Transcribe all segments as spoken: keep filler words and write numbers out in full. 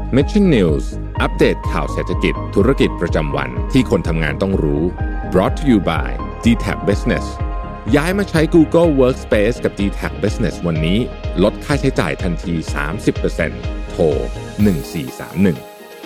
Mission News อัปเดตข่าวเศรษฐกิจธุรกิจประจำวันที่คนทำงานต้องรู้ brought to you by ดี แท็ก Business ย้ายมาใช้ Google Workspace กับ ดี แท็ก Business วันนี้ลดค่าใช้จ่ายทันที สามสิบเปอร์เซ็นต์ โทรหนึ่งสี่สามหนึ่ง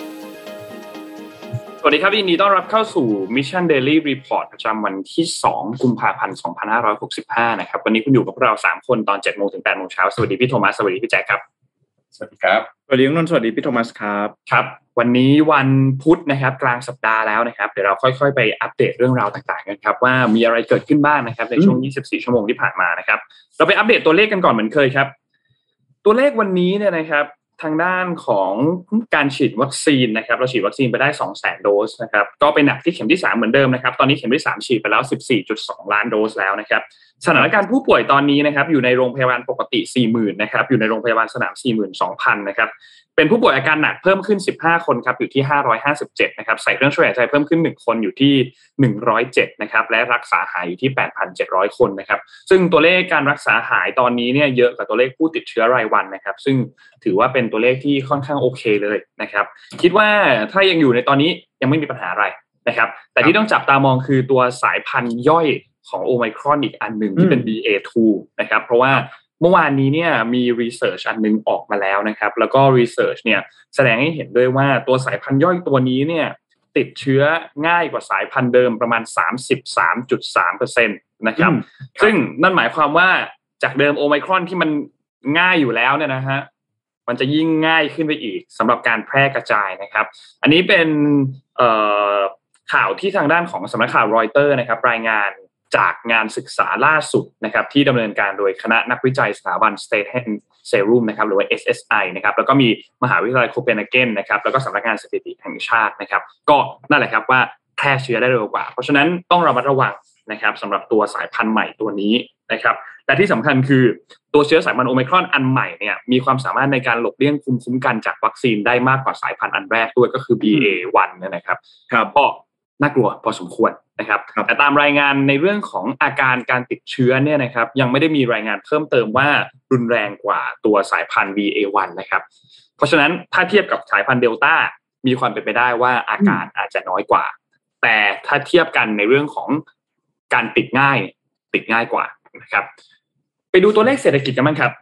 สวัสดีครับยินดีต้อนรับเข้าสู่ Mission Daily Report ประจำวันที่สองกุมภาพันธ์สองพันห้าร้อยหกสิบห้านะครับวันนี้คุณอยู่กับพวกเราสามคนตอน เจ็ดโมง ถึง แปดโมง เช้าสวัสดีพี่โทมัสสวัสดีพี่แจ็คครับสวัสดีครับสวัสดีนนท์สวัสดีพี่โทมัสครับครับวันนี้วันพุธนะครับกลางสัปดาห์แล้วนะครับเดี๋ยวเราค่อยๆไปอัปเดตเรื่องราวต่างๆกันครับว่ามีอะไรเกิดขึ้นบ้างนะครับในช่วงยี่สิบสี่ชั่วโมงที่ผ่านมานะครับเราไปอัปเดตตัวเลขกันก่อนเหมือนเคยครับตัวเลขวันนี้เนี่ยนะครับทางด้านของการฉีดวัคซีนนะครับเราฉีดวัคซีนไปได้ สองแสน โดสนะครับก็เป็นหนักที่เข็มที่สามเหมือนเดิมนะครับตอนนี้เข็มที่สามฉีดไปแล้ว สิบสี่จุดสอง ล้านโดสแล้วนะครับสถานการณ์ผู้ป่วยตอนนี้นะครับอยู่ในโรงพยาบาลปกติ สี่หมื่น นะครับอยู่ในโรงพยาบาลสนาม สี่หมื่นสองพัน นะครับเป็นผู้ป่วยอาการหนักเพิ่มขึ้นสิบห้าคนครับอยู่ที่ห้าร้อยห้าสิบเจ็ดนะครับใส่เครื่องช่วยหายใจเพิ่มขึ้นหนึ่งคนอยู่ที่หนึ่งร้อยเจ็ดนะครับและรักษาหายอยู่ที่ แปดพันเจ็ดร้อย คนนะครับซึ่งตัวเลขการรักษาหายตอนนี้เนี่ยเยอะกว่าตัวเลขผู้ติดเชื้อรายวันนะครับซึ่งถือว่าเป็นตัวเลขที่ค่อนข้างโอเคเลยนะครับคิดว่าถ้ายังอยู่ในตอนนี้ยังไม่มีปัญหาอะไรนะครับแต่ที่ต้องจับตามองคือตัวสายพันธุ์ย่อยของโอไมครอนอีกอันหนึ่งที่เป็น บี เอ ทู นะครับเพราะว่าเมื่อวานนี้เนี่ยมีรีเสิร์ชอันนึงออกมาแล้วนะครับแล้วก็รีเสิร์ชเนี่ยแสดงให้เห็นด้วยว่าตัวสายพันธุ์ย่อยตัวนี้เนี่ยติดเชื้อง่ายกว่าสายพันธุ์เดิมประมาณ สามสิบสามจุดสามเปอร์เซ็นต์ นะครับซึ่งนั่นหมายความว่าจากเดิมโอไมครอนที่มันง่ายอยู่แล้วเนี่ยนะฮะมันจะยิ่งง่ายขึ้นไปอีกสำหรับการแพร่กระจายนะครับอันนี้เป็นเอ่อข่าวที่ทางด้านของสำนักข่าวรอยเตอร์นะครับรายงานจากงานศึกษาล่าสุดนะครับที่ดำเนินการโดยคณะนักวิจัยสถาบัน State Serum นะครับหรือว่า เอส เอส ไอ นะครับแล้วก็มีมหาวิทยาลัยโคเปนเฮเกนนะครับแล้วก็สำนักงานสถิติแห่งชาตินะครับก็นั่นแหละครับว่าแพร่เชื้อได้เร็วกว่าเพราะฉะนั้นต้องระมัดระวังนะครับสำหรับตัวสายพันธุ์ใหม่ตัวนี้นะครับและที่สำคัญคือตัวเชื้อสายพันธุ์โอไมครอนอันใหม่เนี่ยมีความสามารถในการหลบเลี่ยงภูมิคุ้มกันจากวัคซีนได้มากกว่าสายพันธุ์อันแรกด้วยก็คือ บี เอ วัน เนี่ยนะครับครับก็น่ากลัวพอสมควรนะครับแต่ตามรายงานในเรื่องของอาการการติดเชื้อเนี่ยนะครับยังไม่ได้มีรายงานเพิ่มเติมว่ารุนแรงกว่าตัวสายพันธุ์ บี เอ วัน นะครับเพราะฉะนั้นถ้าเทียบกับสายพันธุ์เดลต้ามีความเป็นไปได้ว่าอาการอาจจะน้อยกว่าแต่ถ้าเทียบกันในเรื่องของการติดง่ายติดง่ายกว่านะครับไปดูตัวเลขเศรษฐกิจกันบ้างครับ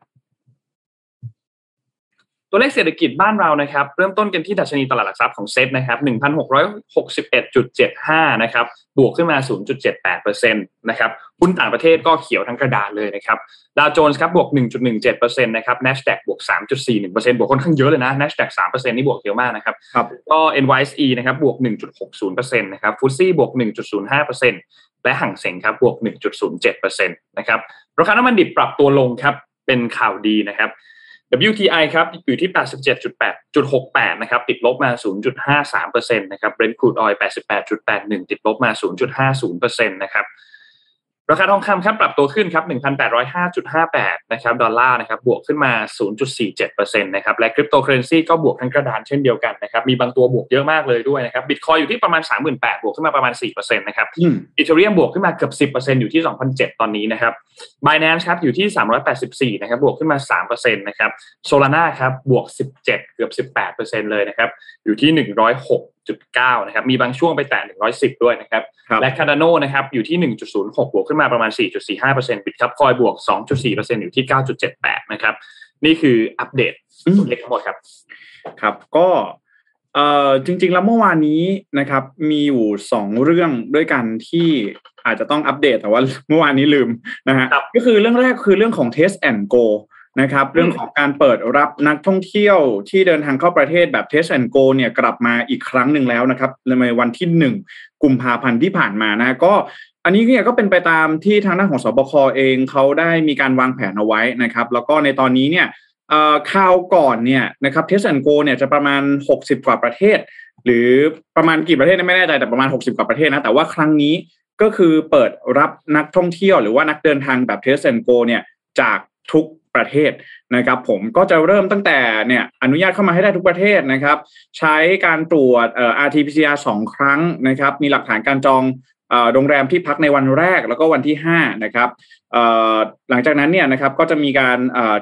ตัวเลขเศรษฐกิจบ้านเรานะครับเริ่มต้นกันที่ดัชนีตลาดหลักทรัพย์ของเซ็ตนะครับ หนึ่งพันหกร้อยหกสิบเอ็ดจุดเจ็ดห้า นะครับบวกขึ้นมา ศูนย์จุดเจ็ดแปดเปอร์เซ็นต์ นะครับหุ้นต่างประเทศก็เขียวทั้งกระดานเลยนะครับดาวโจนส์ครับบวก หนึ่งจุดหนึ่งเจ็ดเปอร์เซ็นต์ นะครับ NASDAQ บวก สามจุดสี่หนึ่งเปอร์เซ็นต์ บวกค่อนข้างเยอะเลยนะ NASDAQ สามเปอร์เซ็นต์ นี่บวกเยอะมากนะครับก็ เอ็น วาย เอส อี นะครับบวก หนึ่งจุดหกศูนย์เปอร์เซ็นต์ นะครับ ฟุตซี่ บวก หนึ่งจุดศูนย์ห้าเปอร์เซ็นต์ และหั่งเส็งครับบวก หนึ่งจุดศูนย์เจ็ดเปอร์เซ็นต์ นะครับราคาน้ำมันดิบปรับตัวลงครับเป็นข่าวดีนะครับดับเบิลยู ที ไอ ครับอยู่ที่ แปดสิบเจ็ดจุดหกแปด นะครับติดลบมา ศูนย์จุดห้าสามเปอร์เซ็นต์ นะครับ Brent Crude Oil แปดสิบแปดจุดแปดหนึ่ง ติดลบมา ศูนย์จุดห้าศูนย์เปอร์เซ็นต์ นะครับราคาทองคำครับปรับตัวขึ้นครับ หนึ่งพันแปดร้อยห้าจุดห้าแปด นะครับดอลลาร์นะครับบวกขึ้นมา ศูนย์จุดสี่เจ็ดเปอร์เซ็นต์ นะครับและคริปโตเคอเรนซีก็บวกทั้งกระดานเช่นเดียวกันนะครับมีบางตัวบวกเยอะมากเลยด้วยนะครับ Bitcoin อยู่ที่ประมาณ สามหมื่นแปดพัน บวกขึ้นมาประมาณ สี่เปอร์เซ็นต์ นะครับ Ethereum บวกขึ้นมาเกือบ สิบเปอร์เซ็นต์ อยู่ที่ สองพันเจ็ดร้อย ตอนนี้นะครับ Binance ครับอยู่ที่สามร้อยแปดสิบสี่นะครับบวกขึ้นมา สามเปอร์เซ็นต์ นะครับ Solana ครับบวกสิบเจ็ดเกือบ สิบแปดเปอร์เซ็นต์ เลยนะครับอยู่ที่หนึ่งร้อยหกจุดเก้า นะครับมีบางช่วงไปแตะหนึ่งร้อยสิบด้วยนะครับและ Cardano นะครับอยู่ที่ หนึ่งจุดศูนย์หก บวกขึ้นมาประมาณ สี่จุดสี่ห้าเปอร์เซ็นต์ Bitcoin บวก สองจุดสี่เปอร์เซ็นต์ อยู่ที่ เก้าจุดเจ็ดแปด นะครับนี่คืออัปเดตตัวเลขทั้งหมดครับครับก็เอ่อจริงๆแล้วเมื่อวานนี้นะครับมีอยู่สองเรื่องด้วยกันที่อาจจะต้องอัปเดตแต่ว่าเมื่อวานนี้ลืมนะฮะก็คือเรื่องแรกคือเรื่องของ Test and Go นะครับเรื่องของการเปิดรับนักท่องเที่ยวที่เดินทางเข้าประเทศแบบ Test and Go เนี่ยกลับมาอีกครั้งหนึ่งแล้วนะครับในวันที่หนึ่งกุมภาพันธ์ที่ผ่านมานะก็อันนี้เนี่ยก็เป็นไปตามที่ทางด้านของสบคเองเขาได้มีการวางแผนเอาไว้นะครับแล้วก็ในตอนนี้เนี่ยเอ่อคราวก่อนเนี่ยนะครับ Test and Go เนี่ยจะประมาณหกสิบกว่าประเทศหรือประมาณกี่ประเทศไม่แน่ใจแต่ประมาณหกสิบกว่าประเทศนะแต่ว่าครั้งนี้ก็คือเปิดรับนักท่องเที่ยวหรือว่านักเดินทางแบบ Test and Go เนี่ยจากทุกประเทศนะครับผมก็จะเริ่มตั้งแต่เนี่ยอนุญาตเข้ามาให้ได้ทุกประเทศนะครับใช้การตรวจเอ่อ อาร์ ที พี ซี อาร์ สองครั้งนะครับมีหลักฐานการจองเอ่อโรงแรมที่พักในวันแรกแล้วก็วันที่ห้านะครับเอ่อหลังจากนั้นเนี่ยนะครับก็จะมีการเอ่อจัด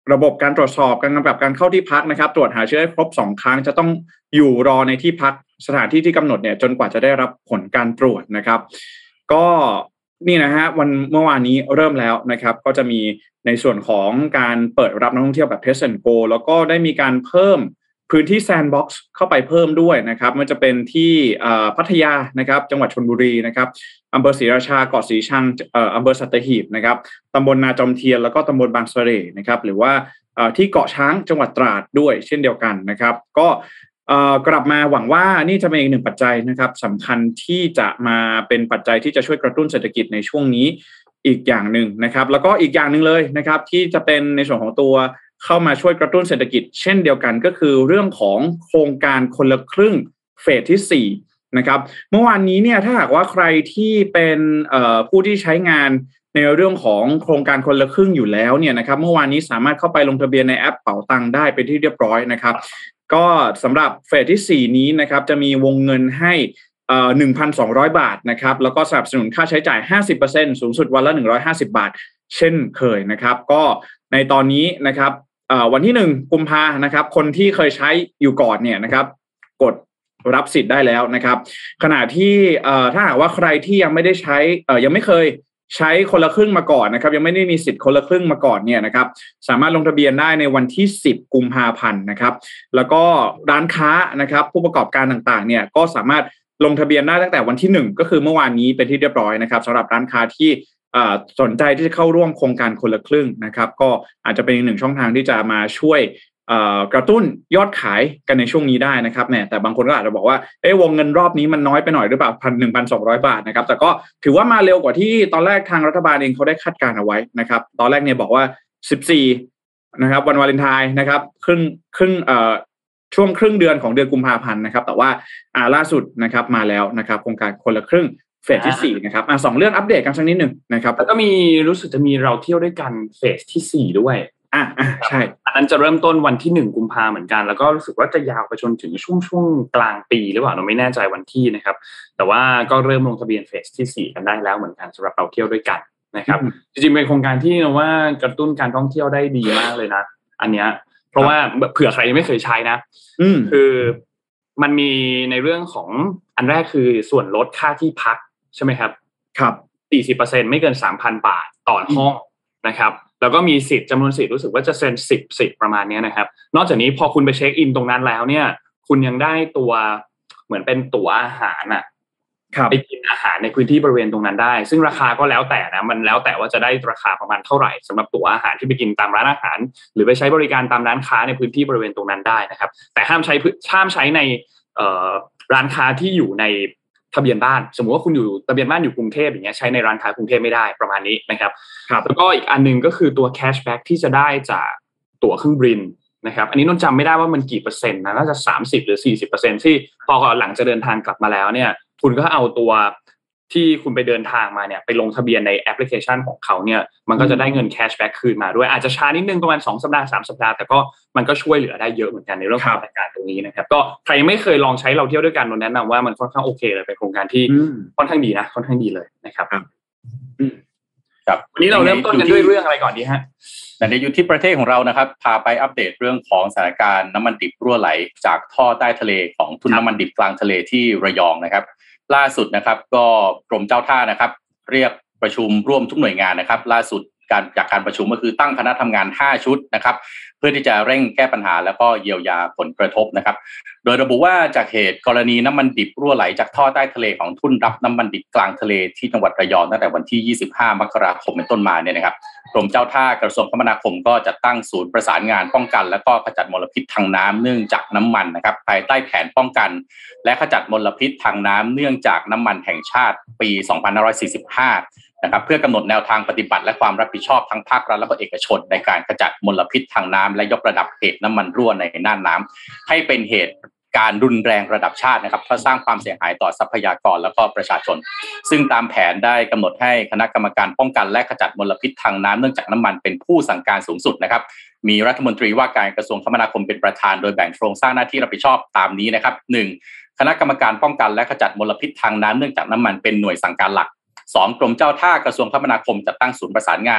ระบบการตรวจสอบการกำกับการเข้าที่พักนะครับตรวจหาเชื้อให้ครบสองครั้งจะต้องอยู่รอในที่พักสถานที่ที่กำหนดเนี่ยจนกว่าจะได้รับผลการตรวจนะครับก็นี่นะฮะวันเมื่อวานนี้เริ่มแล้วนะครับก็จะมีในส่วนของการเปิดรับนักท่องเที่ยวแบบ Test and Go แล้วก็ได้มีการเพิ่มพื้นที่แซนด์บ็อกซ์เข้าไปเพิ่มด้วยนะครับมันจะเป็นที่พัทยานะครับจังหวัดชลบุรีนะครับอำเภอศรีราชาเกาะสีชังเอ่ออำเภอสัตหีบนะครับตำบลนาจอมเทียนแล้วก็ตำบลบางเสร่นะครับหรือว่าที่เกาะช้างจังหวัดตราดด้วยเช่นเดียวกันนะครับก็กลับมาหวังว่านี่จะเป็นอีกหนึ่งปัจจัยนะครับสำคัญที่จะมาเป็นปัจจัยที่จะช่วยกระตุ้นเศรษฐกิจในช่วงนี้อีกอย่างหนึ่งนะครับแล้วก็อีกอย่างหนึ่งเลยนะครับที่จะเป็นในส่วนของตัวเข้ามาช่วยกระตุ้นเศรษฐกิจเช่นเดียวกันก็คือเรื่องของโครงการคนละครึ่งเฟสที่สี่นะครับเมื่อวานนี้เนี่ยถ้าหากว่าใครที่เป็นผู้ที่ใช้งานในเรื่องของโครงการคนละครึ่งอยู่แล้วเนี่ยนะครับเมื่อวานนี้สามารถเข้าไปลงทะเบียนในแอปเป๋าตังค์ได้เป็นที่เรียบร้อยนะครับก็สำหรับเฟสที่สี่นี้นะครับจะมีวงเงินให้เอ่อ หนึ่งพันสองร้อย บาทนะครับแล้วก็สนับสนุนค่าใช้จ่าย ห้าสิบเปอร์เซ็นต์ สูงสุดวันละหนึ่งร้อยห้าสิบบาทเช่นเคยนะครับก็ในตอนนี้นะครับเอ่อวันที่หนึ่งกุมภาพันธ์นะครับคนที่เคยใช้อยู่ก่อนเนี่ยนะครับกดรับสิทธิ์ได้แล้วนะครับขณะที่เอ่อถ้าหากว่าใครที่ยังไม่ได้ใช้เอ่อยังไม่เคยใช้คนละครึ่งมาก่อนนะครับยังไม่ได้มีสิทธิ์คนละครึ่งมาก่อนเนี่ยนะครับสามารถลงทะเบียนได้ในวันที่สิบกุมภาพันธ์นะครับแล้วก็ร้านค้านะครับผู้ประกอบการต่างๆเนี่ยก็สามารถลงทะเบียนได้ตั้งแต่วันที่หนึ่งก็คือเมื่อวานนี้เป็นที่เรียบร้อยนะครับสำหรับร้านค้าที่สนใจที่จะเข้าร่วมโครงการคนละครึ่งนะครับก็อาจจะเป็นอีกหนึ่งช่องทางที่จะมาช่วยกระตุ้นยอดขายกันในช่วงนี้ได้นะครับแหมแต่บางคนก็อาจจะบอกว่าเอ๊ะวงเงินรอบนี้มันน้อยไปหน่อยหรือเปล่าพันหนึ่งพันสองร้อยบาทนะครับแต่ก็ถือว่ามาเร็วกว่าที่ตอนแรกทางรัฐบาลเองเขาได้คาดการณ์เอาไว้นะครับตอนแรกเนี่ยบอกว่าสิบสี่นะครับวันวาเลนไทน์นะครับครึ่งครึ่งเอ่อช่วงครึ่งเดือนของเดือนกุมภาพันธ์นะครับแต่ว่าอ่าล่าสุดนะครับมาแล้วนะครับโครงการคนละครึ่งเฟสที่สี่นะครับอ่ะสองเรื่องอัปเดตกันสักนิดนึงนะครับแล้วก็มีรู้สึกจะมีเราเที่ยวด้วยกันเฟสที่สี่ด้วยอ่ะอ่ะใช่อันนั้นจะเริ่มต้นวันที่หนึ่งกุมภาพันธ์เหมือนกันแล้วก็รู้สึกว่าจะยาวไปจนถึงช่วงช่วงกลางปีหรือเปล่าเราไม่แน่ใจวันที่นะครับแต่ว่าก็เริ่มลงทะเบียนเฟสที่สี่กันได้แล้วเหมือนกันสำหรับเราเที่ยวด้วยกันนะครับจริงๆเป็นโครงการที่เราว่ากระตุ้นการท่องเที่ยวได้ดีมากเลยนะอันเนี้ยเพราะว่าเผื่อใครยังไม่เคยใช้นะคือมันมีในเรื่องของอันแรกคือส่วนลดค่าที่พักใช่ไหมครับครับสี่สิบเปอร์เซ็นต์ ไม่เกิน สามพัน บาทต่อห้องนะครับแล้วก็มีสิทธิ์จำนวนสิทธิ์รู้สึกว่าจะเซ็นสิบสิทธิ์ประมาณนี้นะครับนอกจากนี้พอคุณไปเช็คอินตรงนั้นแล้วเนี่ยคุณยังได้ตัวเหมือนเป็นตั๋วอาหารน่ะไปกินอาหารในพื้นที่บริเวณตรงนั้นได้ซึ่งราคาก็แล้วแต่นะมันแล้วแต่ว่าจะได้ราคาประมาณเท่าไหร่สำหรับตั๋วอาหารที่ไปกินตามร้านอาหารหรือไปใช้บริการตามร้านค้าในพื้นที่บริเวณตรงนั้นได้นะครับแต่ห้ามใช้ห้ามใช้ในร้านค้าที่อยู่ในทะเบียนบ้านสมมุติว่าคุณอยู่ทะเบียนบ้านอยู่กรุงเทพอย่างเงี้ยใช้ในร้านค้ากรุงเทพไม่ได้ประมาณนี้นะครับแล้วก็อีกอันนึงก็คือตัวแคชแบ็กที่จะได้จากตั๋วเครื่องบินนะครับอันนี้นนจำไม่ได้ว่ามันกี่เปอร์เซ็นต์นะน่าจะสามสิบหรือ สี่สิบเปอร์เซ็นต์ ที่พอหลังจะเดินทางกลับมาแล้วเนี่ยคุณก็เอาตัวที่คุณไปเดินทางมาเนี่ยไปลงทะเบียนในแอปพลิเคชันของเขาเนี่ยมันก็จะได้เงินแคชแบ็กคืนมาด้วยอาจจะช้านิดนึงประมาณสองสัปดาห์สามสัปดาห์แต่ก็มันก็ช่วยเหลือได้เยอะเหมือนกันในเรื่องของการตรงนี้นะครับก็ใครยังไม่เคยลองใช้เราเที่ยวด้วยกันนนแนะนำว่ามันค่อนข้างโอเคเลยเป็นโครงการที่ค่อนข้างดีนะค่อนข้างดีเลยนะครับครับวันนี้เราเริ่มต้นกันด้วยเรื่องอะไรก่อนดีฮะแต่ในอยู่ที่ประเทศของเรานะครับพาไปอัปเดตเรื่องของสถานการณ์น้ำมันดิบรั่วไหลจากท่อใต้ทะเลของทุ่นน้ำมันดิบกลางทะเลที่ระยองนะครับล่าสุดนะครับก็กรมเจ้าท่านะครับเรียกประชุมร่วมทุกหน่วยงานนะครับล่าสุดการจากการประชุมก็คือตั้งคณะทำงานห้าชุดนะครับเพื่อที่จะเร่งแก้ปัญหาแล้วก็เยียวยาผลกระทบนะครับโดยระบุว่าจากเหตุกรณีน้ำมันดิบรั่วไหลจากท่อใต้ทะเลของทุ่นรับน้ำมันดิบกลางทะเลที่จังหวัดระยองตั้งแต่วันที่ยี่สิบห้ามกราคมเป็นต้นมาเนี่ยนะครับกรมเจ้าท่ากระทรวงคมนาคมก็จะตั้งศูนย์ประสานงานป้องกันและก็ขจัดมลพิษทางน้ำเนื่องจากน้ำมันนะครับภายใต้แผนป้องกันและขจัดมลพิษทางน้ำเนื่องจากน้ำมันแห่งชาติปีสองพันห้าร้อยสี่สิบห้านะครับเพื่อกำหนดแนวทางปฏิบัติและความรับผิดชอบทั้งภาครัฐและก็เอกชนในการขจัดมลพิษทางน้ำและยกระดับเหตุน้ำมันรั่วในน่านน้ำให้เป็นเหตุการรุนแรงระดับชาตินะครับเพื่อสร้างความเสียหายต่อทรัพยากรและก็ประชาชนซึ่งตามแผนได้กำหนดให้คณะกรรมการป้องกันและขจัดมลพิษทางน้ำเนื่องจากน้ำมันเป็นผู้สั่งการสูงสุดนะครับมีรัฐมนตรีว่าการกระทรวงคมนาคมเป็นประธานโดยแบ่งโครงสร้างหน้าที่รับผิดชอบตามนี้นะครับหนึ่งคณะกรรมการป้องกันและขจัดมลพิษทางน้ำเนื่องจากน้ำมันเป็นหน่วยสั่งการหลักสองกรมเจ้าท่ากระทรวงคมนาคมจัดตั้งศูนย์ประสานงาน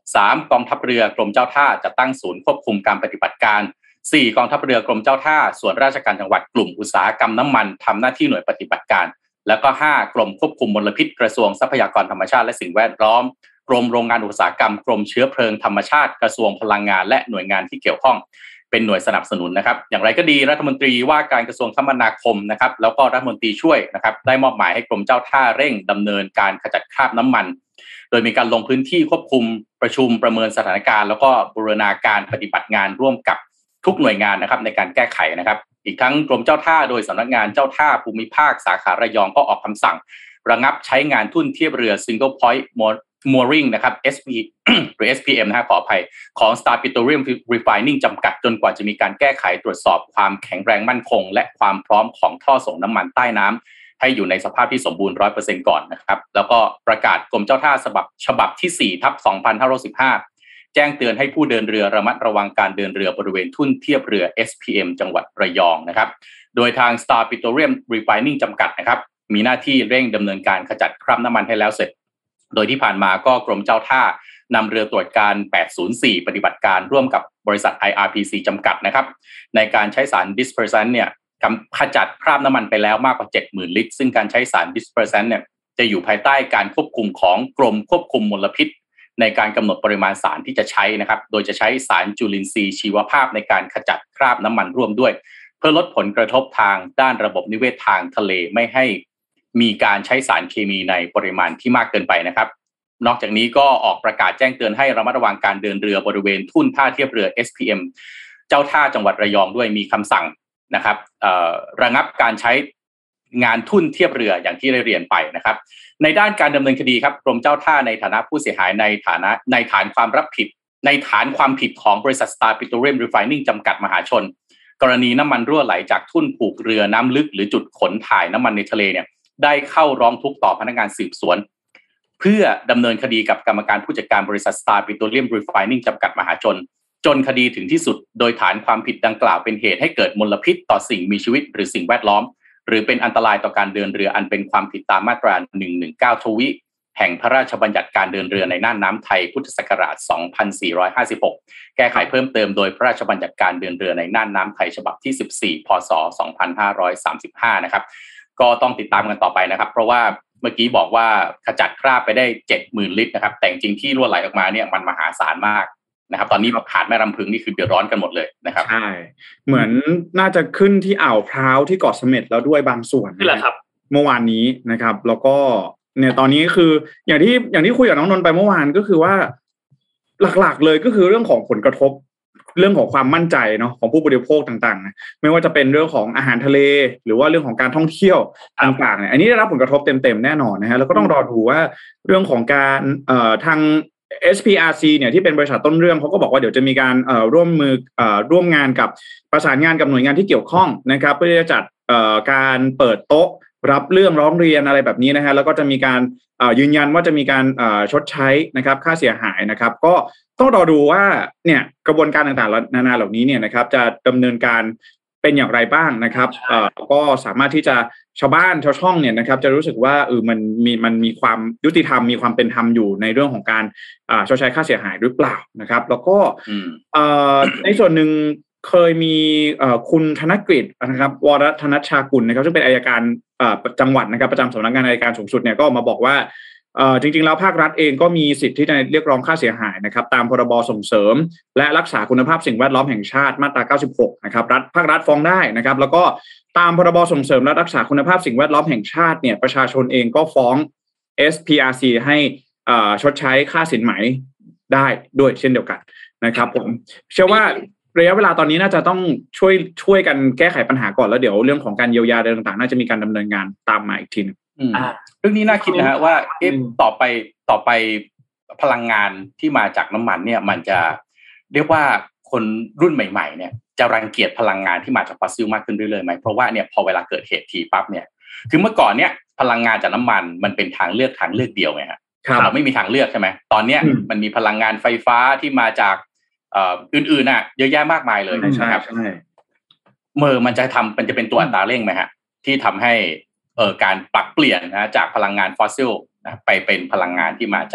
สามกองทัพเรือกรมเจ้าท่าจะตั้งศูนย์ควบคุมการปฏิบัติการสี่กองทัพเรือกรมเจ้าท่าส่วนราชการจังหวัดกลุ่มอุตสาหกรรมน้ำมันทำหน้าที่หน่วยปฏิบัติการแล้วก็ห้ากรมควบคุมมลพิษกระทรวงทรัพยากรธรรมชาติและสิ่งแวดล้อมกรมโรงงานอุตสาหกรรมกรมเชื้อเพลิงธรรมชาติกระทรวงพลังงานและหน่วยงานที่เกี่ยวข้องเป็นหน่วยสนับสนุนนะครับอย่างไรก็ดีรัฐมนตรีว่าการกระทรวงคมนาคมนะครับแล้วก็รัฐมนตรีช่วยนะครับได้มอบหมายให้กรมเจ้าท่าเร่งดำเนินการขจัดคราบน้ำมันโดยมีการลงพื้นที่ควบคุมประชุมประเมินสถานการณ์แล้วก็บูรณาการปฏิบัติงานร่วมกับทุกหน่วยงานนะครับในการแก้ไขนะครับอีกทั้งกรมเจ้าท่าโดยสำนักงานเจ้าท่าภูมิภาคสาขาระยองก็ออกคำสั่งระงับใช้งานทุ่นเทียบเรือ Single Point Mooring นะครับ เอส พี หรือ เอส พี เอ็ม นะฮะขออภัยของ Star Petroleum Refining จำกัดจนกว่าจะมีการแก้ไขตรวจสอบความแข็งแรงมั่นคงและความพร้อมของท่อส่งน้ำมันใต้น้ำให้อยู่ในสภาพที่สมบูรณ์ หนึ่งร้อยเปอร์เซ็นต์ ก่อนนะครับแล้วก็ประกาศกรมเจ้าท่าฉบับฉบับที่ สี่ทับสองพันห้าร้อยสิบห้า แจ้งเตือนให้ผู้เดินเรือระมัดระวังการเดินเรือบริเวณทุ่นเทียบเรือ เอส พี เอ็ม จังหวัดระยองนะครับโดยทาง Star Petroleum Refining จำกัดนะครับมีหน้าที่เร่งดำเนินการขจัดคราบน้ำมันให้แล้วเสร็จโดยที่ผ่านมาก็กรมเจ้าท่านำเรือตรวจการแปดศูนย์สี่ปฏิบัติการร่วมกับบริษัท ไอ อาร์ พี ซี จำกัดนะครับในการใช้สาร dispersant เนี่ยขจัดคราบน้ำมันไปแล้วมากกว่า เจ็ดหมื่น ลิตรซึ่งการใช้สาร dispersant เนี่ยจะอยู่ภายใต้การควบคุมของกรมควบคุมมลพิษในการกำหนดปริมาณสารที่จะใช้นะครับโดยจะใช้สารจุลินทรีย์ชีวภาพในการขจัดคราบน้ำมันร่วมด้วยเพื่อลดผลกระทบทางด้านระบบนิเวศทางทะเลไม่ให้มีการใช้สารเคมีในปริมาณที่มากเกินไปนะครับนอกจากนี้ก็ออกประกาศแจ้งเตือนให้ระมัดระวังการเดินเรือบริเวณทุ่นท่าเทียบเรือ เอส พี เอ็ม เจ้าท่าจังหวัดระยองด้วยมีคำสั่งนะครับระงับการใช้งานทุ่นเทียบเรืออย่างที่ได้เรียนไปนะครับในด้านการดำเนินคดีครับกรมเจ้าท่าในฐานะผู้เสียหายในฐานะในฐานความรับผิดในฐานความผิดของบริษัท Star Petroleum Refining จำกัดมหาชนกรณีน้ำมันรั่วไหลจากทุ่นผูกเรือน้ำลึกหรือจุดขนถ่ายน้ำมันในทะเลเนี่ยได้เข้าร้องทุกข์ต่อพนักงานสืบสวนเพื่อดำเนินคดีกับกรรมการผู้จัดการบริษัท Star Petroleum Refining จำกัดมหาชนจนคดีถึงที่สุดโดยฐานความผิดดังกล่าวเป็นเหตุให้เกิดมลพิษต่อสิ่งมีชีวิตหรือสิ่งแวดล้อมหรือเป็นอันตรายต่อการเดินเรืออันเป็นความผิดตามมาตราหนึ่งหนึ่งเก้าทวีแห่งพระราชบัญญัติการเดินเรือในน่านน้ำไทยพุทธศักราชสองพันสี่ร้อยห้าสิบหกแก้ไขเพิ่มเติมโดยพระราชบัญญัติการเดินเรือในน่านน้ำไทยฉบับที่สิบสี่พ.ศ. สองพันห้าร้อยสามสิบห้านะครับก็ต้องติดตามกันต่อไปนะครับเพราะว่าเมื่อกี้บอกว่าขจัดคราบไปได้ เจ็ดหมื่น ลิตรนะครับแต่จริงที่รั่วไหลออกมาเนี่ยมันมหาศาลมากนะครับตอนนี้หาดแม่รำพึงนี่คือเดือดร้อนกันหมดเลยนะครับใช่เหมือนน่าจะขึ้นที่อ่าวพร้าวที่เกาะเสม็ดแล้วด้วยบางส่วนนี่แหละครับเมื่อวานนี้นะครับแล้วก็เนี่ยตอนนี้คืออย่างที่อย่างที่คุยกับน้องนนท์ไปเมื่อวานก็คือว่าหลักๆเลยก็คือเรื่องของผลกระทบเรื่องของความมั่นใจเนาะของผู้บริโภคต่างๆไม่ว่าจะเป็นเรื่องของอาหารทะเลหรือว่าเรื่องของการท่องเที่ยวต่างๆเนี่ยอันนี้ได้รับผลกระทบเต็มๆแน่นอนนะฮะแล้วก็ต้องรอดูว่าเรื่องของการเอ่อทาง เอส พี อาร์ ซี เนี่ยที่เป็นบริษัทต้นเรื่องเขาก็บอกว่าเดี๋ยวจะมีการเอ่อร่วมมือเอ่อร่วมงานกับประสานงานกับหน่วยงานที่เกี่ยวข้องนะครับเพื่อจะจัดเอ่อการเปิดโต๊ะรับเรื่องร้องเรียนอะไรแบบนี้นะฮะแล้วก็จะมีการเอ่อยืนยันว่าจะมีการเอ่อชดใช้นะครับค่าเสียหายนะครับก็ต้องรอดูว่าเนี่ยกระบวนการต่างๆนานาเหล่านี้เนี่ยนะครับจะดำเนินการเป็นอย่างไรบ้างนะครับเอ่อก็สามารถที่จะชาวบ้านชาวช่องเนี่ยนะครับจะรู้สึกว่าเออมันมีมันมีความยุติธรรมมีความเป็นธรรมอยู่ในเรื่องของการอ่าชดใช้ค่าเสียหายหรือเปล่านะครับแล้วก็เอ่อในส่วนหนึ่งเคยมีเอ่อคุณธนกฤษนะครับวรธนชากุลนะครับซึ่งเป็นอัยการเอ่อจังหวัดนะครับประจำสำนักงานอัยการสูงสุดเนี่ยก็มาบอกว่าเอ่อจริงๆแล้วภาครัฐเองก็มีสิทธิ์ที่จะเรียกร้องค่าเสียหายนะครับตามพรบส่งเสริมและรักษาคุณภาพสิ่งแวดล้อมแห่งชาติมาตราเก้าสิบหกนะครับรัฐภาครัฐฟ้องได้นะครับแล้วก็ตามพรบส่งเสริมและรักษาคุณภาพสิ่งแวดล้อมแห่งชาติเนี่ยประชาชนเองก็ฟ้อง เอส พี อาร์ ซี ให้เอ่อชดใช้ค่าสินไหมได้ด้วยเช่นเดียวกันนะครับผมเชื่อว่าระยะเวลาตอนนี้น่าจะต้องช่วยช่วยกันแก้ไขปัญหาก่อนแล้วเดี๋ยวเรื่องของการเยียวยาอะไรต่างๆน่าจะมีการดำเนินงานตามมาอีกทีนึงเรื่องนี้น่าคิดนะฮะว่าเอ๊ะต่อไปต่อไปพลังงานที่มาจากน้ำมันเนี่ยมันจะเรียกว่าคนรุ่นใหม่ๆเนี่ยจะรังเกียจพลังงานที่มาจากฟอสซิลมากขึ้นเรื่อยๆไหมเพราะว่าเนี่ยพอเวลาเกิดเหตุทีปั๊บเนี่ยคือเมื่อก่อนเนี่ยพลังงานจากน้ำมันมันเป็นทางเลือกทางเลือกเดียวไงฮะเราไม่มีทางเลือกใช่ไหมตอนเนี้ยมันมีพลังงานไฟฟ้าที่มาจากเอ่ออื่นๆน่ะเยอะแยะมากมายเลยนะครับเมื่อมันจะทำมันจะเป็นตัวอัตราเร่งไหมฮะที่ทำให้เอ่อการปรับเปลี่ยนนะจากพลังงานฟอสซิลนะไปเป็นพลังงานที่มาจาก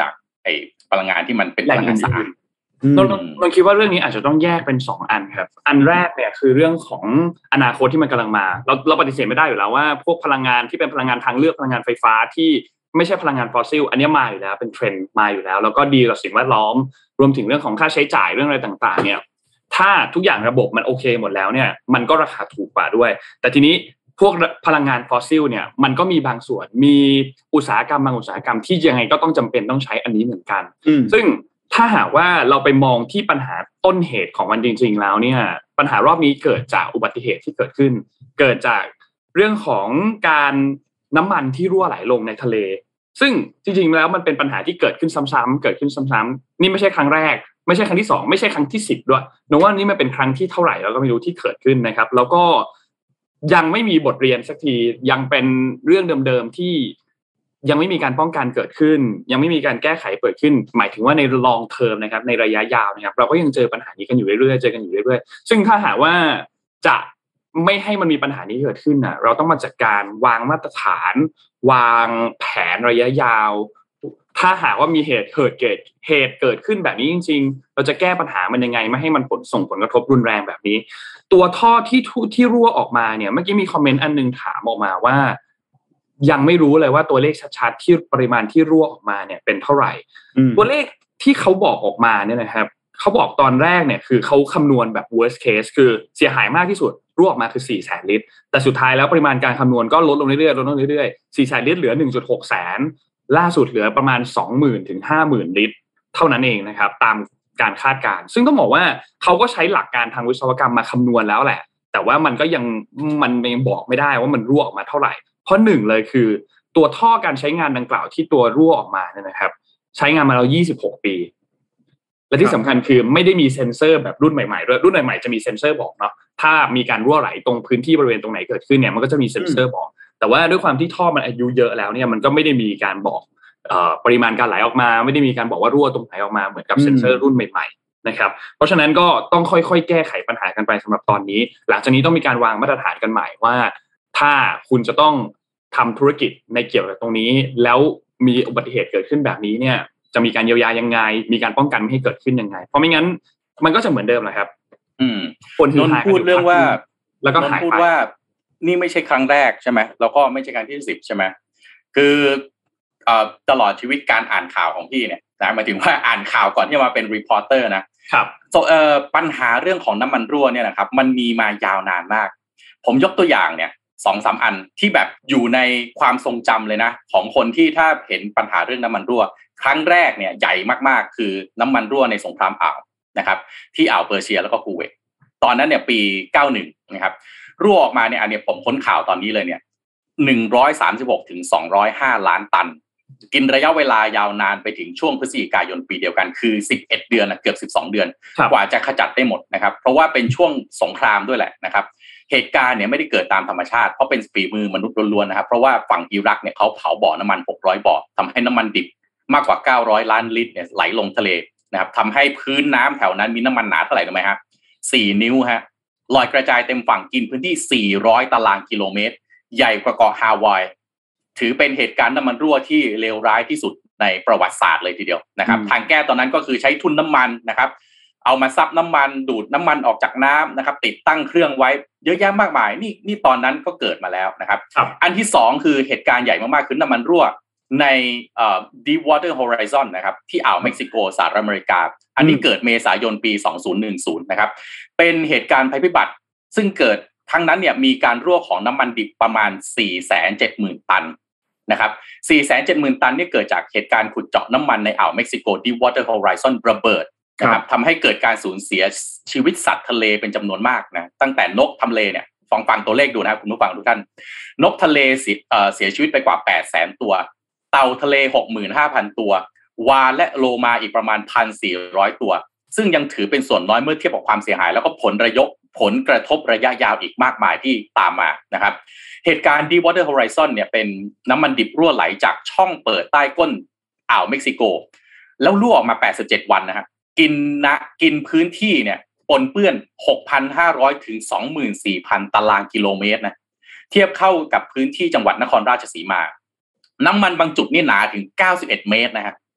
ไอ้พลังงานที่มันเป็นพลังงานสะอาดนนนนคิดว่าเรื่องนี้อาจจะต้องแยกเป็นสองอันครับอันแรกเนี่ยคือเรื่องของอนาคตที่มันกำลังมาเราเราปฏิเสธไม่ได้อยู่แล้วว่าพวกพลังงานที่เป็นพลังงานทางเลือกพลังงานไฟฟ้าที่ไม่ใช่พลังงานฟอสซิลอันนี้มาอยู่แล้วเป็นเทรนด์มาอยู่แล้วแล้วก็ดีต่อสิ่งแวดล้อมรวมถึงเรื่องของค่าใช้จ่ายเรื่องอะไรต่างๆเนี่ยถ้าทุกอย่างระบบมันโอเคหมดแล้วเนี่ยมันก็ราคาถูกกว่าด้วยแต่ทีนี้พวกพลังงานฟอสซิลเนี่ยมันก็มีบางส่วนมีอุตสาหกรรมบางอุตสาหกรรมที่ยังไงก็ต้องจำเป็นต้องใช้อันนี้เหมือนกันซึ่งถ้าหากว่าเราไปมองที่ปัญหาต้นเหตุของมันจริงๆแล้วเนี่ยปัญหารอบนี้เกิดจากอุบัติเหตุที่เกิดขึ้นเกิดจากเรื่องของการน้ำมันที่รั่วไหลลงในทะเลซึ่งจริงๆแล้วมันเป็นปัญหาที่เกิดขึ้นซ้ำๆเกิดขึ้นซ้ำๆนี่ไม่ใช่ครั้งแรกไม่ใช่ครั้งที่สองไม่ใช่ครั้งที่สิบด้วยนึกว่านี่มันเป็นครั้งที่เท่าไหร่แล้วก็ไม่รู้ที่เกิดขึ้นนะครับแล้วก็ยังไม่มีบทเรียนสักทียังเป็นเรื่องเดิมๆที่ยังไม่มีการป้องกันเกิดขึ้นยังไม่มีการแก้ไขเกิดขึ้นหมายถึงว่าใน long term นะครับในระยะยาวนะครับเราก็ยังเจอปัญหานี้กันอยู่เรื่อยๆเจอกันอยู่เรื่อยๆซึ่งถ้าหากว่าจะไม่ให้มันมีปัญหานี้เกิดขึ้นนะเราต้องมาจัดการวางมาตรฐานวางแผนระยะยาวถ้าหากว่ามีเหตุเกิดเกิดเหตุเกิดขึ้นแบบนี้จริงๆเราจะแก้ปัญหามันยังไงไม่ให้มันผลส่งผลกระทบรุนแรงแบบนี้ตัวท่อที่ที่รั่วออกมาเนี่ยเมื่อกี้มีคอมเมนต์อันนึงถามออกมาว่ายังไม่รู้เลยว่าตัวเลขชัดๆที่ปริมาณที่รั่วออกมาเนี่ยเป็นเท่าไหร่ตัวเลขที่เขาบอกออกมาเนี่ยนะครับเขาบอกตอนแรกเนี่ยคือเขาคำนวณแบบ worst case คือเสียหายมากที่สุดรั่วออกมาคือ สี่แสน ลิตรแต่สุดท้ายแล้วปริมาณการคำนวณก็ลดลงเรื่อยๆลดลงเรื่อยๆ สี่แสน ลิตรเหลือ หนึ่งจุดหก แสนล่าสุดเหลือประมาณ สองหมื่น ถึง ห้าหมื่น ลิตรเท่านั้นเองนะครับตามการคาดการณ์ซึ่งต้องบอกว่าเขาก็ใช้หลักการทางวิศวกรรมมาคำนวณแล้วแหละแต่ว่ามันก็ยังมันยังบอกไม่ได้ว่ามันรั่วออกมาเท่าไหร่เพราะหนึ่งเลยคือตัวท่อการใช้งานดังกล่าวที่ตัวรั่วออกมาเนี่ยนะครับใช้งานมาแล้วยี่สิบหกปีและที่สำคัญคือไม่ได้มีเซ็นเซอร์แบบรุ่นใหม่ๆด้วยรุ่นใหม่ๆจะมีเซ็นเซอร์บอกเนาะถ้ามีการรั่วไหลตรงพื้นที่บริเวณตรงไหนเกิดขึ้นเนี่ยมันก็จะมีเซ็นเซอร์บอกแต่ว่าด้วยความที่ท่อมันอายุเยอะแล้วเนี่ยมันก็ไม่ได้มีการบอกเอ่อปริมาณการไหลออกมาไม่ได้มีการบอกว่ารั่วตรงไหนออกมาเหมือนกับเซ็นเซอร์รุ่นใหม่ๆนะครับเพราะฉะนั้นก็ต้องค่อยๆแก้ไขปัญหากันไปสำหรับตอนนี้หลังจากนี้ต้องมีการวางมาตรฐานกันใหม่ว่าถ้าคุณจะต้องทำธุรกิจในเกี่ยวกับตรงนี้แล้วมีอุบัติเหตุเกิดขึ้นแบบนี้เนี่ยจะมีการเยียวยายังไงมีการป้องกันไม่ให้เกิดขึ้นยังไงเพราะไม่งั้นมันก็จะเหมือนเดิมแหละครับอืมคนที่พูดเรื่องว่าแล้วก็พูดว่านี่ไม่ใช่ครั้งแรกใช่ไหมแล้วก็ไม่ใช่ครั้งที่สิบใช่ไหมคือเอ่อตลอดชีวิตการอ่านข่าวของพี่เนี่ยนะหมายถึงว่าอ่านข่าวก่อนที่จะมาเป็นรีพอร์เตอร์นะครับเอ่อปัญหาเรื่องของน้ำมันรั่วเนี่ยนะครับมันมีมายาวนานมากผมยกตัวอย่างเนี่ยสองสามอันที่แบบอยู่ในความทรงจำเลยนะของคนที่ถ้าเห็นปัญหาเรื่องน้ำมันรั่วครั้งแรกเนี่ยใหญ่มากๆคือน้ำมันรั่วในสงครามอ่าวนะครับที่อ่าวเปอร์เซียแล้วก็คูเวตตอนนั้นเนี่ยปีเก้าสิบเอ็ดนะครับรั่วออกมาเนี่ยอันนี้ผมค้นข่าวตอนนี้เลยเนี่ยหนึ่งร้อยสามสิบหกถึงสองร้อยห้าล้านตันกินระยะเวลายาวนานไปถึงช่วงพฤศจิกายนปีเดียวกันคือสิบเอ็ดเดือนนะเกือบสิบสองเดือนกว่าจะขจัดได้หมดนะครับเพราะว่าเป็นช่วงสงครามด้วยแหละนะครับเหตุการณ์เนี่ยไม่ได้เกิดตามธรรมชาติเพราะเป็นฝีมือมนุษย์ล้วนๆนะครับเพราะว่าฝั่งอิรักเนี่ยเขาเผาบ่อน้ำมันหกร้อยบ่อทำให้น้ำมันดิบมากกว่าเก้าร้อยล้านลิตรเนี่ยไหลลงทะเลนะครับทำให้พื้นน้ำแถวนั้นมีน้ำมันหนาเท่าไหร่รู้ไหมครับสี่นิ้วฮะลอยกระจายเต็มฝั่งกินพื้นที่สี่ร้อยตารางกิโลเมตรใหญ่กว่าเกาะฮาวายถือเป็นเหตุการณ์น้ำมันรั่วที่เลวร้ายที่สุดในประวัติศาสตร์เลยทีเดียวนะครับทางแก้ตอนนั้นก็คือใช้ทุ่นน้ำมันนะครับเอามาซับน้ำมันดูดน้ำมันออกจากน้ำนะครับติดตั้งเครื่องไว้เยอะแยะมากมายนี่นี่ตอนนั้นก็เกิดมาแล้วนะครับอันที่สองคือเหตุการณ์ใหญ่มากๆคือน้ำมันรั่วในเอ่อ Deepwater Horizon นะครับที่อ่าวเม็กซิโกสหรัฐอเมริกาอันนี้เกิดเมษายนปีสองพันสิบนะครับเป็นเหตุการณ์ภัยพิบัติซึ่งเกิดทั้งนั้นเนี่ยมีการรั่วของน้ำมันดิบประมาณ สี่แสนเจ็ดหมื่น ตันนะครับ สี่แสนเจ็ดหมื่น ตันนี่เกิดจากเหตุการณ์ขุดเจาะน้ำมันในอ่าวเม็กซิโก Deepwater Horizon ระเบิดนะครับทำให้เกิดการสูญเสียชีวิตสัตว์ทะเลเป็นจำนวนมากนะตั้งแต่นกทะเลเนี่ยฟังฟังตัวเลขดูนะครับคุณผู้ฟังทุกท่านนกทะเลเสียเอ่อเสียชีวิตไปกว่า แปดแสน ตัวเต่าทะเล หกหมื่นห้าพัน ตัววาฬและโลมาอีกประมาณ หนึ่งพันสี่ร้อย ตัวซึ่งยังถือเป็นส่วนน้อยเมื่อเทียบกับความเสียหายแล้วก็ผลระยะผลกระทบระยะยาวอีกมากมายที่ตามมานะครับเหตุการณ์ Deepwater Horizon เนี่ยเป็นน้ำมันดิบรั่วไหลจากช่องเปิดใต้ก้นอ่าวเม็กซิโกแล้วรั่วออกมาแปดสิบเจ็ดวันนะฮะกินนะกินพื้นที่เนี่ยปนเปื้อน หกพันห้าร้อย ถึง สองหมื่นสี่พัน ตารางกิโลเมตรนะเทียบเข้ากับพื้นที่จังหวัดนครราชสีมาน้ำมันบางจุดนี่หนาถึงเก้าสิบเอ็ดเมตรนะฮะ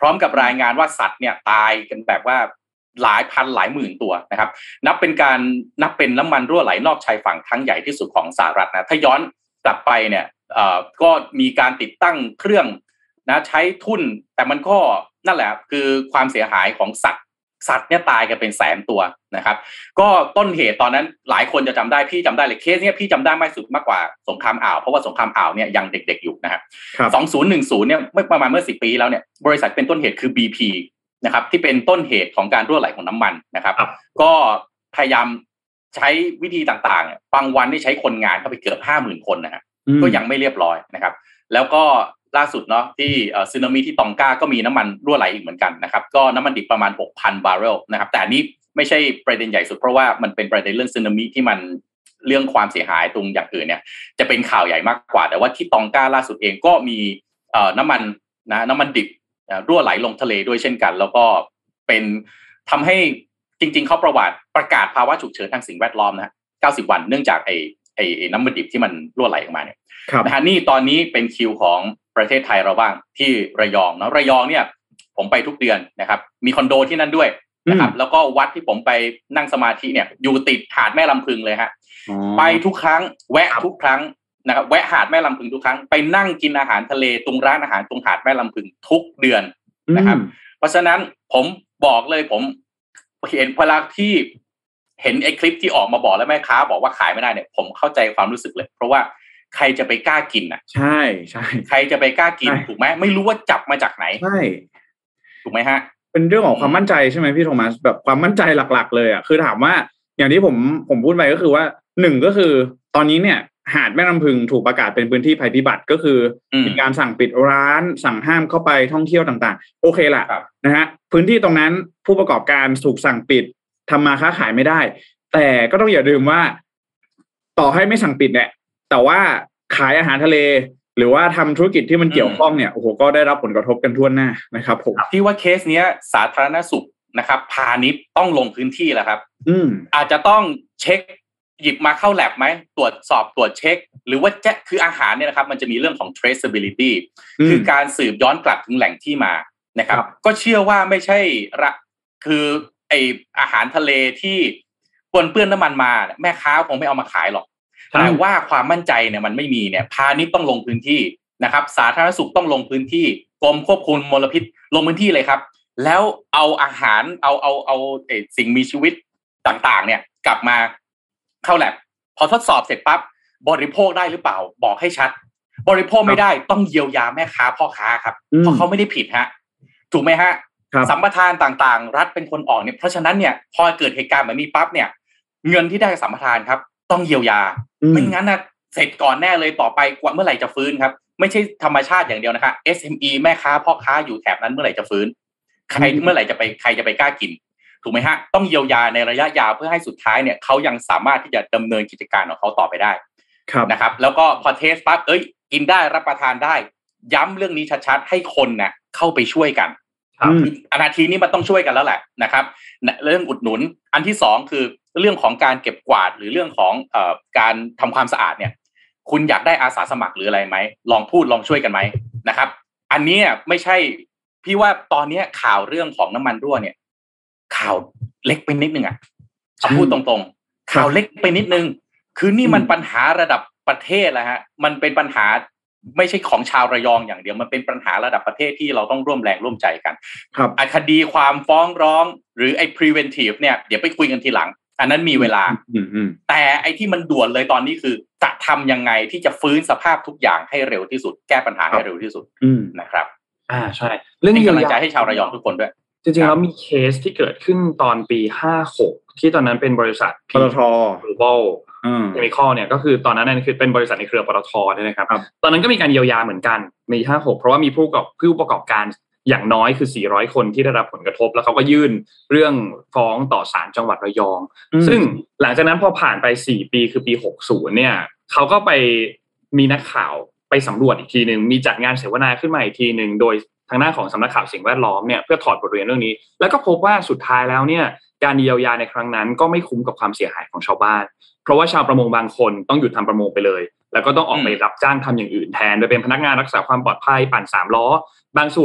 พร้อมกับรายงานว่าสัตว์เนี่ยตายกันแบบว่าหลายพันหลายหมื่นตัวนะครับนับเป็นการนับเป็นน้ำมันรั่วไหลนอกชายฝั่งครั้งใหญ่ที่สุดของสหรัฐนะถ้าย้อนกลับไปเนี่ยเอ่อก็มีการติดตั้งเครื่องนะใช้ทุ่นแต่มันก็นั่นแหละคือความเสียหายของสัตว์สัตว์เนี่ยตายกันเป็นแสนตัวนะครับก็ต้นเหตุตอนนั้นหลายคนจะจำได้พี่จำได้เลยเคสเนี้ยพี่จำได้มากสุดมากกว่าสงครามอ่าวเพราะว่าสงครามอ่าวเนี่ยยังเด็กๆอยู่นะครับสองพันสิบเนี่ยเมื่อประมาณเมื่อสิบปีแล้วเนี่ยบริษัทเป็นต้นเหตุคือ บี พี นะครับที่เป็นต้นเหตุของการรั่วไหลของน้ำมันนะครับก็พยายามใช้วิธีต่างๆบางวันได้ใช้คนงานเข้าไปเกือบ ห้าหมื่น คนนะฮะก็ยังไม่เรียบร้อยนะครับแล้วก็ล่าสุดเนาะที่สึนามิที่ตองกาก็มีน้ำมันรั่วไหลอีกเหมือนกันนะครับก็น้ำมันดิบประมาณ หกพัน บาร์เรลนะครับแต่อันนี้ไม่ใช่ประเด็นใหญ่สุดเพราะว่ามันเป็นประเด็นเรื่องสึนามิที่มันเรื่องความเสียหายตรงอย่างอื่นเนี่ยจะเป็นข่าวใหญ่มากกว่าแต่ว่าที่ตองกาล่าสุดเองก็มีเอ่อน้ำมันนะน้ำมันดิบรั่วไหลลงทะเลด้วยเช่นกันแล้วก็เป็นทำให้จริงๆเขาประวัติประกาศภาวะฉุกเฉินทางสิ่งแวดล้อมนะฮะเก้าสิบวันเนื่องจากไอ้ไอ้น้ำมันดิบที่มันรั่วไหลออกมาเนี่ยนะฮะนี่ตอนนี้เป็นคิวของประเทศไทยเราบ้างที่ระยองเนาะระยองเนี่ยผมไปทุกเดือนนะครับมีคอนโดที่นั่นด้วยนะครับแล้วก็วัดที่ผมไปนั่งสมาธิเนี่ยอยู่ติดหาดแม่ลำพึงเลยฮะไปทุกครั้งแวะทุกครั้งนะครับแวะหาดแม่ลำพึงทุกครั้งไปนั่งกินอาหารทะเลตรงร้านอาหารตรงหาดแม่ลำพึงทุกเดือนนะครับเพราะฉะนั้นผมบอกเลยผมเห็นเวลาที่เห็นไอ้คลิปที่ออกมาบอกแล้วแม่ค้าบอกว่าขายไม่ได้เนี่ยผมเข้าใจความรู้สึกเลยเพราะว่าใครจะไปกล้ากินอ่ะใช่ใช่ใครจะไปกล้ากินถูกไหมไม่รู้ว่าจับมาจากไหนใช่ถูกไหมฮะเป็นเรื่องของความมั่นใจใช่ไหมพี่โทมัสแบบความมั่นใจหลักๆเลยอ่ะคือถามว่าอย่างที่ผมผมพูดไปก็คือว่าหนึ่งก็คือตอนนี้เนี่ยหาดแม่ลำพึงถูกประกาศเป็นพื้นที่ภัยพิบัติก็คือมีการสั่งปิดร้านสั่งห้ามเข้าไปท่องเที่ยวต่างๆโอเคแหละนะฮะพื้นที่ตรงนั้นผู้ประกอบการถูกสั่งปิดทำมาค้าขายไม่ได้แต่ก็ต้องอย่าลืมว่าต่อให้ไม่สั่งปิดเนี่ยแต่ว่าขายอาหารทะเลหรือว่าทำธุรกิจที่มันเกี่ยวข้องเนี่ยโอ้โหก็ได้รับผลกระทบกันทั่วหน้านะครับผมที่ว่าเคสเนี้ยสาธารณสุขนะครับพาณิชย์ต้องลงพื้นที่แล้วครับอืมอาจจะต้องเช็คหยิบมาเข้าแลบไหมตรวจสอบตรวจเช็คหรือว่าจะคืออาหารเนี่ยนะครับมันจะมีเรื่องของ traceability คือการสืบย้อนกลับถึงแหล่งที่มานะครับก็เชื่อว่าไม่ใช่ระคือไออาหารทะเลที่ปนเปื้อนน้ำมันมาแม่ค้าคงไม่เอามาขายหรอกแต่ว่าความมั่นใจเนี่ยมันไม่มีเนี่ยพาณิชย์ต้องลงพื้นที่นะครับสาธารณสุขต้องลงพื้นที่กรมควบคุมมลพิษลงพื้นที่เลยครับแล้วเอาอาหารเอาเอาเอาสิ่งมีชีวิตต่างๆเนี่ยกลับมาเข้าแลบพอทดสอบเสร็จปั๊บบริโภคได้หรือเปล่าบอกให้ชัดบริโภคไม่ได้ต้องเยียวยาแม่ค้าพ่อค้าครับเพราะเขาไม่ได้ผิดฮะถูกไหมฮะสัมปทานต่างๆรัฐเป็นคนออกเนี่ยเพราะฉะนั้นเนี่ยพอเกิดเหตุการณ์แบบนี้ปั๊บเนี่ยเงินที่ได้สัมปทานครับต้องเยียวยาไม่งั้นนะเสร็จก่อนแน่เลยต่อไปกว่าเมื่อไหร่จะฟื้นครับไม่ใช่ธรรมชาติอย่างเดียวนะคะ เอส เอ็ม อี แม่ค้าพ่อค้าอยู่แถบนั้นเมื่อไหร่จะฟื้นใครเมื่อไหร่จะไปใครจะไปกล้ากินถูกไหมฮะต้องเยียวยาในระยะยาวเพื่อให้สุดท้ายเนี่ยเขายังสามารถที่จะดำเนินกิจการของเขาต่อไปได้นะครับแล้วก็พอเทสปั๊บเอ้ยกินได้รับประทานได้ย้ำเรื่องนี้ชัดๆให้คนน่ะเข้าไปช่วยกันอนาทีนี้มันต้องช่วยกันแล้วแหละนะครับเรื่องอุดหนุนอันที่สองคือเรื่องของการเก็บกวาดหรือเรื่องของเอ่อการทำความสะอาดเนี่ยคุณอยากได้อาสาสมัครหรืออะไรไหมลองพูดลองช่วยกันไหมนะครับอันนี้ไม่ใช่พี่ว่าตอนนี้ข่าวเรื่องของน้ำมันรั่วเนี่ยข่าวเล็กไปนิดนึงอ่ะพูดตรงๆข่าวเล็กไปนิดนึงคือนี่มันปัญหาระดับประเทศแล้วฮะมันเป็นปัญหาไม่ใช่ของชาวระยองอย่างเดียวมันเป็นปัญหาระดับประเทศที่เราต้องร่วมแรงร่วมใจกันครับคดีความฟ้องร้องหรือไอ้ preventive เนี่ยเดี๋ยวไปคุยกันทีหลังอันนั้นมีเวลาแต่ไอ้ที่มันด่วนเลยตอนนี้คือจะทำยังไงที่จะฟื้นสภาพทุกอย่างให้เร็วที่สุดแก้ปัญหาให้เร็วที่สุดนะครับอ่าใช่เรื่องนี้กำลังใจให้ชาวระยองทุกคนด้วยจริงๆแล้วมีเคสที่เกิดขึ้นตอนปีห้าหกที่ตอนนั้นเป็นบริษัทปตท. Global Chemical เนี่ยก็คือตอนนั้นนั่นคือเป็นบริษัทในเครือปตท. เนี่ยนะครับตอนนั้นก็มีการเยียวยาเหมือนกันในห้าหกเพราะว่ามีผู้ประกอบผู้ประกอบการอย่างน้อยคือสี่ร้อยคนที่ได้รับผลกระทบแล้วเขาก็ยื่นเรื่องฟ้องต่อศาลจังหวัดระยองซึ่งหลังจากนั้นพอผ่านไปสี่ปีคือปีหกสิบเนี่ยเขาก็ไปมีนักข่าวไปสำรวจอีกทีนึงมีจัดงานเสวนาขึ้นมาอีกทีนึงโดยทางด้านของสำนักข่าวสิ่งแวดล้อมเนี่ยเพื่อถอดบทเรียนเรื่องนี้แล้วก็พบว่าสุดท้ายแล้วเนี่ยการเยียวยาในครั้งนั้นก็ไม่คุ้มกับความเสียหายของชาวบ้านเพราะว่าชาวประมงบางคนต้องหยุดทำประมงไปเลยแล้วก็ต้องออกไปรับจ้างทำอย่างอื่นแทนโดยเป็นพนักงานรักษาความปลอดภัยปั่นสามล้อบางส่วน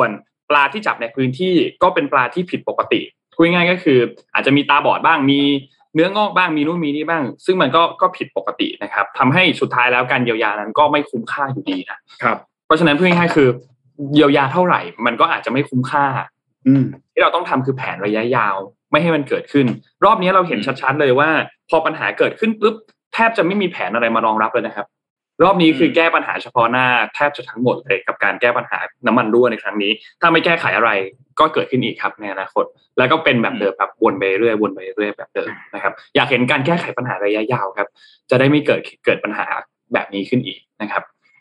ปลาที่จับในพื้นที่ก็เป็นปลาที่ผิดปกติพูดง่ายๆก็คืออาจจะมีตาบอดบ้างมีเนื้องอกบ้างมีนู่นมีนี่บ้างซึ่งมันก็ก็ผิดปกตินะครับทำให้สุดท้ายแล้วการเยียวยานั้นก็ไม่คุ้มค่าอยู่ดีนะครับเพราะฉะนั้นพูดง่ายๆคือเยียวยาเท่าไหร่มันก็อาจจะไม่คุ้มค่าที่เราต้องทำคือแผนระยะยาวไม่ให้มันเกิดขึ้นรอบนี้เราเห็นชัดๆเลยว่าพอปัญหาเกิดขึ้นปุ๊บแทบจะไม่มีแผนอะไรมารองรับเลยนะครับรอบนี้คือแก้ปัญหาเฉพาะหน้าแทบจะทั้งหมดเลยกับการแก้ปัญหาน้ำมันรั่วในครั้งนี้ถ้าไม่แก้ไขอะไรก็เกิดขึ้นอีกครับในอนาคตแล้วก็เป็นแบบเดิมแบบวนไปเรื่อยวนไปเรื่อยแบบเดิมนะครับอยากเห็นการแก้ไขปัญหาระยะยาวครับจะได้ไม่เกิดเกิดปัญหาแบบนี้ขึ้นอีกนะครับ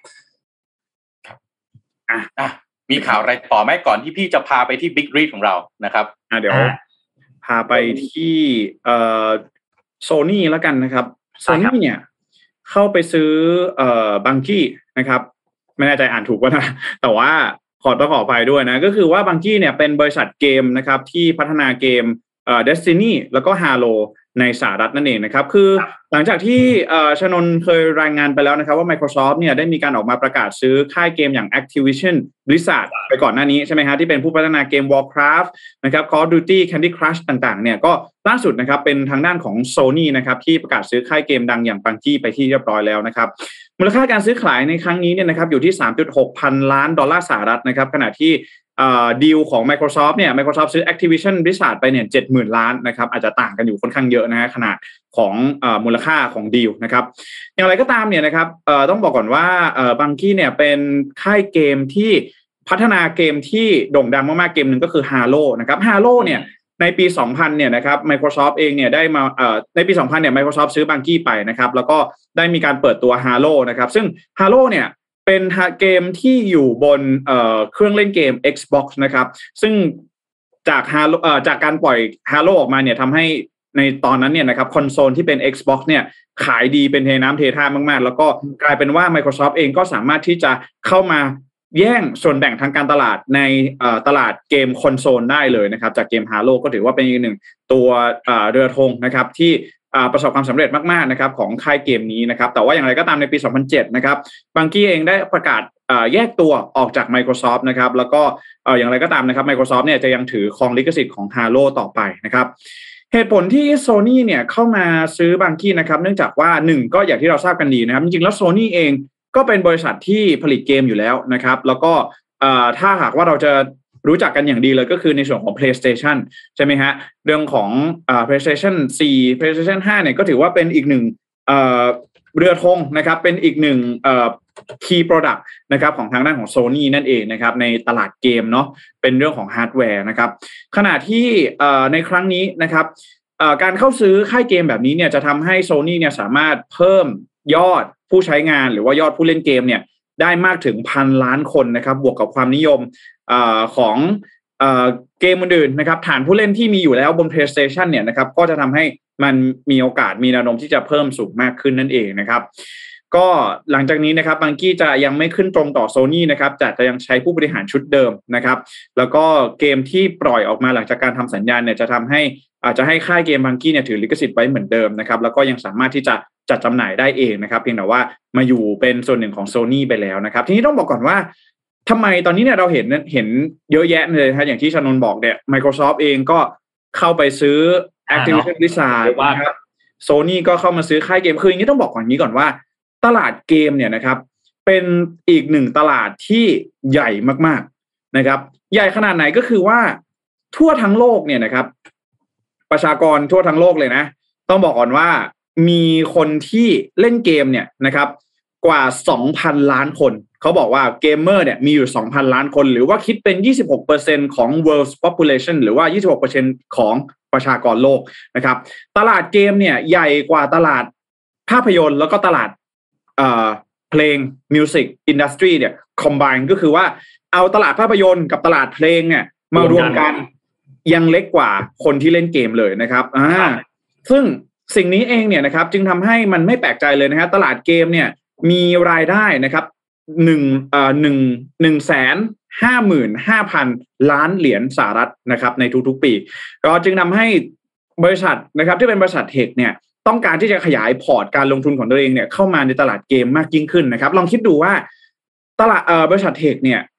อ่ะอ่ะมีข่าวอะไรต่อไหมก่อนที่พี่จะพาไปที่ Big Read ของเรานะครับอ่ะเดี๋ยวพาไปที่เอ่อ Sony แล้วกันนะครับ Sony เนี่ยเข้าไปซื้อเอ่อบังกี้นะครับไม่แน่ใจอ่านถูกป่ะนะแต่ว่าขอต้องขออภัยด้วยนะก็คือว่าบังกี้เนี่ยเป็นบริษัทเกมนะครับที่พัฒนาเกมเอ่อ Destiny แล้วก็ Halo ในสหรัฐนั่นเองนะครับคือหลังจากที่เอ่อชนนเคยรายงานไปแล้วนะครับว่า Microsoft เนี่ยได้มีการออกมาประกาศซื้อค่ายเกมอย่าง Activision Blizzard ไปก่อนหน้านี้ใช่ไหมฮะที่เป็นผู้พัฒนาเกม Warcraft นะครับ Call of Duty Candy Crush ต่างๆเนี่ยก็ล่าสุดนะครับเป็นทางด้านของ Sony นะครับที่ประกาศซื้อค่ายเกมดังอย่าง Bungie ไปที่เรียบร้อยแล้วนะครับมูลค่าการซื้อขายในครั้งนี้เนี่ยนะครับอยู่ที่ สามจุดหก พันล้านดอลลาร์สหรัฐนะครับขณะที่ดีลของ Microsoft เนี่ย Microsoft ซื้อ Activision Blizzard ไปเนี่ย เจ็ดหมื่น ล้านนะครับอาจจะต่างกันอยู่ค่อนข้างเยอะนะฮะขนาดของเอ่อมูลค่าของดีลนะครับอย่างไรก็ตามเนี่ยนะครับเอ่อต้องบอกก่อนว่าเอ่อ Bungie เนี่ยเป็นค่ายเกมที่พัฒนาเกมที่โด่งดังมากๆเกมนึงก็คือ Halo นะครับ Halo เนี่ยในปีสองพันเนี่ยนะครับ Microsoft เองเนี่ยได้มาเอ่อในปีสองพันเนี่ย Microsoft ซื้อ Bungie ไปนะครับแล้วก็ได้มีการเปิดตัว Halo นะครับซึ่ง Halo เนี่ยเป็นเกมที่อยู่บนเอ่อเครื่องเล่นเกม Xbox นะครับซึ่งจาก Halo เอ่อจากการปล่อย Halo ออกมาเนี่ยทำให้ในตอนนั้นเนี่ยนะครับคอนโซลที่เป็น Xbox เนี่ยขายดีเป็นเทน้ำเทท่ามากๆแล้วก็กลายเป็นว่า Microsoft เองก็สามารถที่จะเข้ามาแย่งส่วนแบ่งทางการตลาดในตลาดเกมคอนโซลได้เลยนะครับจากเกม Halo ก็ถือว่าเป็นอีกหนึ่งตัวเรือธงนะครับที่ประสบความสำเร็จมากๆนะครับของค่ายเกมนี้นะครับแต่ว่าอย่างไรก็ตามในปีสองพันเจ็ดนะครับบังกี้เองได้ประกาศแยกตัวออกจาก Microsoft นะครับแล้วก็อย่างไรก็ตามนะครับ Microsoft เนี่ยจะยังถือครองลิขสิทธิ์ของ Halo ต่อไปนะครับเหตุผลที่ Sony เนี่ยเข้ามาซื้อบังกี้นะครับเนื่องจากว่าหนึ่งก็อย่างที่เราทราบกันดีนะครับจริงๆแล้ว Sony เองก็เป็นบริษัทที่ผลิตเกมอยู่แล้วนะครับแล้วก็ถ้าหากว่าเราจะรู้จักกันอย่างดีเลยก็คือในส่วนของ PlayStation ใช่ไหมฮะเรื่องของอ่า PlayStation โฟร์ PlayStation ไฟว์เนี่ยก็ถือว่าเป็นอีกหนึ่งเอ่อเรือธงนะครับเป็นอีกหนึ่งเอ่อ key product นะครับของทางด้านของ Sony นั่นเองนะครับในตลาดเกมเนาะเป็นเรื่องของฮาร์ดแวร์นะครับขณะที่เอ่อในครั้งนี้นะครับเอ่อการเข้าซื้อค่ายเกมแบบนี้เนี่ยจะทำให้ Sony เนี่ยสามารถเพิ่มยอดผู้ใช้งานหรือว่ายอดผู้เล่นเกมเนี่ยได้มากถึงพันล้านคนนะครับบวกกับความนิยมเอ่อของเอ่อเกมอื่นๆนะครับฐานผู้เล่นที่มีอยู่แล้วบน PlayStation เนี่ยนะครับก็จะทำให้มันมีโอกาสมีแนวโน้มที่จะเพิ่มสูงมากขึ้นนั่นเองนะครับก็หลังจากนี้นะครับบังกี้จะยังไม่ขึ้นตรงต่อ Sony นะครับจะจะยังใช้ผู้บริหารชุดเดิมนะครับแล้วก็เกมที่ปล่อยออกมาหลังจากการทำสัญญาณเนี่ยจะทำให้อาจจะให้ค่ายเกมบังกี้เนี่ยถือลิขสิทธิ์ไว้เหมือนเดิมนะครับแล้วก็ยังสามารถที่จะจัดจำหน่ายได้เองนะครับเพียงแต่ว่ามาอยู่เป็นส่วนหนึ่งของ Sony ไปแล้วนะครับทีนี้ต้องบอกก่อนว่าทำไมตอนนี้เนี่ยเราเห็นเห็นเยอะแยะเลยครับอย่างที่ชนนบอกเนี่ย Microsoft เองก็เข้าไปซื้อ Activision Blizzard นะครับ Sony ก็เข้ามาซื้อค่ายเกมคืออย่างนี้ต้องบอกก่อนนี้ก่อนว่าตลาดเกมเนี่ยนะครับเป็นอีกหนึ่งตลาดที่ใหญ่มากๆนะครับใหญ่ขนาดไหนก็คือว่าทั่วทั้งโลกเนี่ยนะครับประชากรทั่วทั้งโลกเลยนะต้องบอกก่อนว่ามีคนที่เล่นเกมเนี่ยนะครับกว่า สองพัน ล้านคนเขาบอกว่าเกมเมอร์เนี่ยมีอยู่ สองพัน ล้านคนหรือว่าคิดเป็น ยี่สิบหกเปอร์เซ็นต์ ของ world population หรือว่า ยี่สิบหกเปอร์เซ็นต์ ของประชากรโลกนะครับตลาดเกมเนี่ยใหญ่กว่าตลาดภาพยนตร์แล้วก็ตลาดเอ่อเพลง music industry เนี่ย combine ก็คือว่าเอาตลาดภาพยนตร์กับตลาดเพลงเนี่ยมารวมกันยังเล็กกว่าคนที่เล่นเกมเลยนะครับอ่าซึ่งสิ่งนี้เองเนี่ยนะครับจึงทำให้มันไม่แปลกใจเลยนะฮะตลาดเกมเนี่ยมีรายได้นะครับหนึ่งเอ่อหนึ่งหนึ่งแสนห้าหมื่นห้าพันล้านเหรียญสหรัฐนะครับในทุกๆปีก็จึงทำให้บริษัทนะครับที่เป็นบริษัทเทคเนี่ยต้องการที่จะขยายพอร์ตการลงทุนของตัวเองเนี่ยเข้ามาในตลาดเกมมากยิ่งขึ้นนะครับลองคิดดูว่าตลาดเอ่อบริษัทเทคเนี่ย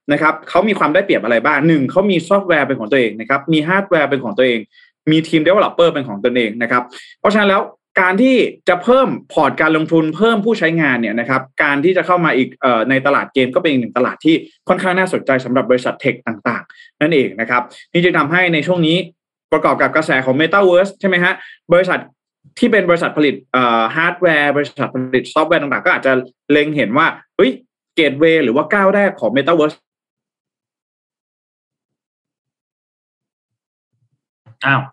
นะครับเขามีความได้เปรียบอะไรบ้างหนึ่งเขามีซอฟต์แวร์เป็นของตัวเองนะครับมีฮาร์ดแวร์เป็นของตัวเองมีทีม developer เป็นของตนเองนะครับเพราะฉะนั้นแล้วการที่จะเพิ่มพอร์ตการลงทุนเพิ่มผู้ใช้งานเนี่ยนะครับการที่จะเข้ามาอีกเอ่อในตลาดเกมก็เป็นอีกหนึ่งตลาดที่ค่อนข้างน่าสนใจสำหรับบริษัทเทคต่างๆนั่นเองนะครับนี่จะทำให้ในช่วงนี้ประกอบกับกระแสของ Metaverse ใช่ไหมฮะบริษัทที่เป็นบริษัทผลิตเอ่อฮาร์ดแวร์บริษัทผลิตซอฟต์แวร์ต่างๆก็อาจจะเล็งเห็นว่าเฮ้ยเกตเวย์หรือว่าก้าวแรกของ Metaverse อ้าว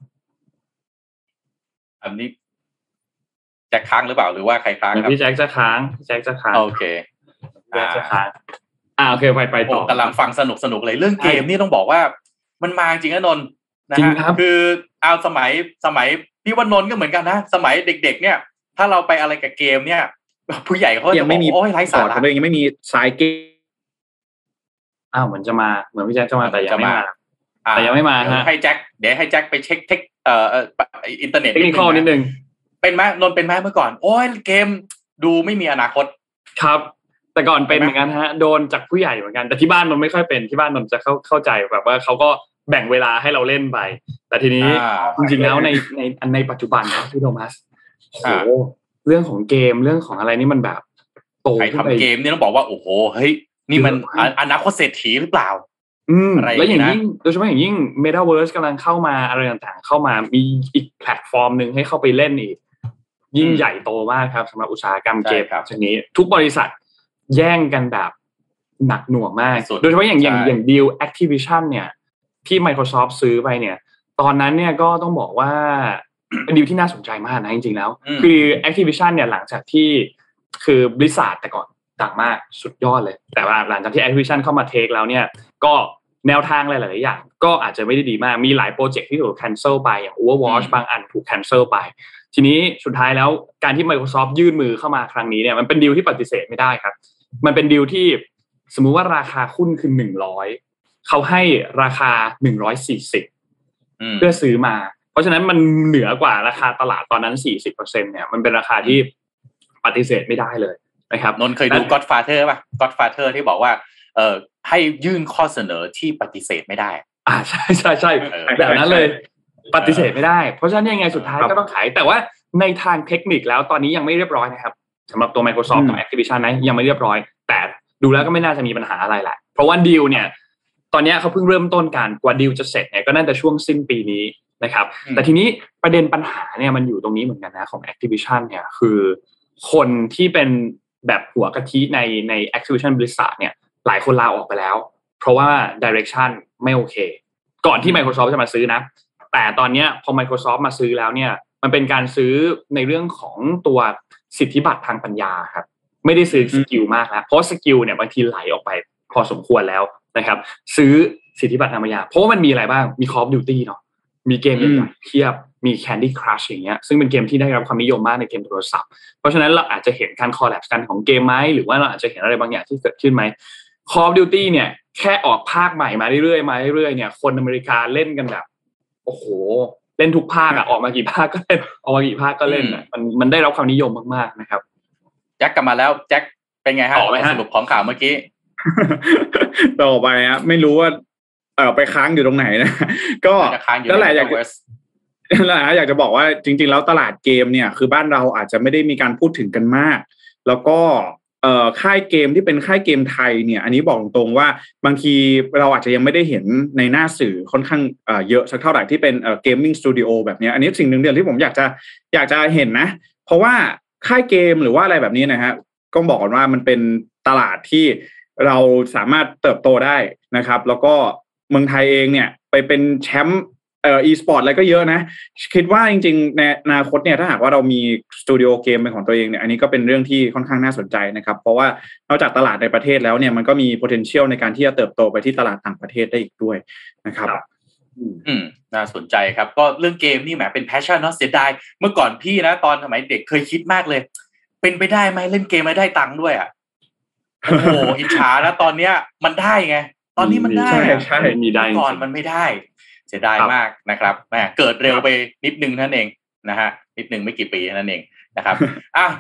อันนี้จะค้างหรือเปล่าหรือว่าใครค้างครับพี่แจ็คจะค้างพี่แจ็คจะค้างโอเคพี่แจ็คจะค้างอ่าโอเคไปไปต่อกำลังฟังสนุกสนุกเลยเรื่องเกมนี่ต้องบอกว่ามันมาจริงนะนนท์นะฮะคือเอาสมัยสมัยพี่ว่านนท์ก็เหมือนกันนะสมัยเด็กๆเนี่ยถ้าเราไปอะไรกับเกมเนี่ยผู้ใหญ่เขาจะบอกโอ้ยไร้สาระเลยยังไม่มีสายเกมอ้าวเหมือนจะมาเหมือนพี่แจ็คจะมาแต่ยังไม่มาแต่ยังไม่มาฮะให้แจ็คเดี๋ยวให้แจ็คไปเช็คเทคเอ่ออินเทอร์เน็ตเทคนิคนิดนึงเป็นไหมนนเป็นไหมเมื่อก่อนโอ้ยเกมดูไม่มีอนาคตครับแต่ก่อนเป็นเหมือนกันฮะโดนจากผู้ใหญ่เหมือนกันแต่ที่บ้านนนไม่ค่อยเป็นที่บ้านนนจะเข้าเข้าใจแบบว่าเขาก็แบ่งเวลาให้เราเล่นไปแต่ทีนี้จริงๆแล้วในในในปัจจุบันนะพี่โทมัสโหเรื่องของเกมเรื่องของอะไรนี่มันแบบโตขึ้นไปเกมนี่ต้องบอกว่าโอ้โหเฮ้ยนี่มันอนาคตเศรษฐีหรือเปล่าอืมแล้วอย่างยิ่งโดยเฉพาะอย่างยิ่ง Metaverse กำลังเข้ามาอะไรต่างๆเข้ามามีอีกแพลตฟอร์มนึงให้เข้าไปเล่นอีกยิ่งใหญ่โตมากครับสำหรับอุตสาหกรรมเกมชนิดทุกบริษัทแย่งกันแบบหนักหน่วงมากโดยเฉพาะอย่างอย่างอย่างดีล Activision เนี่ยที่ Microsoft ซื้อไปเนี่ยตอนนั้นเนี่ยก็ต้องบอกว่าเป็นดีลที่น่าสนใจมากนะจริงๆแล้วคือ Activision เนี่ยหลังจากที่คือ Blizzard แต่ก่อนดังมากสุดยอดเลยแต่ว่าหลังจากที่ Activision เข้ามาเทคแล้วเนี่ยก็แนวทางหลายๆอย่างก็อาจจะไม่ได้ดีมากมีหลายโปรเจกต์ที่ถูก cancel ไปอย่าง Overwatch บางอันถูก cancel ไปทีนี้สุดท้ายแล้วการที่ Microsoft ยื่นมือเข้ามาครั้งนี้เนี่ยมันเป็นดีลที่ปฏิเสธไม่ได้ครับมันเป็นดีลที่สมมุติว่าราคาหุ้นคือหนึ่งร้อยเขาให้ราคาหนึ่งร้อยสี่สิบเพื่อซื้อมาเพราะฉะนั้นมันเหนือกว่าราคาตลาดตอนนั้น สี่สิบเปอร์เซ็นต์ เนี่ยมันเป็นราคาที่ปฏิเสธไม่ได้เลยนะครับนนท์เคยดู Godfather ป่ะ Godfather ที่บอกว่าเอ่อให้ยื่นข้อเสนอที่ปฏิเสธไม่ได้อ่าใช่ๆๆแบบนั้นเลยปฏิเสธไม่ได้เพราะฉะนั้นยังไงสุดท้ายก็ต้องขายแต่ว่าในทางเทคนิคแล้วตอนนี้ยังไม่เรียบร้อยนะครับสำหรับตัว Microsoft กับ Activision นะยังไม่เรียบร้อยแต่ดูแล้วก็ไม่น่าจะมีปัญหาอะไรแหละเพราะว่าดีลเนี่ยตอนนี้เขาเพิ่งเริ่มต้นกันกว่าดีลจะเสร็จเนี่ยก็น่าจะช่วงสิ้นปีนี้นะครับแต่ทีนี้ประเด็นปัญหาเนี่ยมันอยู่ตรงนี้เหมือนกันนะของ Activision เนี่ยคือคนที่เป็นแบบหัวกะทิในใน Activision Blizzard เนี่ยหลายคนลาออกไปแล้วเพราะว่า direction ไม่โอเคก่อนที่ Microsoft จะมาซื้อนะแต่ตอนนี้พอ Microsoft มาซื้อแล้วเนี่ยมันเป็นการซื้อในเรื่องของตัวสิทธิบัตรทางปัญญาครับไม่ได้ซื้อสกิลมากแล้วเพราะสกิลเนี่ยบางทีไหลออกไปพอสมควรแล้วนะครับซื้อสิทธิบัตรทางปัญญาเพราะว่ามันมีอะไรบ้างมี Call of Duty เนาะมีเกมใหญ่ๆเทียบมี Candy Crush อย่างเงี้ยซึ่งเป็นเกมที่ได้รับความนิยมมากในเกมโทรศัพท์เพราะฉะนั้นเราอาจจะเห็นการคอลแลบกันของเกมไหมหรือว่าเราอาจจะเห็นอะไรบางอย่างที่เกิดขึ้นไหม Call of Duty เนี่ยแค่ออกภาคใหม่มาเรื่อยๆมาเรื่อยๆเนี่ยคนอเมริกาเล่นกันแบบโอ้โหเล่นทุกภาคอะออกมากี่ภาคก็เล่นออกมากี่ภาคก็เล่นอะมันมันได้รับความนิยมมากๆนะครับแจ็คกลับมาแล้วแจ็คเป็นไงฮะสรุปของข่าวเมื่อกี้ต่อไปฮะไม่รู้ว่าเออไปค้างอยู่ตรงไหนนะก็นั่นแหละอยากนั่นแหละอยากจะบอกว่าจริงๆแล้วตลาดเกมเนี่ยคือบ้านเราอาจจะไม่ได้มีการพูดถึงกันมากแล้วก็เอ่อค่ายเกมที่เป็นค่ายเกมไทยเนี่ยอันนี้บอกตรงๆว่าบางทีเราอาจจะยังไม่ได้เห็นในหน้าสื่อค่อนข้างเอ่อเยอะสักเท่าไหร่ที่เป็นเอ่อเกมมิ่งสตูดิโอแบบนี้อันนี้สิ่งหนึ่งเดียวที่ผมอยากจะอยากจะเห็นนะเพราะว่าค่ายเกมหรือว่าอะไรแบบนี้นะฮะก็บอกก่อนว่ามันเป็นตลาดที่เราสามารถเติบโตได้นะครับแล้วก็เมืองไทยเองเนี่ยไปเป็นแชมป์เอ่อ e-sport อะไรก็เยอะนะคิดว่าจริงๆในอนาคตเนี่ยถ้าหากว่าเรามีสตูดิโอเกมเป็นของตัวเองเนี่ยอันนี้ก็เป็นเรื่องที่ค่อนข้างน่าสนใจนะครับเพราะว่านอกจากตลาดในประเทศแล้วเนี่ยมันก็มี potential ในการที่จะเติบโตไปที่ตลาดต่างประเทศได้อีกด้วยนะครับอืมน่าสนใจครับก็เรื่องเกมนี่แหมเป็น passion เนาะเสียดายเมื่อก่อนพี่นะตอนสมัยเด็กเคยคิดมากเลยเป็นไปได้ไหมเล่นเกมแล้วได้ตังค์ด้วยอ่ะโอ้โหอิจฉานะตอนเนี้ยมันได้ไงตอนนี้มันได้ใช่ใช่มีได้ก่อนมันไม่ได้เสียดายมากนะครับแหมเกิดเร็วไปนิดนึงนั่นเองนะฮะนิดนึงไม่กี่ปีนั่นเองนะครับอ่ะ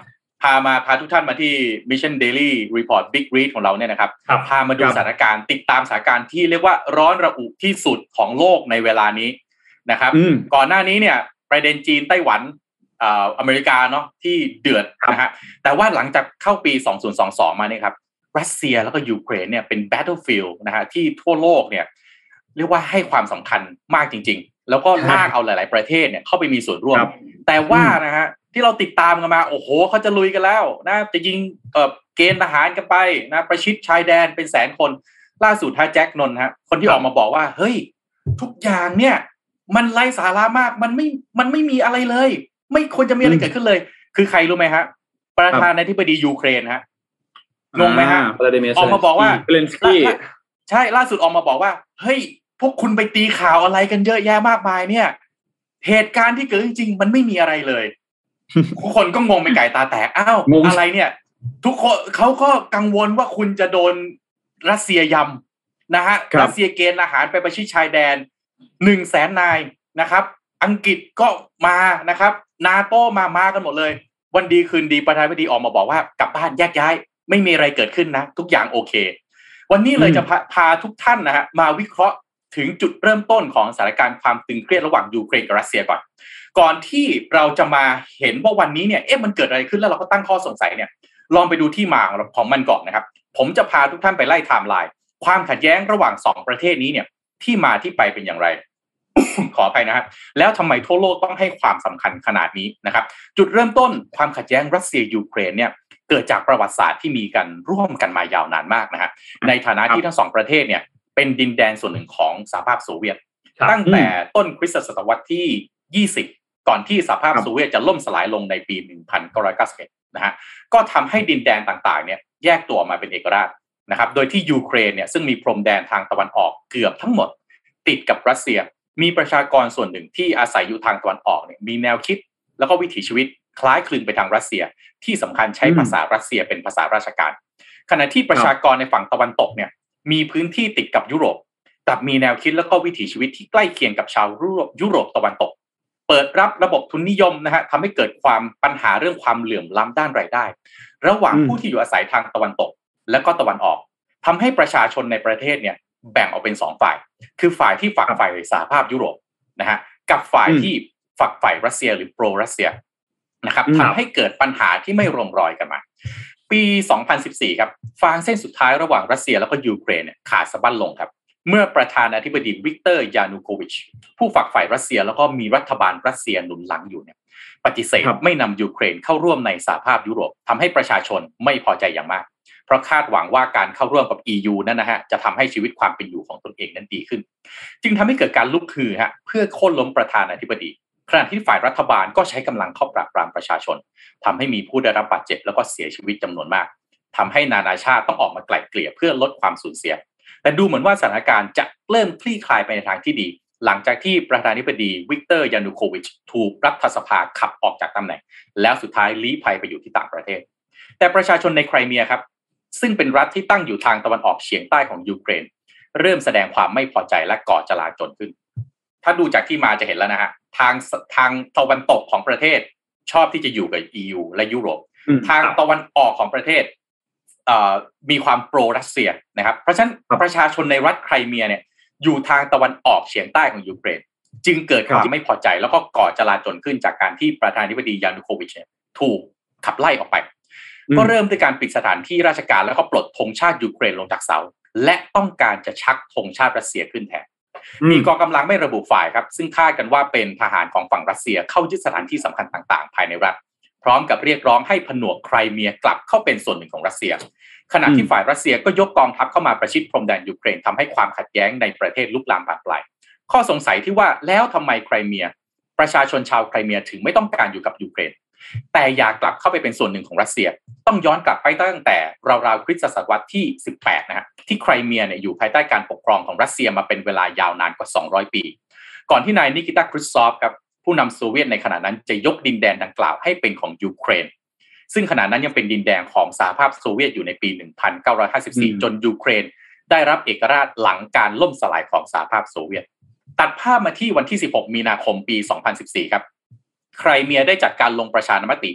พามาพาทุกท่านมาที่ Mission Daily Report Big Read ของเราเนี่ยนะครับพามาดูสถานการณ์ติดตามสถานการณ์ที่เรียกว่าร้อนระอุที่สุดของโลกในเวลานี้นะครับก่อนหน้านี้เนี่ยประเด็นจีนไต้หวันอ่าอเมริกาเนาะที่เดือดนะฮะแต่ว่าหลังจากเข้าปีสองพันยี่สิบสองมาเนี่ยครับรัสเซียแล้วก็ยูเครนเนี่ยเป็น battlefield นะฮะที่ทั่วโลกเนี่ยเรียกว่าให้ความสำคัญมากจริงๆแล้วก็ลากเอาหลายๆประเทศเนี่ยเข้าไปมีส่วนร่วมแต่ว่านะฮะที่เราติดตามกันมาโอ้โหเขาจะลุยกันแล้วนะจะยิงเอ่อเกณฑ์ทหารกันไปนะประชิดชายแดนเป็นแสนคนล่าสุดฮะแจ็คนนท์ฮะคนที่ออกมาบอกว่าเฮ้ยทุกอย่างเนี่ยมันไร้สาระมากมันไม่มันไม่มีอะไรเลยไม่ควรจะมีอะไรเกิดขึ้นเลยคือใครรู้ไหมฮะประธานาธิบดียูเครนฮะงงไหมฮะออกมาบอกว่าเซเลนสกี้ใช่ล่าสุดออกมาบอกว่าเฮ้ยพวกคุณไปตีข่าวอะไรกันเยอะแยะมากมายเนี่ยเหตุการณ์ที่เกิดจริงๆมันไม่มีอะไรเลยทุกคนก็งงเป็นไก่ตาแตกอ้าวอะไรเนี่ยทุกคนเขาก็กังวลว่าคุณจะโดนรัสเซียยำนะฮะรัสเซียเกณฑ์อาหารไปประชิดชายแดนหนึ่งแสนนายนะครับอังกฤษก็มานะครับนาโต้มามากันหมดเลยวันดีคืนดีประธานาธิบดีออกมาบอกว่ากลับบ้านแยกย้ายไม่มีอะไรเกิดขึ้นนะทุกอย่างโอเควันนี้เลยจะพาพาทุกท่านนะฮะมาวิเคราะห์ถึงจุดเริ่มต้นของสถานการณ์ความตึงเครียดระหว่างยูเครนกับรัสเซียก่อนก่อนที่เราจะมาเห็นว่าวันนี้เนี่ยเอ๊ะมันเกิดอะไรขึ้นแล้วเราก็ตั้งข้อสงสัยเนี่ยลองไปดูที่มาของมันก่อนนะครับผมจะพาทุกท่านไปไล่ไทม์ไลน์ความขัดแย้งระหว่างสองประเทศนี้เนี่ยที่มาที่ไปเป็นอย่างไร ขออภัยนะครับแล้วทำไมทั่วโลกต้องให้ความสำคัญขนาดนี้นะครับจุดเริ่มต้นความขัดแย้งรัสเซียยูเครนเนี่ยเกิดจากประวัติศาสตร์ที่มีกันร่วมกันมายาวนานมากนะฮะในฐานะที่ทั้งสองประเทศเนี่ยเป็นดินแดนส่วนหนึ่งของสหภาพโซเวียตตั้งแต่ต้นคริสตศตวรรษที่ยี่สิบก่อนที่สหภาพโซเวียตจะล่มสลายลงในปีหนึ่งพันเก้าร้อยเก้าสิบเอ็ดนะฮะก็ทำให้ดินแดนต่างๆเนี่ยแยกตัวมาเป็นเอกราชนะครับโดยที่ยูเครนเนี่ยซึ่งมีพรมแดนทางตะวันออกเกือบทั้งหมดติดกับรัสเซียมีประชากรส่วนหนึ่งที่อาศัยอยู่ทางตะวันออกเนี่ยมีแนวคิดแล้วก็วิถีชีวิตคล้ายคลึงไปทางรัสเซียที่สำคัญใช้ภาษารัสเซียเป็นภาษาราชการขณะที่ประชากรในฝั่งตะวันตกเนี่ยมีพื้นที่ติดกับยุโรปแต่มีแนวคิดแล้วก็วิถีชีวิตที่ใกล้เคียงกับชาวยุโรปตะวันตกเปิดรับระบบทุนนิยมนะฮะทำให้เกิดความปัญหาเรื่องความเหลื่อมล้ำด้านรายได้ระหว่างผู้ที่อยู่อาศัยทางตะวันตกและก็ตะวันออกทำให้ประชาชนในประเทศเนี่ยแบ่งออกเป็นสองฝ่ายคือฝ่ายที่ฝักใฝ่สหภาพยุโรปนะฮะกับฝ่ายที่ฝักใฝ่รัสเซียหรือโปรรัสเซียนะครับทำให้เกิดปัญหาที่ไม่ลงรอยกันมาปีสองพันสิบสี่ครับฟางเส้นสุดท้ายระหว่างรัสเซียแล้วก็ยูเครนเนี่ยขาดสะบั้นลงครับเมื่อประธานาธิบดีวิกเตอร์ยานูโควิชผู้ฝักใฝ่รัสเซียแล้วก็มีรัฐบาลรัสเซียหนุนหลังอยู่เนี่ยปฏิเสธไม่นำยูเครนเข้าร่วมในสหภาพยุโรปทำให้ประชาชนไม่พอใจอย่างมากเพราะคาดหวังว่าการเข้าร่วมกับ อี ยู นั่นนะฮะจะทำให้ชีวิตความเป็นอยู่ของตนเองนั้นดีขึ้นจึงทำให้เกิดการลุกฮือฮะเพื่อโค่นล้มประธานาธิบดีขณะที่ฝ่ายรัฐบาลก็ใช้กำลังเข้าปราบปรามประชาชนทำให้มีผู้ได้รับบาดเจ็บแล้วก็เสียชีวิตจำนวนมากทำให้นานาชาติต้องออกมาไกล่เกลี่ยเพื่อลดความสูญเสียแต่ดูเหมือนว่าสถานการณ์จะเริ่มคลี่คลายไปในทางที่ดีหลังจากที่ประธานาธิบดีวิกเตอร์ยานูโควิชถูกรัฐสภาขับออกจากตำแหน่งแล้วสุดท้ายลี้ภัยไปอยู่ที่ต่างประเทศแต่ประชาชนในไครเมียครับซึ่งเป็นรัฐที่ตั้งอยู่ทางตะวันออกเฉียงใต้ของยูเครนเริ่มแสดงความไม่พอใจและก่อจลาจลขึ้นถ้าดูจากที่มาจะเห็นแล้วนะฮะทางทางตะวันตกของประเทศชอบที่จะอยู่กับ อี ยู และยุโรปทางตะวันออกของประเทศมีความโปรรัสเซียนะครับเพราะฉะนั้นประชาชนในรัฐไครเมียเนี่ยอยู่ทางตะวันออกเฉียงใต้ของยูเครนจึงเกิดความไม่พอใจแล้วก็ก่อจลาจลขึ้นจากการที่ประธานาธิบดียานูโควิชเนี่ยถูกขับไล่ออกไปก็เริ่มด้วยการปิดสถานที่ราชการแล้วก็ปลดธงชาติยูเครนลงจากเสาและต้องการจะชักธงชาติรัสเซียขึ้นแทนมีกองกำลังไม่ระบุฝ่ายครับซึ่งคาดกันว่าเป็นทหารของฝั่งรัสเซียเข้ายึดสถานที่สำคัญต่างๆภายในรัฐพร้อมกับเรียกร้องให้ผนวกไครเมียกลับเข้าเป็นส่วนหนึ่งของรัสเซียขณะที่ฝ่ายรัสเซียก็ยกกองทัพเข้ามาประชิดพรมแดนยูเครนทำให้ความขัดแย้งในประเทศลุกลามบานปลายข้อสงสัยที่ว่าแล้วทำไมไครเมียประชาชนชาวไครเมียถึงไม่ต้องการอยู่กับยูเครนแต่อยากกลับเข้าไปเป็นส่วนหนึ่งของรัสเซียต้องย้อนกลับไปตั้งแต่ราวๆคริสตศตวรรษที่สิบแปดนะฮะที่ไครเมียเนี่ยอยู่ภายใต้การปกครองของรัสเซียมาเป็นเวลายาวนานกว่าสองร้อยปีก่อนที่นายนิกิตาครุชซอฟครับผู้นำโซเวียตในขณะนั้นจะยกดินแดนดังกล่าวให้เป็นของยูเครนซึ่งขณะนั้นยังเป็นดินแดนของสหภาพโซเวียตอยู่ในปีหนึ่งพันเก้าร้อยห้าสิบสี่จนยูเครนได้รับเอกราชหลังการล่มสลายของสหภาพโซเวียตตัดภาพมาที่วันที่สิบหกมีนาคมปีสองพันสิบสี่ครับไครเมียได้จัดการลงประชามติ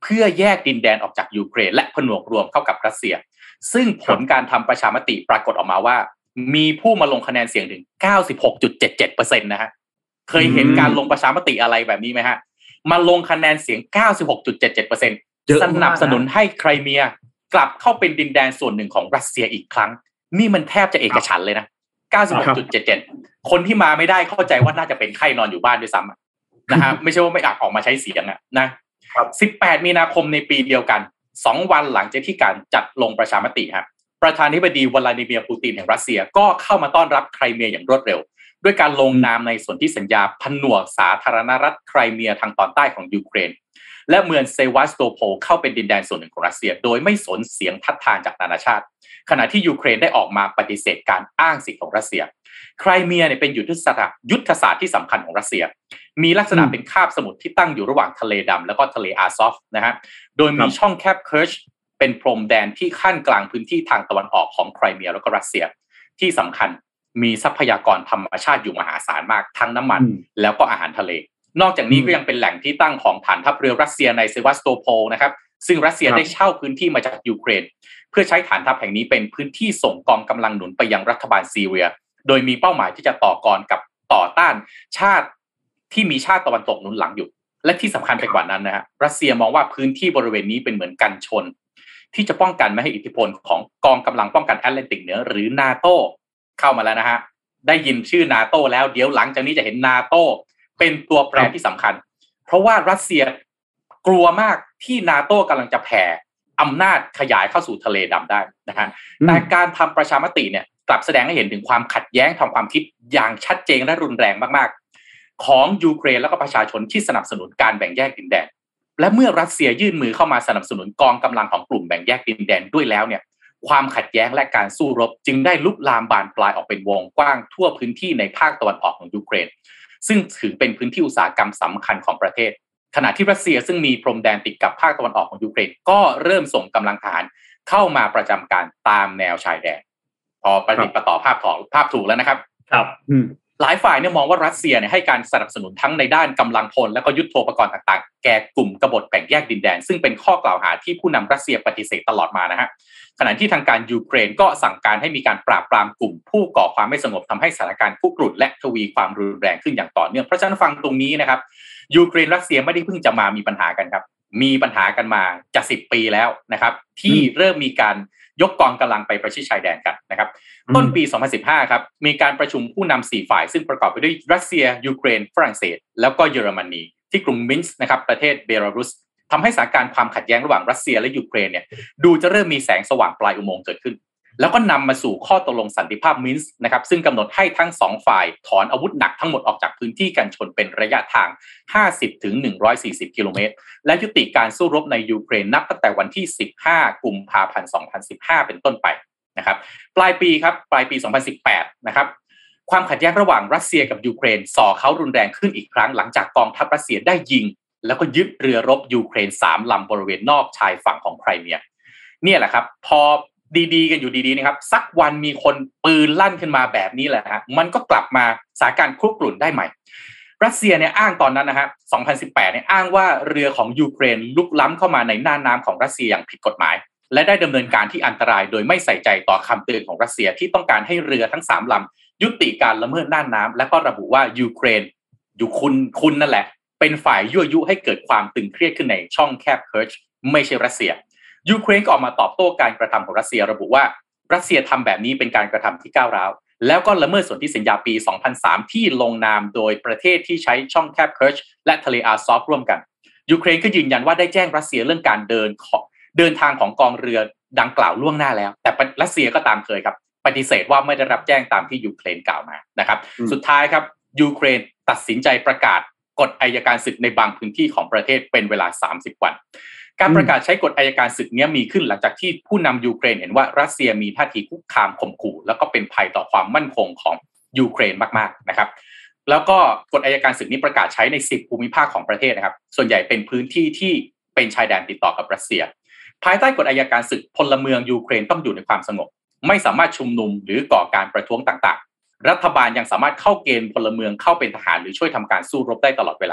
เพื่อแยกดินแดนออกจากยูเครนและผนวกรวมเข้ากับรัสเซียซึ่งผลการทำประชามติปรากฏออกมาว่ามีผู้มาลงคะแนนเสียงถึง เก้าสิบหกจุดเจ็ดเจ็ดเปอร์เซ็นต์ นะฮะเคยเห็นการลงประชามติอะไรแบบนี้ไหมฮะมาลงคะแนนเสียง เก้าสิบหกจุดเจ็ดเจ็ดเปอร์เซ็นต์ สนับสนุนให้ไครเมียกลับเข้าเป็นดินแดนส่วนหนึ่งของรัสเซียอีกครั้งนี่มันแทบจะเอกฉันท์เลยนะ เก้าสิบหกจุดเจ็ดเจ็ด คนที่มาไม่ได้เข้าใจว่าน่าจะเป็นไข้นอนอยู่บ้านด้วยซ้ำนะฮะไม่ใช่ว่าไม่อยากออกมาใช้เสียงอ่ะนะสิบแปดมีนาคมในปีเดียวกันสองวันหลังจากที่การจัดลงประชามติครับประธานาธิบดีวลาดิเมียร์ปูตินแห่งรัสเซียก็เข้ามาต้อนรับไครเมียอย่างรวดเร็วด้วยการลงนามในสนธิสัญญาผนวกสาธารณรัฐไครเมียทางตอนใต้ของยูเครนและเมืองเซวาสโตโพลเข้าเป็นดินแดนส่วนหนึ่งของรัสเซียโดยไม่สนเสียงทัดทานจากนานาชาติขณะที่ยูเครนได้ออกมาปฏิเสธการอ้างสิทธิของรัสเซียไครเมียเนี่ยเป็นยุทธศาสตร์ยุทธศาสตร์ที่สำคัญของรัสเซียมีลักษณะเป็นคาบสมุทรที่ตั้งอยู่ระหว่างทะเลดำแล้วก็ทะเลอาซอฟนะฮะโดยมีช่องแคบเคิร์ชเป็นพรมแดนที่ขั้นกลางพื้นที่ทางตะวันออกของไครเมียแล้วก็รัสเซียที่สำคัญมีทรัพยากรธรรมชาติอยู่มหาศาลมากทั้งน้ำมันแล้วก็อาหารทะเลนอกจากนี้ก็ยังเป็นแหล่งที่ตั้งของฐานทัพเรือรัสเซียในเซวาสโตโพลนะครับซึ่งรัสเซียได้เช่าพื้นที่มาจากยูเครนเพื่อใช้ฐานทัพแห่งนี้เป็นพื้นที่ส่งกองกำลังหนุนไปยังรัฐบาลซีเรียโดยมีเป้าหมายที่จะต่อกรกับต่อต้านชาติที่มีชาติตะวันตกหนุนหลังอยู่และที่สำคัญไปกว่านั้นนะฮะรัสเซียมองว่าพื้นที่บริเวณนี้เป็นเหมือนกันชนที่จะป้องกันไม่ให้อิทธิพลของกองกำลังป้องกันแอตแลนติกเหนือหรือ NATO เข้ามาแล้วนะฮะได้ยินชื่อ NATO แล้วเดี๋ยวหลังจากนี้จะเห็น NATO เป็นตัวแปรที่สำคัญเพราะว่ารัสเซียกลัวมากที่ NATO กำลังจะแผ่อำนาจขยายเข้าสู่ทะเลดำได้นะฮะแต่การทำประชามติเนี่ยกลับแสดงให้เห็นถึงความขัดแย้งทางความคิดอย่างชัดเจนและรุนแรงมากๆของยูเครนและก็ประชาชนที่สนับสนุนการแบ่งแยกดินแดนและเมื่อรัสเซียยื่นมือเข้ามาสนับสนุนกองกำลังของกลุ่มแบ่งแยกดินแดนด้วยแล้วเนี่ยความขัดแย้งและการสู้รบจึงได้ลุกลามบานปลายออกเป็นวงกว้างทั่วพื้นที่ในภาคตะวันออกของยูเครนซึ่งถือเป็นพื้นที่อุตสาหกรรมสำคัญของประเทศขณะที่รัสเซียซึ่งมีพรมแดนติดกับภาคตะวันออกของยูเครนก็เริ่มส่งกำลังทหารเข้ามาประจำการตามแนวชายแดนพอประติดประต่อภาพถอภาพถูกแล้วนะครับครับหลายฝ่ายเนี่ยมองว่ารัสเซียเนี่ยให้การสนับสนุนทั้งในด้านกำลังพลและก็ยุทโธปกรณ์ต่างๆแก่กลุ่มกบฏแบ่งแยกดินแดนซึ่งเป็นข้อกล่าวหาที่ผู้นำรัสเซียปฏิเสธตลอดมานะฮะขณะที่ทางการยูเครนก็สั่งการให้มีการปราบปรามกลุ่มผู้ก่อความไม่สงบทำให้สถานการณ์คุกรุ่นและทวีความรุนแรงขึ้นอย่างต่อเนื่องเพราะฉะนั้นฟังตรงนี้นะครับยูเครนรัสเซียไม่ได้เพิ่งจะมามีปัญหากันครับมีปัญหากันมาจะสิบปีแล้วนะครับที่เริ่มมีการยกกองกำลังไปประชิดชายแดนกันนะครับต้นปีสองพันสิบห้าครับมีการประชุมผู้นำสี่ฝ่ายซึ่งประกอบไปด้วยรัสเซียยูเครนฝรั่งเศสแล้วก็เยอรมนีที่กรุงมินส์นะครับประเทศเบลารุสทำให้สถานการณ์ความขัดแย้งระหว่างรัสเซียและยูเครนเนี่ยดูจะเริ่มมีแสงสว่างปลายอุโมงค์เกิดขึ้นแล้วก็นำมาสู่ข้อตกลงสันติภาพมินส์นะครับซึ่งกำหนดให้ทั้งสองฝ่ายถอนอาวุธหนักทั้งหมดออกจากพื้นที่กันชนเป็นระยะทาง ห้าสิบถึงหนึ่งร้อยสี่สิบ กิโลเมตรและยุติการสู้รบในยูเครนนับตั้งแต่วันที่สิบห้ากุมภาพันธ์สองพันสิบห้าเป็นต้นไปนะครับปลายปีครับปลายปีสองพันสิบแปดนะครับความขัดแย้งระหว่างรัสเซียกับยูเครนส่อเขารุนแรงขึ้นอีกครั้งหลังจากกองทัพรัสเซียได้ยิงแล้วก็ยึดเรือรบยูเครนสามลำบริเวณนอกชายฝั่งของไครเมียเนี่ยแหละครับพอดีๆกันอยู่ดีๆนะครับสักวันมีคนปืนลั่นขึ้นมาแบบนี้แหละฮะมันก็กลับมาสถานการณ์คุกรุ่นได้ใหม่รัสเซียเนี่ยอ้างตอนนั้นนะฮะสองพันสิบแปดเนี่ยอ้างว่าเรือของยูเครนลุกล้ำเข้ามาในน่านน้ำของรัสเซียอย่างผิดกฎหมายและได้ดำเนินการที่อันตรายโดยไม่ใส่ใจต่อคำเตือนของรัสเซียที่ต้องการให้เรือทั้งสามลำยุติการละเมิดน่านน้ำและก็ระบุว่ายูเครนอยู่คุณคุณนั่นแหละเป็นฝ่ายยั่วยุให้เกิดความตึงเครียดขึ้นในช่องแคบเคิร์ชไม่ใช่รัสเซียยูเครนก็ออกมาตอบโต้การกระทำของรัสเซียระบุว่ารัสเซียทำแบบนี้เป็นการกระทำที่ก้าวร้าวแล้วก็ละเมิดสนธิสัญญาปีสองพันสามที่ลงนามโดยประเทศที่ใช้ช่องแคบเคิร์ชและทะเลอาซอฟร่วมกันยูเครนก็ยืนยันว่าได้แจ้งรัสเซียเรื่องการเดินเดินทางของกองเรือดังกล่าวล่วงหน้าแล้วแต่รัสเซียก็ตามเคยครับปฏิเสธว่าไม่ได้รับแจ้งตามที่ยูเครนกล่าวมานะครับสุดท้ายครับยูเครนตัดสินใจประกาศกฎอัยการศึกในบางพื้นที่ของประเทศเป็นเวลาสามสิบวันการประกาศใช้กฎอัยการศึกนี้มีขึ้นหลังจากที่ผู้นำยูเครนเห็นว่ารัสเซียมีท่าทีคุกคามข่มขู่แล้วก็เป็นภัยต่อความมั่นคงของยูเครนมากๆนะครับแล้วก็กฎอัยการศึกนี้ประกาศใช้ในสิบภูมิภาคของประเทศนะครับส่วนใหญ่เป็นพื้นที่ที่เป็นชายแดนติดต่อกับรัสเซียภายใต้กฎอัยการศึกพลเมืองยูเครนต้องอยู่ในความสงบไม่สามารถชุมนุมหรือก่อการประท้วงต่างๆรัฐบาลยังสามารถเข้าเกณฑ์พลเมืองเข้าเป็นทหารหรือช่วยทำการสู้รบได้ตลอดเวลา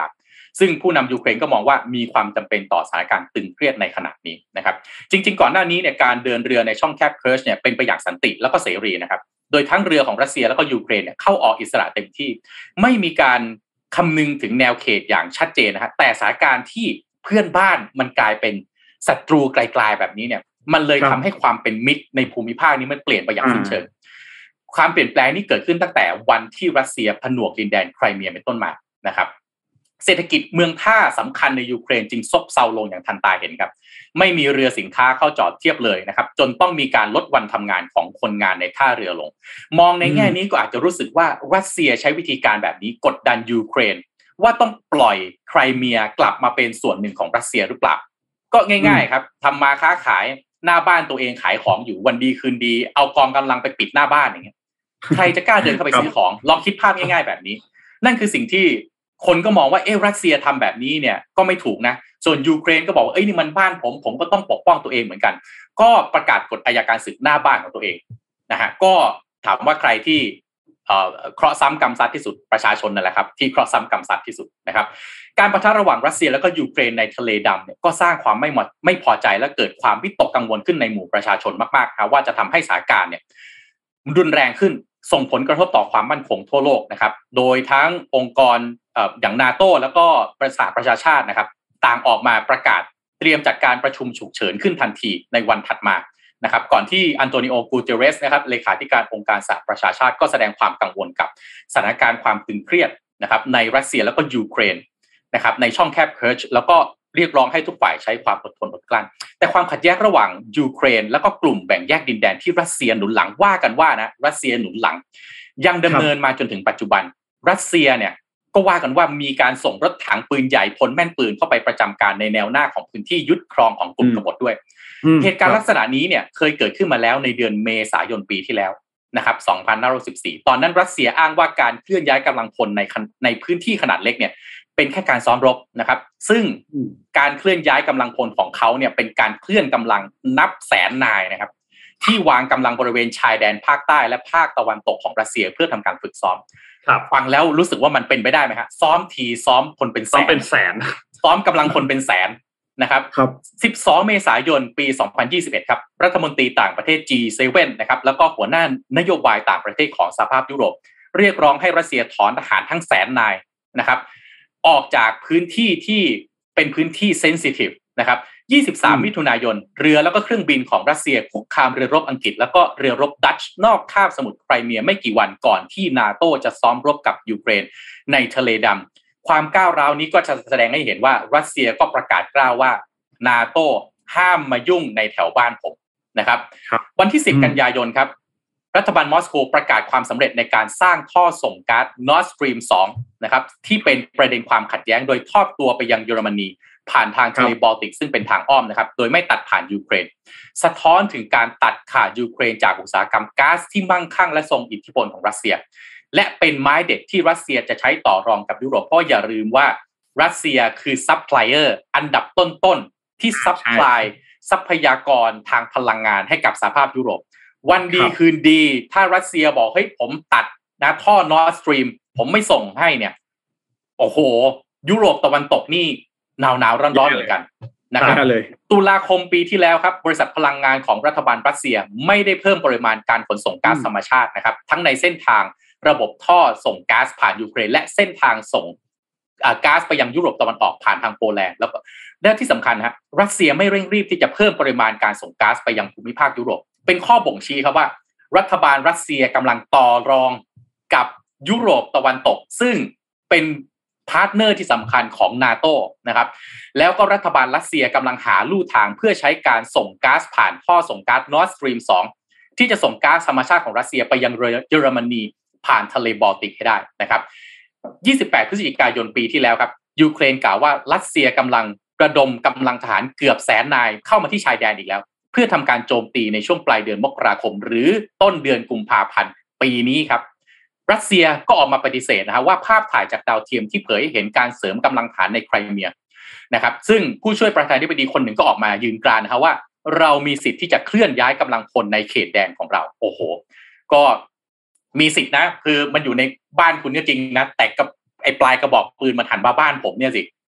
ซึ่งผู้นำยูเครนก็มองว่ามีความจำเป็นต่อสถานการณ์ตึงเครียดในขณะนี้นะครับจริงๆก่อนหน้านี้เนี่ยการเดินเรือในช่องแคบเคิร์ชเนี่ยเป็นไปอย่างสันติแล้วก็เสรีนะครับโดยทั้งเรือของรัสเซียแล้วก็ยูเครนเนี่ยเข้าออกอิสระเต็มที่ไม่มีการคำนึงถึงแนวเขตอย่างชัดเจนนะฮะแต่สถานการณ์ที่เพื่อนบ้านมันกลายเป็นศัตรูไกลๆแบบนี้เนี่ยมันเลยทำให้ความเป็นมิตรในภูมิภาคนี้มันเปลี่ยนไปอย่างสิ้นเชิงความเปลี่ยนแปลงนี้เกิดขึ้นตั้งแต่วันที่รัสเซียผนวกดินแดนไครเมียเป็นต้นมานะครับเศรษฐกิจเมืองท่าสำคัญในยูเครนจึงซบเซาลงอย่างทันตาเห็นครับไม่มีเรือสินค้าเข้าจอดเทียบเลยนะครับจนต้องมีการลดวันทำงานของคนงานในท่าเรือลงมองในแง่นี้ก็อาจจะรู้สึกว่ารัสเซียใช้วิธีการแบบนี้กดดันยูเครนว่าต้องปล่อยไครเมียกลับมาเป็นส่วนหนึ่งของรัสเซียหรือเปล่าก็ง่ายๆครับทำมาค้าขายหน้าบ้านตัวเองขายของอยู่วันดีคืนดีเอากองกำลังไปปิดหน้าบ้านอย่างเงี้ยใครจะกล้าเดินเข้าไปซื้อของลองคิดภาพง่ายๆแบบนี้นั่นคือสิ่งที่คนก็มองว่าเอ๊ะรัสเซียทำแบบนี้เนี่ยก็ไม่ถูกนะส่วนยูเครนก็บอกว่าเอ้ยนี่มันบ้านผมผมก็ต้องปกป้องตัวเองเหมือนกันก็ประกาศกฎอัยการศึกหน้าบ้านของตัวเองนะฮะก็ถามว่าใครที่เอ่อเคราะห์ซ้ำกรรมซัดที่สุดประชาชนนั่นแหละครับที่เคราะห์ซ้ำกรรมซัดที่สุดนะครับการปะทะระหว่างรัสเซียแล้วก็ยูเครนในทะเลดำเนี่ยก็สร้างความไม่ไม่พอใจและเกิดความวิตกกังวลขึ้นในหมู่ประชาชนมากๆครับว่าจะทำให้สถานการณ์เนี่ยรุนแรงขึ้นส่งผลกระทบต่อความมั่นคงทั่วโลกนะครับโดยทั้งองค์กรอย่างนาโต้แล้วก็ประสาประชาชาตินะครับต่างออกมาประกาศเตรียมจัดการประชุมฉุกเฉินขึ้นทันทีในวันถัดมานะครับก่อนที่อันโตนิโอ กูเตเรสนะครับเลขาธิการองค์การสหประชาชาติก็แสดงความกังวลกับสถานการณ์ความตึงเครียดนะครับในรัสเซียแล้วก็ยูเครนนะครับในช่องแคบเคิร์ชแล้วก็เรียกร้องให้ทุกฝ่ายใช้ความอดทนอดกลั้นแต่ความขัดแย้งระหว่างยูเครนแล้วก็กลุ่มแบ่งแยกดินแดนที่รัสเซียหนุนหลังว่ากันว่านะรัสเซียหนุนหลังยังดำเนินมาจนถึงปัจจุบันรัสเซียเนี่ยก็ว่ากันว่ามีการส่งรถถังปืนใหญ่พลแม่นปืนเข้าไปประจำการในแนวหน้าของพื้นที่ยึดครองของกลุ่มกบฏด้วยเหตุการณ์ลักษณะนี้เนี่ยเคยเกิดขึ้นมาแล้วในเดือนเมษายนปีที่แล้วนะครับสองพันห้าร้อยสิบสี่ตอนนั้นรัสเซียอ้างว่าการเคลื่อนย้ายกำลังพลในในพื้นที่ขนาดเล็กเนี่ยเป็นแค่การซ้อมรบนะครับซึ่งการเคลื่อนย้ายกำลังพลของเขาเนี่ยเป็นการเคลื่อนกำลังนับแสนนายนะครับที่วางกำลังบริเวณชายแดนภาคใต้และภาคตะวันตกของรัสเซียเพื่อทำการฝึกซ้อมฟังแล้วรู้สึกว่ามันเป็นไปได้ไหมฮะซ้อมทีซ้อมคนเป็นแสนซ้อมเป็นแสนซ้อมกำลังคนเป็นแสนนะครับสิบสองเมษายนปีสองพันยี่สิบเอ็ดครับรัฐมนตรีต่างประเทศ จี เซเว่น นะครับแล้วก็หัวหน้านโยบายต่างประเทศของสหภาพยุโรปเรียกร้องให้รัสเซียถอนทหารทั้งแสนนายนะครับออกจากพื้นที่ที่เป็นพื้นที่เซนซิทีฟนะครับยี่สิบสามมิถุนายนเรือแล้วก็เครื่องบินของรัสเซียคุกคามเรือรบอังกฤษแล้วก็เรือรบดัตช์นอกคาบสมุทรไครเมียไม่กี่วันก่อนที่นาโต้จะซ้อมรบกับยูเครนในทะเลดำความก้าวร้าวนี้ก็จะแสดงให้เห็นว่ารัสเซียก็ประกาศกล้าวว่านาโต้ห้ามมายุ่งในแถวบ้านผมนะครับวันที่สิบกันยายนครับรัฐบาลมอสโกประกาศความสำเร็จในการสร้างท่อส่งก๊าซ Nord Stream สองนะครับที่เป็นประเด็นความขัดแย้งโดยทอดตัวไปยังเยอรมนีผ่านทางทะเลบอลติกซึ่งเป็นทางอ้อมนะครับโดยไม่ตัดผ่านยูเครนสะท้อนถึงการตัดขาดยูเครนจากอุตสาหกรรมก๊าซที่มั่งคั่งและทรงอิทธิพลของรัสเซียและเป็นไม้เด็ดที่รัสเซียจะใช้ต่อรองกับยุโรปเพราะอย่าลืมว่ารัสเซียคือซัพพลายเออร์อันดับต้นๆที่ซัพพลายทรัพยากรทางพลังงานให้กับสหภาพยุโรปวันดีคืนดีถ้ารัสเซียบอกเฮ้ยผมตัดนะท่อ Nord Stream ผมไม่ส่งให้เนี่ยโอ้โหยุโรปตะวันตกนี่หนาวหนาวร้อนร้อนเหมือนกันนะครับตุลาคมปีที่แล้วครับบริษัทพลังงานของรัฐบาลรัสเซียไม่ได้เพิ่มปริมาณการขนส่งก๊าซธรรมชาตินะครับทั้งในเส้นทางระบบท่อส่งก๊าซผ่านยูเครนและเส้นทางส่งก๊าซไปยังยุโรปตะวันออกผ่านทางโปแลนด์แล้วก็และที่สำคัญครับรัสเซียไม่เร่งรีบที่จะเพิ่มปริมาณการส่งก๊าซไปยังภูมิภาคยุโรปเป็นข้อบ่งชี้ครับว่ารัฐบาลรัสเซียกำลังต่อรองกับยุโรปตะวันตกซึ่งเป็นพาร์ทเนอร์ที่สำคัญของ NATO นะครับแล้วก็รัฐบาลรัสเซียกำลังหาลู่ทางเพื่อใช้การส่งก๊าซผ่านท่อส่งก๊าซ Nord Stream สองที่จะส่งก๊าซธรรมชาติของรัสเซียไปยังเยอรมนีผ่านทะเลบอลติกให้ได้นะครับยี่สิบแปดพฤศจิกายนปีที่แล้วครับยูเครนกล่าวว่ารัสเซียกำลังระดมกำลังทหารเกือบแสนนายเข้ามาที่ชายแดนอีกแล้วเพื่อทำการโจมตีในช่วงปลายเดือนมกราคมหรือต้นเดือนกุมภาพันธ์ปีนี้ครับรัสเซียก็ออกมาปฏิเสธนะฮะว่าภาพถ่ายจากดาวเทียมที่เผยให้เห็นการเสริมกำลังฐานในไครเมียนะครับซึ่งผู้ช่วยประธานาธิบดีคนหนึ่งก็ออกมายืนกรานนะฮะว่าเรามีสิทธิ์ที่จะเคลื่อนย้ายกำลังพลในเขตแดนของเราโอ้โหก็มีสิทธิ์นะคือมันอยู่ในบ้านคุณก็จริงนะแต่กับไอ้ปลายกระบอกปืนมันหันมาบ้านผมเนี่ยสิ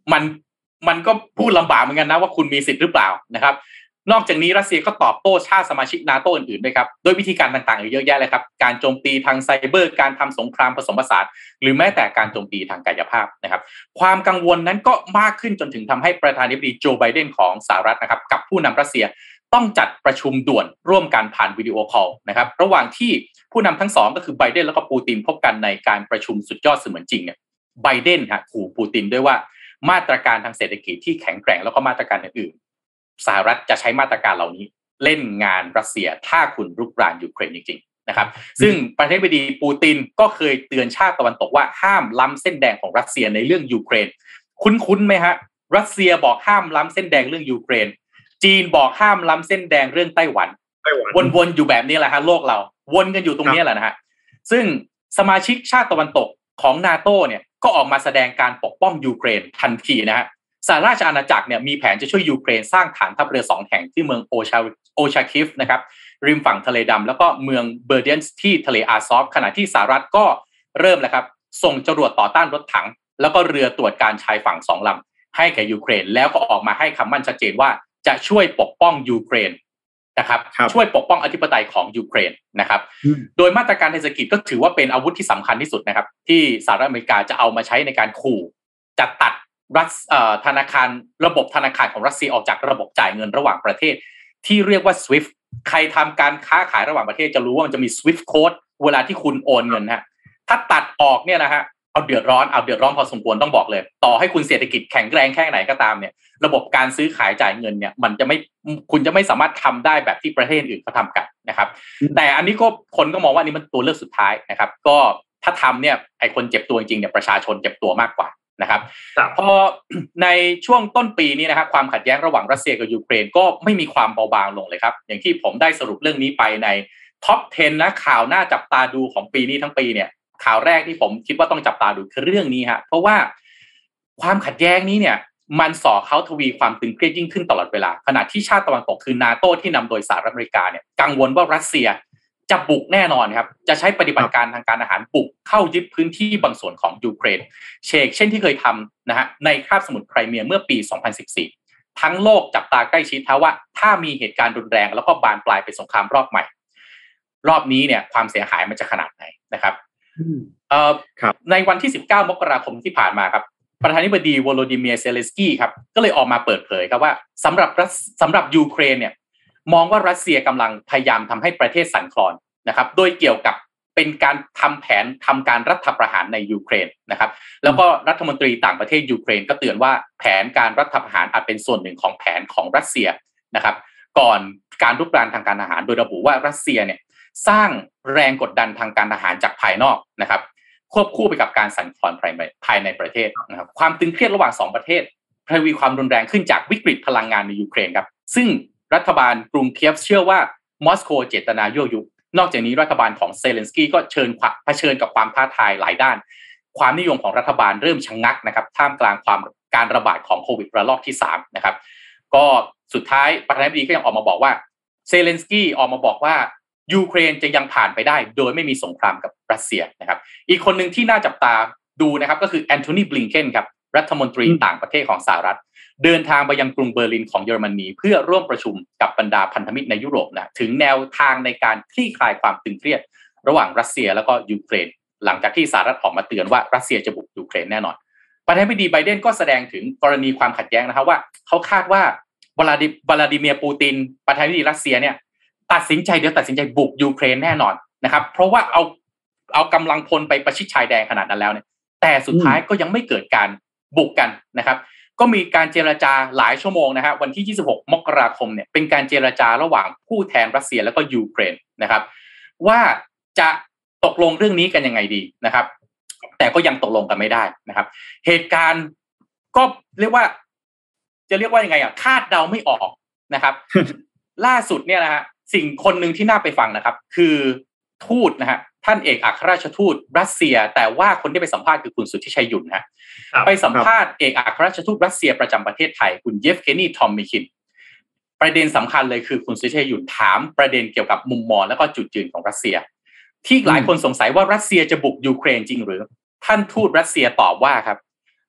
มันมันก็พูดลำบากเหมือนกันนะว่าคุณมีสิทธิ์หรือเปล่านะครับนอกจากนี้รัสเซียก็ตอบโต้ชาติสมาชิก NATO อื่นๆด้วยครับโดยวิธีการต่างๆอีกเยอะแยะเลยครับการโจมตีทางไซเบอร์การทำสงครามผสมผสานหรือแม้แต่การโจมตีทางกายภาพนะครับความกังวลนั้นก็มากขึ้นจนถึงทำให้ประธานาธิบดีโจไบเดนของสหรัฐนะครับกับผู้นำรัสเซียต้องจัดประชุมด่วนร่วมกันผ่านวิดีโอคอลนะครับระหว่างที่ผู้นำทั้งสองก็คือไบเดนแล้วก็ปูตินพบกันในการประชุมสุดยอดเสมือนจริงเนี่ยไบเดนฮะขู่ปูตินด้วยว่ามาตรการทางเศรษฐกิจที่แข็งแกร่งแล้วก็มาตรการอื่นๆสหรัฐจะใช้มาตรการเหล่านี้เล่นงานรัสเซียถ้าคุณรุกรานยูเครนจริงๆนะครับซึ่งประธานาธิบดีปูตินก็เคยเตือนชาติตะวันตกว่าห้ามล้ำเส้นแดงของรัสเซียในเรื่องยูเครนคุ้นๆไหมฮะรัสเซียบอกห้ามล้ำเส้นแดงเรื่องยูเครนจีนบอกห้ามล้ำเส้นแดงเรื่องไต้หวันวนๆอยู่แบบนี้แหละฮะโลกเราวนกันอยู่ตรงนี้แหละนะฮะซึ่งสมาชิกชาติตะวันตกของ NATO เนี่ยก็ออกมาแสดงการปกป้องยูเครนทันทีนะฮะสหราชอาณาจักรเนี่ยมีแผนจะช่วยยูเครนสร้างฐานทัพเรือสองแห่งที่เมืองโอชาโอชาคิฟนะครับริมฝั่งทะเลดำแล้วก็เมืองเบอร์เดนส์ที่ทะเลอาซอฟขณะที่สหรัฐก็เริ่มแล้วครับส่งจรวดต่อต้านรถถังแล้วก็เรือตรวจการชายฝั่งสองลำให้แก่ยูเครนแล้วก็ออกมาให้คำมั่นชัดเจนว่าจะช่วยปกป้องยูเครนนะครับช่วยปกป้องอธิปไตยของยูเครนนะครับโดยมาตรการเศรษฐกิจก็ถือว่าเป็นอาวุธที่สำคัญที่สุดนะครับที่สหรัฐอเมริกาจะเอามาใช้ในการขู่จะตัดรัสธนาคารระบบธนาคารของรัสเซียออกจากระบบจ่ายเงินระหว่างประเทศที่เรียกว่า สวิฟต์ ใครทำการค้าขายระหว่างประเทศจะรู้ว่ามันจะมี สวิฟต์ Code เวลาที่คุณโอนเงินฮะถ้าตัดออกเนี่ยนะฮะเอาเดือดร้อนเอาเดือดร้อนพอสมควรต้องบอกเลยต่อให้คุณเศรษฐกิจแข็งแรงแค่ไหนก็ตามเนี่ยระบบการซื้อขายจ่ายเงินเนี่ยมันจะไม่คุณจะไม่สามารถทำได้แบบที่ประเทศอื่นเขาทำกันนะครับแต่อันนี้ก็คนก็มองว่านี่มันตัวเลือกสุดท้ายนะครับก็ถ้าทำเนี่ยไอ้คนเจ็บตัวจริงๆเนี่ยประชาชนเจ็บตัวมากกว่านะครับพอในช่วงต้นปีนี้นะครับความขัดแย้งระหว่างรัสเซียกับยูเครนก็ไม่มีความเบาบางลงเลยครับอย่างที่ผมได้สรุปเรื่องนี้ไปในท็อปสิบนะข่าวน่าจับตาดูของปีนี้ทั้งปีเนี่ยข่าวแรกที่ผมคิดว่าต้องจับตาดูคือเรื่องนี้ฮะเพราะว่าความขัดแย้งนี้เนี่ยมันส่อเขาทวีความตึงเครียดยิ่งขึ้นตลอดเวลาขณะที่ชาติตะวันตกคือ NATO ที่นำโดยสหรัฐอเมริกาเนี่ยกังวลว่ารัสเซียจะบุกแน่นอนครับจะใช้ปฏิบัติการทางการอาหารบุกเข้ายึดพื้นที่บางส่วนของยูเครนเชกเช่นที่เคยทำนะฮะในคาบสมุทรไครเมียเมื่อปีสองพันสิบสี่ทั้งโลกจับตาใกล้ชิดว่าถ้ามีเหตุการณ์รุนแรงแล้วก็บานปลายเป็นสงครามรอบใหม่รอบนี้เนี่ยความเสียหายมันจะขนาดไหนนะครับเอ่อในวันที่สิบเก้ามกราคมที่ผ่านมาครับประธานาธิบดีโวโลดิเมียร์เซเลนสกี้ครับก็เลยออกมาเปิดเผยครับว่าสำหรับสำหรับยูเครนเนี่ยมองว่ารัสเซียกำลังพยายามทำให้ประเทศสั่นคลอนนะครับโดยเกี่ยวกับเป็นการทำแผนทำการรัฐประหารในยูเครนนะครับแล้วก็รัฐมนตรีต่างประเทศยูเครนก็เตือนว่าแผนการรัฐประหารอาจเป็นส่วนหนึ่งของแผนของรัสเซียนะครับก่อนการรุกรานทางการทหารโดยระบุว่ารัสเซียเนี่ยสร้างแรงกดดันทางการทหารจากภายนอกนะครับควบคู่ไปกับการสั่นคลอนภายในประเทศนะครับความตึงเครียดระหว่างสองประเทศทวีความรุนแรงขึ้นจากวิกฤตพลังงานในยูเครนครับซึ่งรัฐบาลกรุงเคียฟเชื่อว่ามอสโกเจตนายั่วยุนอกจากนี้รัฐบาลของเซเลนสกี้ก็เชิญเผชิญกับความท้าทายหลายด้านความนิยมของรัฐบาลเริ่มชะงักนะครับท่ามกลางความการระบาดของโควิดระลอกที่สามนะครับก็สุดท้ายประธานาธิบดีก็ยังออกมาบอกว่าเซเลนสกี้ออกมาบอกว่ายูเครนจะยังผ่านไปได้โดยไม่มีสงครามกับรัสเซียนะครับอีกคนหนึ่งที่น่าจับตาดูนะครับก็คือแอนโทนีบลิงเคนครับรัฐมนตรีต่างประเทศของสหรัฐเดินทางไปยังกรุงเบอร์ลินของเยอรมนีเพื่อร่วมประชุมกับบรรดาพันธมิตรในยุโรปนะถึงแนวทางในการคลี่คลายความตึงเครียดระหว่างรัสเซียแล้วก็ยูเครนหลังจากที่สหรัฐออกมาเตือนว่ารัสเซียจะบุกยูเครนแน่นอนประธานาธิบดีไบเดนก็แสดงถึงกรณีความขัดแย้งนะครับว่าเขาคาดว่าวลาดิวลาดิเมียร์ปูตินประธานาธิบดีรัสเซียเนี่ยตัดสินใจเดี๋ยวตัดสินใจบุกยูเครนแน่นอนนะครับเพราะว่าเอาเอากำลังพลไปประชิดชายแดนขนาดนั้นแล้วเนี่ยแต่สุดท้ายก็ยังไม่เกิดการบุกกันนะครับก็มีการเจรจาหลายชั่วโมงนะฮะวันที่ยี่สิบหกมกราคมเนี่ยเป็นการเจรจาระหว่างผู้แทนรัสเซียแล้วก็ยูเครนนะครับว่าจะตกลงเรื่องนี้กันยังไงดีนะครับแต่ก็ยังตกลงกันไม่ได้นะครับเหตุการณ์ก็เรียกว่าจะเรียกว่ายังไงอ่ะคาดเดาไม่ออกนะครับ ล่าสุดเนี่ยนะฮะสิ่งคนหนึ่งที่น่าไปฟังนะครับคือทูตนะฮะท่านเอกอัครราชทูตรัสเซียแต่ว่าคนที่ไปสัมภาษณ์คือคุณสุทธิชัยหยุ่นฮะไปสัมภาษณ์เอกอัครราชทูตรัสเซียประจำประเทศไทยคุณเยฟเกนีทอมมิคินประเด็นสำคัญเลยคือคุณสุทธิชัยหยุ่นถามประเด็นเกี่ยวกับมุมมองและก็จุดยืนของรัสเซียที่หลายคนสงสัยว่ารัสเซียจะบุกยูเครนจริงหรือท่านทูตรัสเซียตอบว่าครับ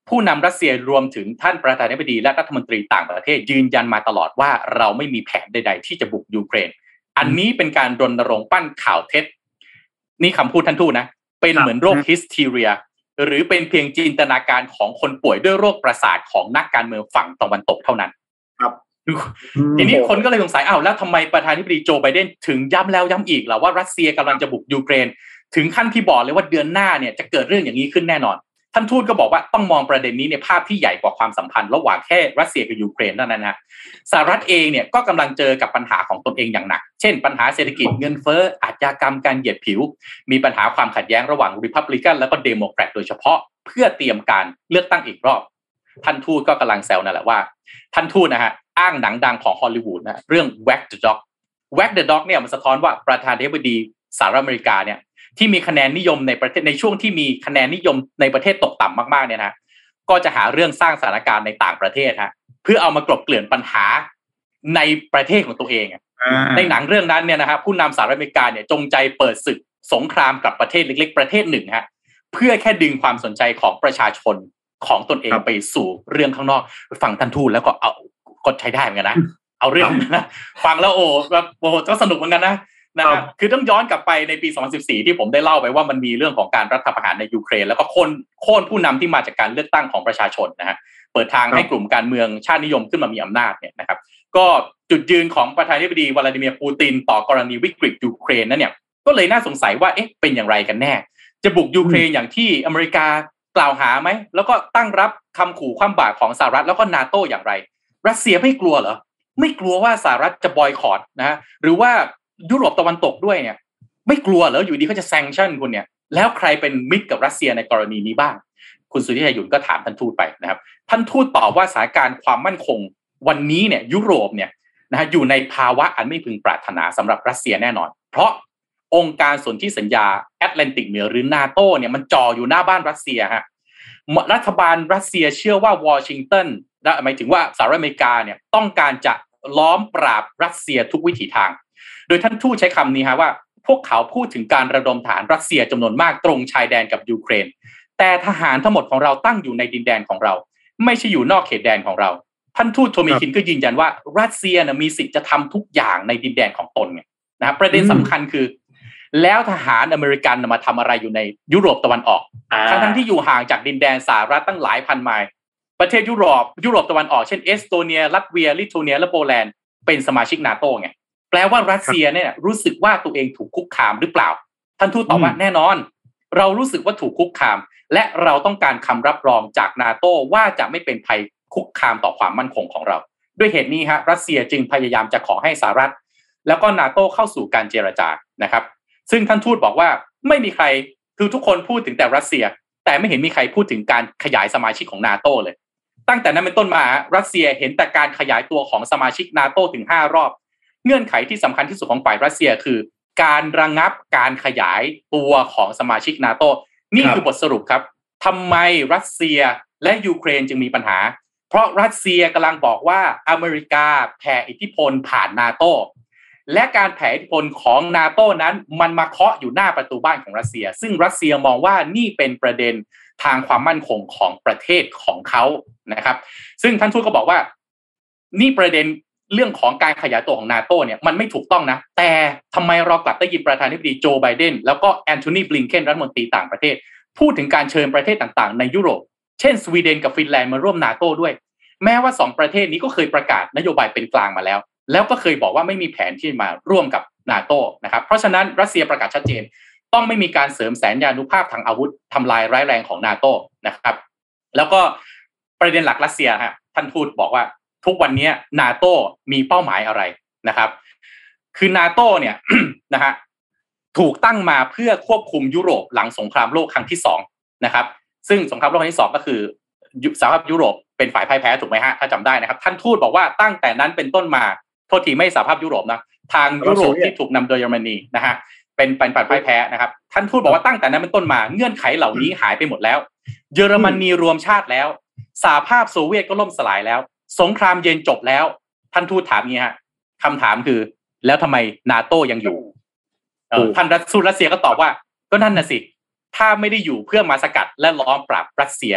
ผู้นำรัสเซียรวมถึงท่านประธานาธิบดีและรัฐมนตรีต่างประเทศยืนยันมาตลอดว่าเราไม่มีแผนใดๆที่จะบุกยูเครนอันนี้เป็นการรณรงค์ปั้นข่าวเท็จนี่คำพูดท่านทูตนะเป็นเหมือนโรคฮิสทีเรียหรือเป็นเพียงจินตนาการของคนป่วยด้วยโรคประสาทของนักการเมืองฝั่งตะวันตกเท่านั้นครับทีนี้คนก็เลยสงสัยอ้าวแล้วทำไมประธานาธิบดีโจไบเดนถึงย้ำแล้วย้ำอีกล่ะว่ารัสเซียกำลังจะบุกยูเครนถึงขั้นที่บอกเลยว่าเดือนหน้าเนี่ยจะเกิดเรื่องอย่างนี้ขึ้นแน่นอนท่านทูตก็บอกว่าต้องมองประเด็นนี้ในภาพที่ใหญ่กว่าความสัมพันธ์ระหว่างแค่รัสเซียกับยูเครนเท่านั้นนะสหรัฐเองเนี่ยก็กำลังเจอกับปัญหาของตนเองอย่างหนักเช่นปัญหาเศรษฐกิจเงินเฟ้ออาชญากรรมการเหยียดผิวมีปัญหาความขัดแย้งระหว่างริพับลิกันแล้วก็เดโมแครตโดยเฉพาะเพื่อเตรียมการเลือกตั้งอีกรอบท่านทูตก็กำลังแซวนั่นแหละว่าท่านทูตนะฮะอ้างหนังดังของฮอลลีวูดนะเรื่อง Wag the Dog Wag the Dog เนี่ยมันสะท้อนว่าประธานาธิบดีสหรัฐอเมริกาเนี่ยที่มีคะแนนนิยมในประเทศในช่วงที่มีคะแนนนิยมในประเทศตกต่ำมากๆเนี่ยนะก็จะหาเรื่องสร้างสถานการณ์ในต่างประเทศฮะเพื่อเอามากลบเกลื่อนปัญหาในประเทศของตัวเองในหนังเรื่องนั้นเนี่ยนะฮะผู้นำสหรัฐอเมริกาเนี่ยจงใจเปิดศึกสงครามกับประเทศเล็กๆประเทศหนึ่งฮะเพื่อแค่ดึงความสนใจของประชาชนของตนเองไปสู่เรื่องข้างนอกฟังท่านทูตแล้วก็เอาก็ใช้ได้เหมือนกันนะเอาเรื่องนะฟังแล้วโอ้แบบโอ้ก็สนุกเหมือนกันนะนะครับคือต้องย้อนกลับไปในปีสองพันสิบสี่ที่ผมได้เล่าไปว่ามันมีเรื่องของการรัฐประหารในยูเครนแล้วก็โค่นโค่นผู้นำที่มาจากการเลือกตั้งของประชาชนนะฮะเปิดทางให้กลุ่มการเมืองชาตินิยมขึ้นมามีอำนาจเนี่ยนะครับก็จุดยืนของประธานาธิบดีวลาดิเมียร์ปูตินต่อกรณีวิกฤตยูเครนนั้นเนี่ยก็เลยน่าสงสัยว่าเอ๊ะเป็นอย่างไรกันแน่จะบุกยูเครนอย่างที่อเมริกากล่าวหาไหมแล้วก็ตั้งรับคำขู่คว่ำบาตรของสหรัฐแล้วก็นาโต้อย่างไรรัสเซียไม่กลัวเหรอไม่กลัวว่าสหรัฐจะบอยคอตนะฮะหรือว่ายุโรปตะวันตกด้วยเนี่ยไม่กลัวเหรออยู่ดีเขาจะแซงชั่นคุณเนี่ยแล้วใครเป็นมิตรกับรัสเซียในกรณีนี้บ้างคุณสุทธิชัยหยุ่นก็ถามท่านทูตไปนะครับท่านทูตตอบว่าสถานการณ์ความมั่นคงวันนี้เนี่ยยุโรปเนี่ยนะฮะอยู่ในภาวะอันไม่พึงปรารถนาสำหรับรัสเซียแน่นอนเพราะองค์การสนธิสัญญาแอตแลนติกเหนือหรือนาโต้เนี่ยมันจ่ออยู่หน้าบ้านรัสเซียฮะรัฐบาลรัสเซียเชื่อว่าวอชิงตันหมายถึงว่าสหรัฐอเมริกาเนี่ยต้องการจะล้อมปราบรัสเซียทุกวิถีทางโดยท่านทูตใช้คำนี้ฮะว่าพวกเขาพูดถึงการระดมทหารรัสเซียจำนวนมากตรงชายแดนกับยูเครนแต่ทหารทั้งหมดของเราตั้งอยู่ในดินแดนของเราไม่ใช่อยู่นอกเขตแดนของเราท่านทูตโทมิคินก็ยืนยันว่ารัสเซียนะมีสิทธิ์จะทำทุกอย่างในดินแดนของตนไงนะประเด็นสำคัญคือแล้วทหารอเมริกันมาทำอะไรอยู่ในยุโรปตะวันออกทั้งทั้งที่อยู่ห่างจากดินแดนสหรัฐตั้งหลายพันไมล์ประเทศยุโรปยุโรปตะวันออกเช่นเอสโตเนียลัตเวียลิทัวเนียและโปแลนด์เป็นสมาชิกนาโต้ไงแปลว่ารัสเซียเนี่ยรู้สึกว่าตัวเองถูกคุกคามหรือเปล่าท่านทูตตอบว่าแน่นอนเรารู้สึกว่าถูกคุกคามและเราต้องการคำรับรองจากนาโต้ว่าจะไม่เป็นภัยคุกคามต่อความมั่นคงของเราด้วยเหตุนี้ฮะรัสเซียจึงพยายามจะขอให้สหรัฐแล้วก็นาโต้เข้าสู่การเจรจานะครับซึ่งท่านทูตบอกว่าไม่มีใครคือทุกคนพูดถึงแต่รัสเซียแต่ไม่เห็นมีใครพูดถึงการขยายสมาชิกของนาโต้เลยตั้งแต่นั้นเป็นต้นมารัสเซียเห็นแต่การขยายตัวของสมาชิกนาโต้ถึงห้ารอบเงื่อนไขที่สำคัญที่สุดของฝ่ายรัสเซียคือการระงับการขยายตัวของสมาชิกนาโต้นี่คือบทสรุปครับทำไมรัสเซียและยูเครนจึงมีปัญหาเพราะรัสเซียกำลังบอกว่าอเมริกาแผ่อิทธิพลผ่านนาโต้และการแผ่อิทธิพลของนาโต้นั้นมันมาเคาะอยู่หน้าประตูบ้านของรัสเซียซึ่งรัสเซียมองว่านี่เป็นประเด็นทางความมั่นคงของประเทศของเขานะครับซึ่งท่านทูตก็บอกว่านี่ประเด็นเรื่องของการขยายตัวของนาโต้เนี่ยมันไม่ถูกต้องนะแต่ทำไมเรากลับได้ยินประธานาธิบดีโจไบเดนแล้วก็แอนโทนีบลิงเคนรัฐมนตรีต่างประเทศพูดถึงการเชิญประเทศต่างๆในยุโรปเช่นสวีเดนกับฟินแลนด์มาร่วมนาโต้ด้วยแม้ว่าสองประเทศนี้ก็เคยประกาศนโยบายเป็นกลางมาแล้วแล้วก็เคยบอกว่าไม่มีแผนที่มาร่วมกับนาโต้นะครับเพราะฉะนั้นรัสเซียประกาศชัดเจนต้องไม่มีการเสริมแสนยานุภาพทางอาวุธทำลายร้ายแรงของนาโต้นะครับแล้วก็ประเด็นหลักรัสเซียฮะท่านทูตบอกว่าทุกวันนี้นาโต้มีเป้าหมายอะไรนะครับคือนาโต้เนี่ย นะฮะถูกตั้งมาเพื่อควบคุมยุโรปหลังสงครามโลกครั้งที่สองนะครับซึ่งสงครามโลกครั้งที่สองก็คือสหภาพยุโรปเป็นฝ่ายพ่ายแพ้ถูกไหมฮะถ้าจำได้นะครับท่านทูตบอกว่าตั้งแต่นั้นเป็นต้นมาโทษทีไม่สหภาพยุโรปนะทางยุโรปที่ถูกนำโดยเยอรมนีนะฮะเป็นเป็นฝ่ายพ่ายแพ้นะครับท่านทูตบอกว่าตั้งแต่นั้นเป็นต้นมาเงื่อนไขเหล่านี้หายไปหมดแล้วเยอรมนีรวมชาติแล้วสหภาพโซเวียตก็ล่มสลายแล้วสงครามเย็นจบแล้วท่านทูตถามงี้ฮะคำถามคือแล้วทำไมนาโต้ยังอยู่ท่านรัสซูรัสเซียก็ตอบว่าก็นั่นน่ะสิถ้าไม่ได้อยู่เพื่อมาสกัดและล้อมปราบรัสเซีย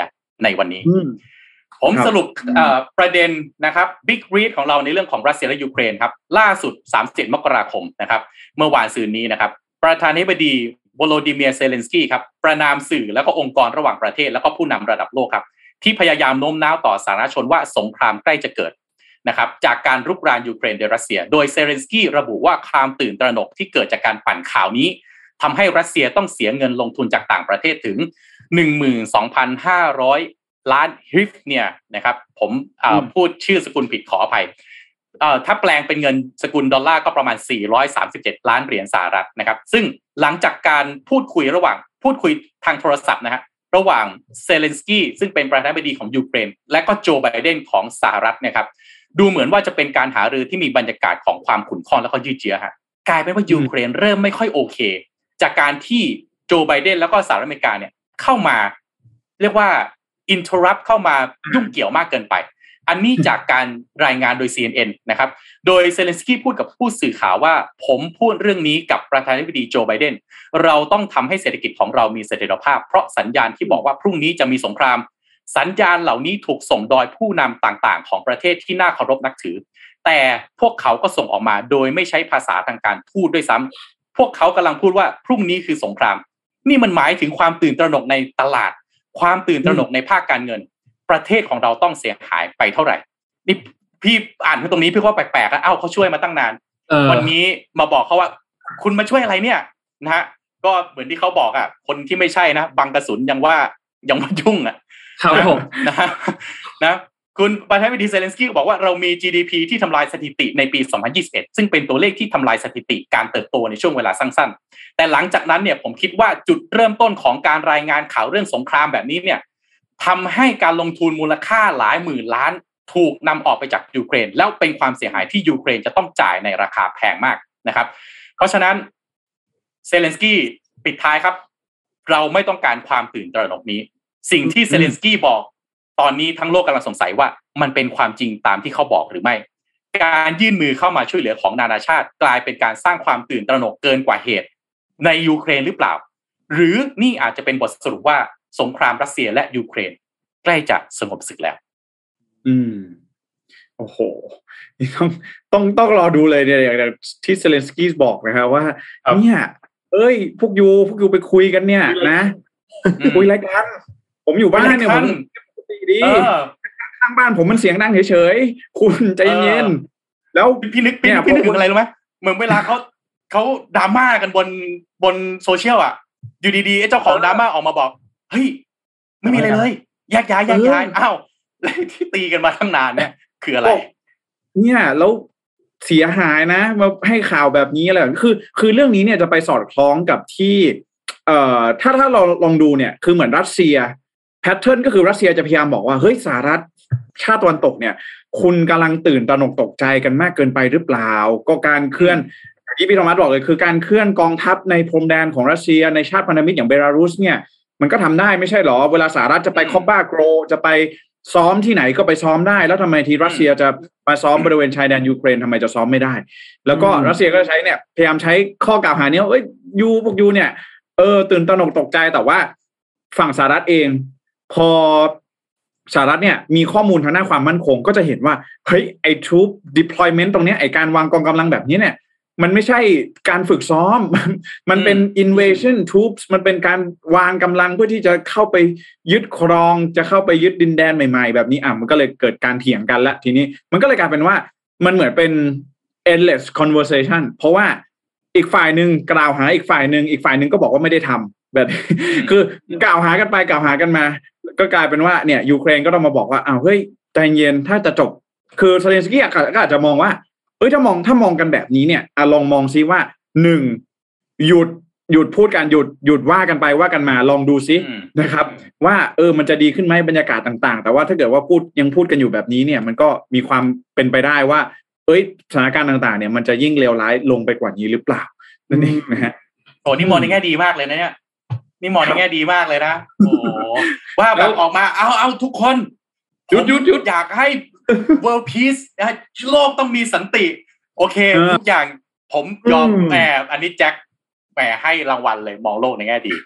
ในวันนี้ผมสรุปประเด็นนะครับ Big Read ของเราในเรื่องของรัสเซียและยูเครนครับล่าสุดสามสิบเจ็ดมกราคมนะครับเมื่อวานซืนนี้นะครับประธานาธิบดีโวโลดิเมียร์เซเลนสกี้ครับประนามสื่อแล้วก็องค์กรระหว่างประเทศแล้วก็ผู้นำระดับโลกครับที่พยายามโน้มน้าวต่อสาธารณชนว่าสงครามใกล้จะเกิดนะครับจากการรุกรานยูเครนโดยรัสเซียโดยเซเลนสกี้ระบุว่าความตื่นตระหนกที่เกิดจากการปั่นข่าวนี้ทำให้รัสเซียต้องเสียเงินลงทุนจากต่างประเทศถึง หนึ่งหมื่นสองพันห้าร้อย ล้านฮริฟเนี่ยนะครับผมพูดชื่อสกุลผิดขออภัยถ้าแปลงเป็นเงินสกุลดอลลาร์ก็ประมาณสี่ร้อยสามสิบเจ็ดล้านเหรียญสหรัฐนะครับซึ่งหลังจากการพูดคุยระหว่างพูดคุยทางโทรศัพท์นะฮะระหว่างเซเลนสกี้ซึ่งเป็นประธานาธิบดีของยูเครนและก็โจไบเดนของสหรัฐนะครับดูเหมือนว่าจะเป็นการหารือที่มีบรรยากาศของความขุ่นข้องและก็ยืดเยื้อฮะกลายเป็นว่ายูเครนเริ่มไม่ค่อยโอเคจากการที่โจไบเดนแล้วก็สหรัฐอเมริกาเนี่ยเข้ามาเรียกว่า interrupt เข้ามายุ่งเกี่ยวมากเกินไปอันนี้จากการรายงานโดย ซี เอ็น เอ็น นะครับโดยเซเลนสกี้พูดกับผู้สื่อข่าวว่าผมพูดเรื่องนี้กับประธานาธิบดีโจไบเดนเราต้องทำให้เศรษฐกิจของเรามีเสถียรภาพเพราะสัญญาณที่บอกว่าพรุ่งนี้จะมีสงครามสัญญาณเหล่านี้ถูกส่งโดยผู้นำต่างๆของประเทศที่น่าเคารพนับถือแต่พวกเขาก็ส่งออกมาโดยไม่ใช้ภาษาทางการพูดด้วยซ้ำพวกเขากำลังพูดว่าพรุ่งนี้คือสงครามนี่มันหมายถึงความตื่นตระหนกในตลาดความตื่นตระหนกในภาคการเงินประเทศของเราต้องเสียหายไปเท่าไหร่นี่พี่อ่านตรงนี้พี่ว่าแปลกๆแล้วเอ้าเขาช่วยมาตั้งนานวันนี้มาบอกเขาว่าคุณมาช่วยอะไรเนี่ยนะฮะก็เหมือนที่เขาบอกอ่ะคนที่ไม่ใช่นะบังกระสุนยังว่ายังมายุ่งอ่ะครับผมนะนะคุณประธานาธิบดีเซเลนสกี้บอกว่าเรามี จี ดี พี ที่ทำลายสถิติในปีสองพันยี่สิบเอ็ดซึ่งเป็นตัวเลขที่ทำลายสถิติการเติบโตในช่วงเวลาสั้นๆแต่หลังจากนั้นเนี่ยผมคิดว่าจุดเริ่มต้นของการรายงานข่าวเรื่องสงครามแบบนี้เนี่ยทำให้การลงทุนมูลค่าหลายหมื่นล้านถูกนำออกไปจากยูเครนแล้วเป็นความเสียหายที่ยูเครนจะต้องจ่ายในราคาแพงมากนะครับเพราะฉะนั้นเซเลนสกี้ปิดท้ายครับเราไม่ต้องการความตื่นตระหนกนี้สิ่งที่เซเลนสกี้บอกตอนนี้ทั้งโลกกำลังสงสัยว่ามันเป็นความจริงตามที่เขาบอกหรือไม่การยื่นมือเข้ามาช่วยเหลือของนานาชาติกลายเป็นการสร้างความตื่นตระหนกเกินกว่าเหตุในยูเครนหรือเปล่าหรือนี่อาจจะเป็นบทสรุปว่าสงครามรัสเซียและยูเครนใกล้จะสงบศึกแล้วอืมโอ้โหต้องต้องต้องรอดูเลยเนี่ยอย่างที่เซเลนสกี้บอกนะครับว่าเนี่ยเอ้ยพวกยูพวกยูไปคุยกันเนี่ยนะคุยอะไรกันผมอยู่บ้านเนี่ยผมดีข้างบ้านผมมันเสียงดังเฉยๆคุณใจเย็นแล้วพี่นึกพี่นึกถึงอะไรรู้ไหมเหมือนเวลาเขาเขาดราม่ากันบนบนโซเชียลอ่ะอยู่ดีๆไอ้เจ้าของดราม่าออกมาบอกเฮ้ยไม่มีอะไรเลยแยกย้ายแยกย้ายอ้าวที่ตีกันมาตั้งนานเนี่ยคืออะไรเนี่ยแล้วเสียหายนะมาให้ข่าวแบบนี้อะไรคือคือเรื่องนี้เนี่ยจะไปสอดคล้องกับที่เอ่อถ้าถ้าเราลองดูเนี่ยคือเหมือนรัสเซียแพทเทิร์นก็คือรัสเซียจะพยายามบอกว่าเฮ้ยสหรัฐชาติตะวันตกเนี่ยคุณกำลังตื่นตระหนกตกใจกันมากเกินไปหรือเปล่าก็การเคลื่อนที่พี่ธรรมะบอกเลยคือการเคลื่อนกองทัพในพรมแดนของรัสเซียในชาติพันธมิตรอย่างเบลารุสเนี่ยมันก็ทำได้ไม่ใช่หรอเวลาสหรัฐจะไปคอปบ้าโกรจะไปซ้อมที่ไหนก็ไปซ้อมได้แล้วทำไมที่รัสเซียจะมาซ้อมบริเวณชายแดนยูเครนทำไมจะซ้อมไม่ได้แล้วก็รัสเซียก็ใช้เนี่ยพยายามใช้ข้อกล่าวหาเนี้ยเอ้ยยูพวกยูเนี่ยเออตื่นตระหนกตกใจแต่ว่าฝั่งสหรัฐเองพอสหรัฐเนี่ยมีข้อมูลทางด้านความมั่นคงก็จะเห็นว่าเฮ้ยไอ้ troop deployment ตรงนี้ไอ้การวางกองกำลังแบบนี้เนี่ยมันไม่ใช่การฝึกซ้อมมันเป็น invasion troops มันเป็นการวางกำลังเพื่อที่จะเข้าไปยึดครองจะเข้าไปยึดดินแดนใหม่ๆแบบนี้อ่ะมันก็เลยเกิดการเถียงกันละทีนี้มันก็เลยกลายเป็นว่ามันเหมือนเป็น endless conversation เพราะว่าอีกฝ่ายหนึ่งกล่าวหาอีกฝ่ายหนึ่งอีกฝ่ายหนึ่งก็บอกว่าไม่ได้ทำแบบคือกล่าวหากันไปกล่าวหากันมาก็กลายเป็นว่าเนี่ยยูเครนก็ต้องมาบอกว่าอ้าวเฮ้ยใจเย็นถ้าจะจบคือเซเลนสกี้ก็อาจจะมองว่าเอ้ยถ้ามองถ้ามองกันแบบนี้เนี่ยอ่ะลองมองซิว่าหนึ่งหยุดหยุดพูดกันหยุดหยุดว่ากันไปว่ากันมาลองดูซินะครับว่าเออมันจะดีขึ้นไหมบรรยากาศต่างๆแต่ว่าถ้าเกิดว่าพูดยังพูดกันอยู่แบบนี้เนี่ยมันก็มีความเป็นไปได้ว่าเอ้ยสถานการณ์ต่างๆเนี่ยมันจะยิ่งเลวร้ายลงไปกว่านี้หรือเปล่านั่นเองนะฮะโอ้นี่มองในแง่ดีมากเลยนะเนี่ยนี่มองในแง่ดีมากเลยนะโอ้ว่าแบบออกมาเอาเอาทุกคนหยุดหยุดหยุดอยากให้ world peace นะโลกต้องมีสันติโอเคทุกอย่างผมยอมแหมอันนี้แจ็คแหมให้รางวัลเลยมองโลกในแง่ดี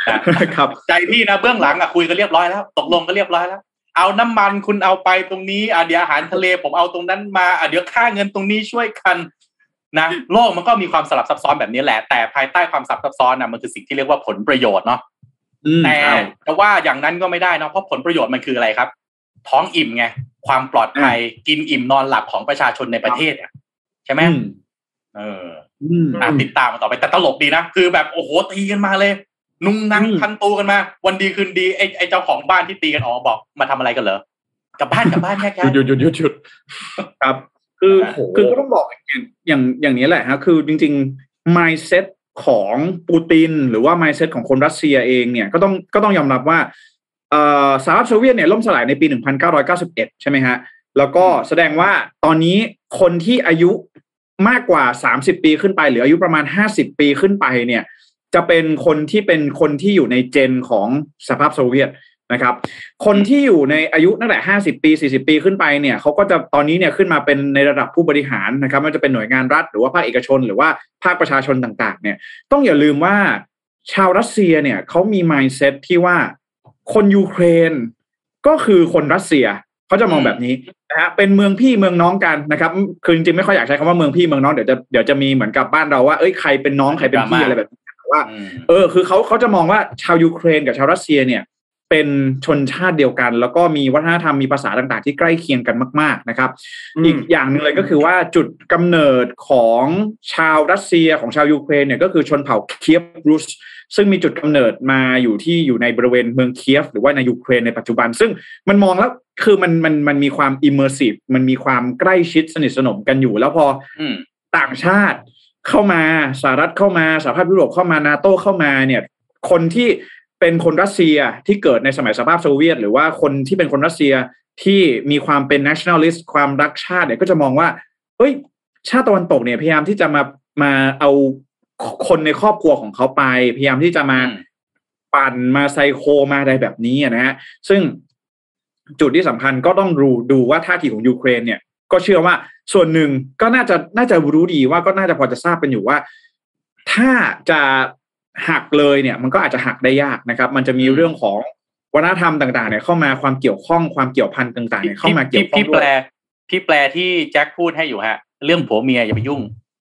ครับใจพี่นะเบื้องหลังอ่ะคุยกันเรียบร้อยแล้วตกลงกันเรียบร้อยแล้วเอาน้ำมันคุณเอาไปตรงนี้อ่ะเดี๋ยวอาหารทะเลผมเอาตรงนั้นมาอ่ะเดี๋ยวค่าเงินตรงนี้ช่วยกันนะโลกมันก็มีความสลับซับซ้อนแบบนี้แหละแต่ภายใต้ความสลับซับซ้อนน่ะมันคือสิ่งที่เรียกว่าผลประโยชน์เนาะแต่แต่ว่าอย่างนั้นก็ไม่ได้เนาะเพราะผลประโยชน์มันคืออะไรครับท้องอิ่มไงความปลอดภัยกินอิ่มนอนหลับของประชาชนในประเทศอ่ะใช่ไหมเอออ่ะติดตามมาต่อไปแต่ตลกดีนะคือแบบโอ้โหตีกันมาเลยนุ่งนั่งพันตูกันมาวันดีคืนดีไอ้ไอ้เจ้าของบ้านที่ตีกันออกบอกมาทำอะไรกันเหรอกลับบ้านกลับบ้านแยกย้ายหยุดหยุดหยุดหยุดครับคือคือก็ต้องบอกอย่างอย่างนี้แหละฮะคือจริงๆ mindset ของปูตินหรือว่า mindset ของคนรัสเซียเองเนี่ยก็ต้องก็ต้องยอมรับว่าเอ่อสหภาพโซเวียตเนี่ยล่มสลายในปีหนึ่งพันเก้าร้อยเก้าสิบเอ็ดใช่ไหมฮะแล้วก็แสดงว่าตอนนี้คนที่อายุมากกว่าสามสิบปีขึ้นไปหรืออายุประมาณห้าสิบปีขึ้นไปเนี่ยจะเป็นคนที่เป็นคนที่อยู่ในเจนของสหภาพโซเวียตนะครับคนที่อยู่ในอายุตั้งแต่ห้าสิบปีสี่สิบปีขึ้นไปเนี่ยเขาก็จะตอนนี้เนี่ยขึ้นมาเป็นในระดับผู้บริหารนะครับไม่ว่าจะเป็นหน่วยงานรัฐหรือว่าภาคเอกชนหรือว่าภาคประชาชนต่างๆเนี่ยต้องอย่าลืมว่าชาวรัสเซียเนี่ยเขามี mindset ที่ว่าคนยูเครนก็คือคนรัสเซียเขาจะมองแบบนี้นะฮะเป็นเมืองพี่เมืองน้องกันนะครับคือจริงๆไม่ค่อยอยากใช้คำว่าเมืองพี่เมืองน้องเดี๋ยวจะเดี๋ยวจะมีเหมือนกับบ้านเราว่าเอ้ยใครเป็นน้องใครเป็นพี่อะไรแบบนี้ว่าเออคือเขาเขาจะมองว่าชาวยูเครนกับชาวรัสเซียเนี่ยเป็นชนชาติเดียวกันแล้วก็มีวัฒนธรรมมีภาษาต่างๆที่ใกล้เคียงกันมากๆนะครับอีกอย่างหนึ่งเลยก็คือว่าจุดกำเนิดของชาวรัสเซียของชาวยูเครนเนี่ยก็คือชนเผ่าเคียฟรูสซึ่งมีจุดกำเนิดมาอยู่ที่อยู่ในบริเวณเมืองเคียฟหรือว่าในยูเครนในปัจจุบันซึ่งมันมองแล้วคือมันมันมันมีความอิมเมอร์ซีฟมันมีความใกล้ชิดสนิทสนมกันอยู่แล้วพอต่างชาติเข้ามาสหรัฐเข้ามาสหภาพยุโรปเข้ามานาโต้เข้ามาเนี่ยคนที่เป็นคนรัสเซียที่เกิดในสมัยสหภาพโซเวียตหรือว่าคนที่เป็นคนรัสเซียที่มีความเป็น nationalist ความรักชาติเนี่ยก็จะมองว่าเฮ้ยชาติตะวันตกเนี่ยพยายามที่จะมามาเอาคนในครอบครัวของเขาไปพยายามที่จะมาปั่นมาไซโคมาอะไรแบบนี้นะฮะซึ่งจุดที่สำคัญก็ต้องดูดูว่าท่าทีของยูเครนเนี่ยก็เชื่อว่าส่วนหนึ่งก็น่าจะน่าจะรู้ดีว่าก็น่าจะพอจะทราบกันอยู่ว่าถ้าจะหักเลยเนี่ยมันก็อาจจะหักได้ยากนะครับมันจะมีเรื่องของวัฒนธรรมต่างๆเนี่ยเข้ามาความเกี่ยวข้องความเกี่ยวพันต่างๆเนี่ยเข้ามาเกี่ยวข้องด้วยพี่แปลพี่แปลที่แจ็คพูดให้อยู่ฮะเรื่องผัวเมียอย่าไปยุ่ง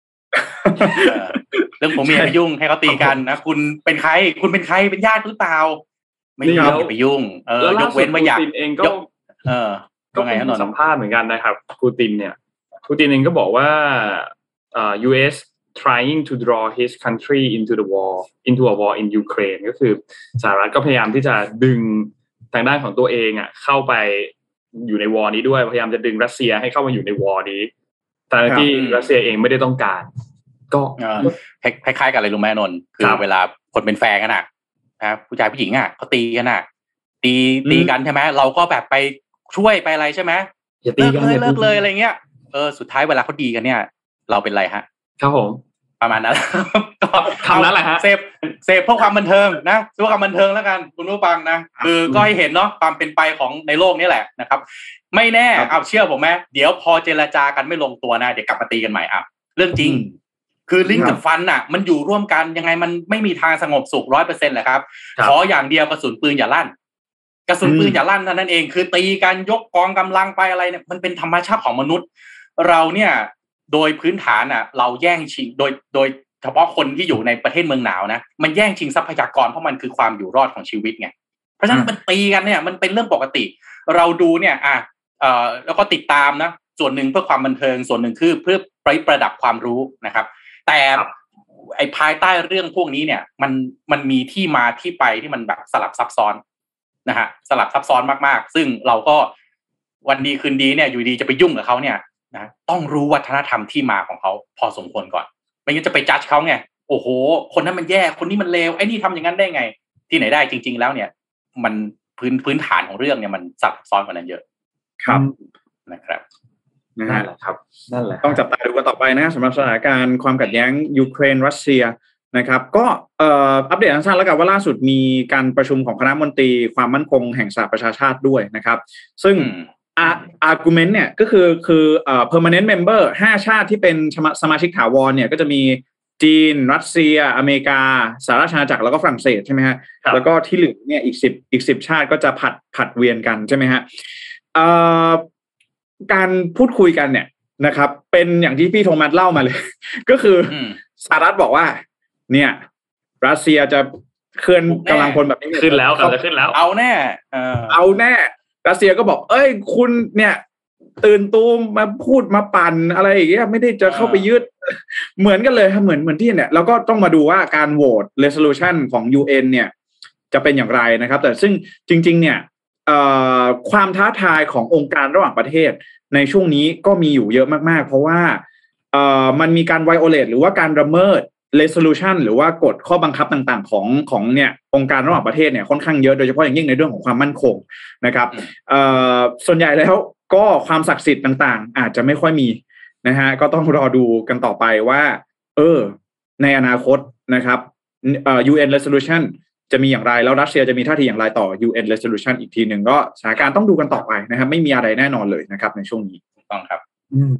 เรื่องผัวเมียอย่าไปยุ่งให้เขาตีกันนะคุณเป็นใครคุณเป็นใครเป็นญาติหรือเปล่าไม่ยุ่งอย่าไปยุ่งเออยกเว้นว่าอยากเองก็เออก็เป็นสัมภาษณ์เหมือนกันนะครับปูตินเนี่ยปูตินเองก็บอกว่าอ่า ยู เอสtrying to draw his country into the war into a war in Ukraine ก็คือสหรัฐก็พยายามที่จะดึงทางด้านของตัวเองอ่ะเข้าไปอยู่ในวอร์นี้ด้วยพยายามจะดึงรัสเซียให้เข้ามาอยู่ในวอร์นี้แต่ที่รัสเซียเองไม่ได้ต้องการก็คล้ายๆกันเลยลุงแม่นนท์คือเวลาคนเป็นแฟนกันน่ะนะผู้ชายผู้หญิงอ่ะเขาตีกันน่ะตีตีกันใช่ไหมเราก็แบบไปช่วยไปอะไรใช่ไหมเลิกเลยเลิกเลยอะไรเงี้ยเออสุดท้ายเวลาเขาดีกันเนี่ยเราเป็นไรฮะครับผมประมาณนั้นก็ทำนั้นแหละฮะเสพเสพเพื่อความบันเทิงนะเพื่อความบันเทิงแล้วกันคุณผู้ฟังนะคือก็ให้เห็นเนาะความเป็นไปของในโลกนี้แหละนะครับไม่แน่เอาเชื่อผมไหมเดี๋ยวพอเจรจากันไม่ลงตัวนะเดี๋ยวกลับมาตีกันใหม่อ่ะเรื่องจริงคือลิ้นกับฟันน่ะมันอยู่ร่วมกันยังไงมันไม่มีทางสงบสุขร้อยเปอร์เซ็นต์แหละครับขออย่างเดียวกระสุนปืนอย่าลั่นกระสุนปืนอย่าลั่นเท่านั้นเองคือตีกันยกกองกำลังไปอะไรเนี่ยมันเป็นธรรมชาติของมนุษย์เราเนี่ยโดยพื้นฐานอ่ะเราแย่งชิงโดยโดยเฉพาะคนที่อยู่ในประเทศเมืองหนาวนะมันแย่งชิงทรัพยากรเพราะมันคือความอยู่รอดของชีวิตไงเพราะฉะนั้นมันตีกันเนี่ยมันเป็นเรื่องปกติเราดูเนี่ยอ่ะเอ่อแล้วก็ติดตามนะส่วนหนึ่งเพื่อความบันเทิงส่วนหนึ่งคือเพื่อประดับความรู้นะครับแต่ไอ้ภายใต้เรื่องพวกนี้เนี่ยมันมันมีที่มาที่ไปที่มันแบบสลับซับซ้อนนะฮะสลับซับซ้อนมากๆซึ่งเราก็วันดีคืนดีเนี่ยอยู่ดีจะไปยุ่งกับเขาเนี่ยนะต้องรู้วัฒนธรรมที่มาของเขาพอสมควรก่อนไม่งั้นจะไปจัดเขาไงโอ้โหคนนั้นมันแย่คนนี้มันเลวไอ้นี่ทำอย่างนั้นได้ไงที่ไหนได้จริงๆแล้วเนี่ยมันพื้นพื้นฐานของเรื่องเนี่ยมันซับซ้อนกว่านั้นเยอะครับนะครับนั่นแหละครับนั่นแหละต้องจับตาดูกันต่อไปนะสำหรับสถานการณ์ความขัดแย้งยูเครนรัสเซียนะครับก็เอ่ออัปเดตสั้นๆแล้วกันว่าล่าสุดมีการประชุมของคณะมนตรีความมั่นคงแห่งสหประชาชาติด้วยนะครับซึ่งargument เนี่ยก็คือคือเอ่อ permanent member ห้าชาติที่เป็นสมาชิกถาวรเนี่ยก็จะมีจีนรัสเซียอเมริกาสหราชอาณาจักรแล้วก็ฝรั่งเศสใช่ไหมฮะแล้วก็ที่เหลือเนี่ยอีกสิบอีกสิบชาติก็จะผัดผัดเวียนกันใช่ไหมฮะเอ่อการพูดคุยกันเนี่ยนะครับเป็นอย่างที่พี่โทมัสเล่ามาเลย ก็คือสหรัฐบอกว่าเนี่ยรัสเซียจะเคลื่อนกำลังพลแบบนี้ขึ้นแล้วกำลังขึ้นแล้วเอาแน่เออเอาแน่รัสเซียก็บอกเอ้ยคุณเนี่ยตื่นตูมมาพูดมาปั่นอะไรอย่างเงี้ยไม่ได้จะเข้าไปยึดเหมือนกันเลยครับเหมือนเหมือนที่เนี่ยเราก็ต้องมาดูว่าการโหวต resolution ของ ยู เอ็น เนี่ยจะเป็นอย่างไรนะครับแต่ซึ่งจริงๆเนี่ยความท้าทายขององค์การระหว่างประเทศในช่วงนี้ก็มีอยู่เยอะมากๆเพราะว่ามันมีการ violate หรือว่าการละเมิด resolution หรือว่ากฎข้อบังคับต่างๆของของเนี่ยองค์การระหว่างประเทศเนี่ยค่อนข้างเยอะโดยเฉพาะอย่างยิ่งในเรื่องของความมั่นคงนะครับส่วนใหญ่แล้วก็ความศักดิ์สิทธิ์ต่างๆอาจจะไม่ค่อยมีนะฮะก็ต้องรอดูกันต่อไปว่าเออในอนาคตนะครับเอ่อ ยู เอ็น resolution จะมีอย่างไรแล้วรัสเซียจะมีท่าทีอย่างไรต่อ ยู เอ็น resolution อีกทีหนึ่งก็สถานการณ์ต้องดูกันต่อไปนะครับไม่มีอะไรแน่นอนเลยนะครับในช่วงนี้ถูกต้องครับอืม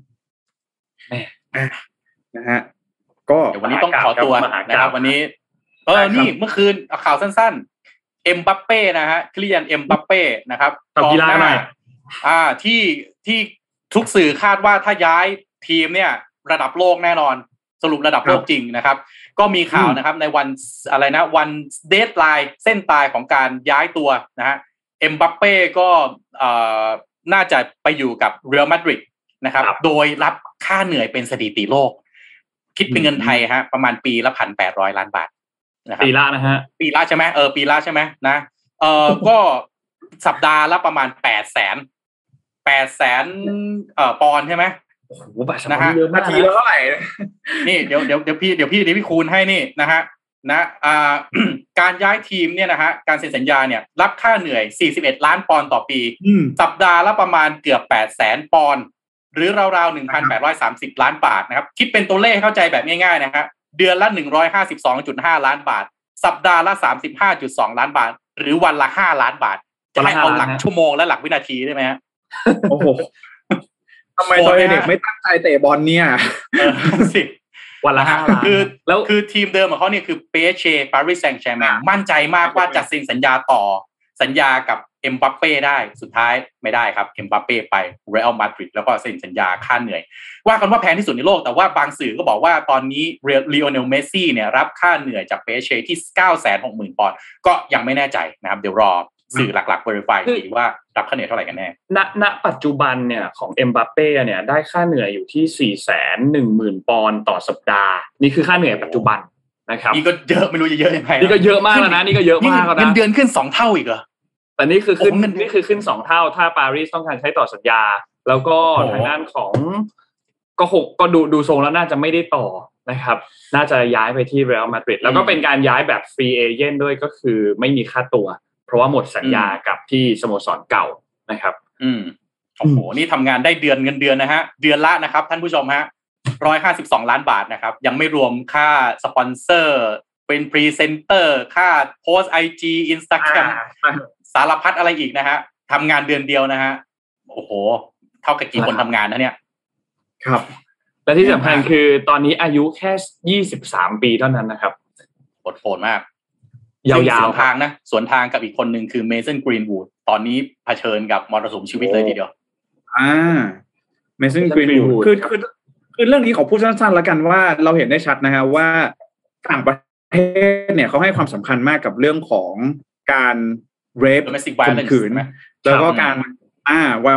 นะฮะก็เดี๋ยววันนี้ต้องขอตัวนะครับวันนี้เออนี่เมื่อคืนข่าวสั้นๆเอ็มบัปเป้นะฮะคิลิยันเอ็มบัปเป้นะครับกองหน้าอ่าที่ที่ทุกสื่อคาดว่าถ้าย้ายทีมเนี่ยระดับโลกแน่นอนสรุประดับโลกจริงนะครับก็มีข่าวนะครับในวันอะไรนะวันเดดไลน์เส้นตายของการย้ายตัวนะฮะเอ็มบัปเป้ก็เอ่อน่าจะไปอยู่กับเรอัลมาดริดนะครับโดยรับค่าเหนื่อยเป็นสถิติโลกคิดเป็นเงินไทยฮะประมาณปีละ หนึ่งพันแปดร้อย ล้านบาทนะครับปีละนะฮะปีละใช่ไหมเออปีละใช่ไหมนะเออก็สัปดาห์ละประมาณแปดแสนแปดแสนเอ่อปอนด์ใช่ไหมโอ้โหนะฮะนาทีละเท่าไหร่นี่เดี๋ยวเดี๋ยวเดี๋ยวพี่เดี๋ยวพี่เดี๋ยวพี่คูณให้นี่นะฮะนะอ่า การย้ายทีมเนี่ยนะฮะการเซ็นสัญญาเนี่ยรับค่าเหนื่อยสี่สิบเอ็ดล้านปอนด์ต่อปีสัปดาห์ละประมาณเกือบแปดแสนปอนด์หรือราวๆ หนึ่งพันแปดร้อยสามสิบ ล้านบาทนะครับคิดเป็นตัวเลขเข้าใจแบบง่ายๆนะฮะเดือนละ หนึ่งร้อยห้าสิบสองจุดห้า ล้านบาทสัปดาห์ละ สามสิบห้าจุดสอง ล้านบาทหรือวันละห้าล้านบาทจะให้เอาหลักชั่วโมงและหลักวินาทีได้ไหมฮะโอ้โหทำไมตอนเด็กไม่ตั้งใจเตะบอลเนี่ยสิวันละห้าล้านคือแล้วคือทีมเดิมของเขาเนี่ยคือ พี เอส จี Paris Saint-Germain มั่นใจมากว่าจะเซ็นสัญญาต่อสัญญากับเอ็มบัปเป้ได้สุดท้ายไม่ได้ครับเอ็มบัปเป้ไปเรอัลมาดริดแล้วก็เซ็นสัญญาค่าเหนื่อยว่ากันว่าแพงที่สุดในโลกแต่ว่าบางสื่อก็บอกว่าตอนนี้ลีโอเนลเมสซี่เนี่ยรับค่าเหนื่อยจาก พี เอส จี ที่ เก้าแสนหกหมื่น ปอนด์ก็ยังไม่แน่ใจนะครับเดี๋ยวรอสื่อหลักๆ verify อีกว่ารับค่าเหนื่อยเท่าไหร่กันแน่ณณปัจจุบันเนี่ยของเอ็มบัปเป้เนี่ยได้ค่าเหนื่อยอยู่ที่ สี่แสนหนึ่งหมื่น ปอนด์ต่อสัปดาห์นี่คือค่าเหนื่อยปัจจุบันนะครับนี่ก็เยอะไม่รู้จะเยอะยังไงนี่ก็เยอะมากแล้วนะนี่ก็เยอะมากแล้วนะเงินเดือนขึ้นสองเท่าอีกเหรอแต่นี่คือขึ้นนี่คือขึ้นสองเท่าถ้าปารีสต้องการใช้ต่อสัญญาแล้วก็ทางด้านของก็หกก็ดูดูทรงแล้วน่าจะไม่ได้ต่อนะครับน่าจะย้ายไปที่เรอัลมาดริดแล้วก็เป็นการย้ายแบบฟรีเอเจนต์ด้วยก็คือไม่มีค่าตัวเพราะว่าหมดสัญญากับที่สโมสรเก่านะครับอืมโอ้โหนี่ทำงานได้เดือนเงินเดือนนะฮะเดือนละนะครับท่านผู้ชมฮะหนึ่งร้อยห้าสิบสองล้านบาทนะครับยังไม่รวมค่าสปอนเซอร์เป็นพรีเซนเตอร์ค่าโพสต์ ไอ จี Instagram สารพัดอะไรอีกนะฮะทำงานเดือนเดียวนะฮะโอ้โหเท่ากับกี่คนทำงานนะเนี่ยครับและที่สำคัญคือตอนนี้อายุแค่ยี่สิบสามปีเท่านั้นนะครับโหดโหดมากยาวๆทางนะสวนทางกับอีกคนหนึ่งคือเมสันกรีนวูดตอนนี้เผชิญกับมรสุมชีวิตเลยทีเดียวอ่าเมสันกรีนวูดคือคือคือเรื่องนี้ขอพูดสั้นๆแล้วกันว่าเราเห็นได้ชัดนะฮะว่าต่างประเทศเนี่ยเขาให้ความสำคัญมากกับเรื่องของการเรปข่มขืนแล้วก็การอ่าว่า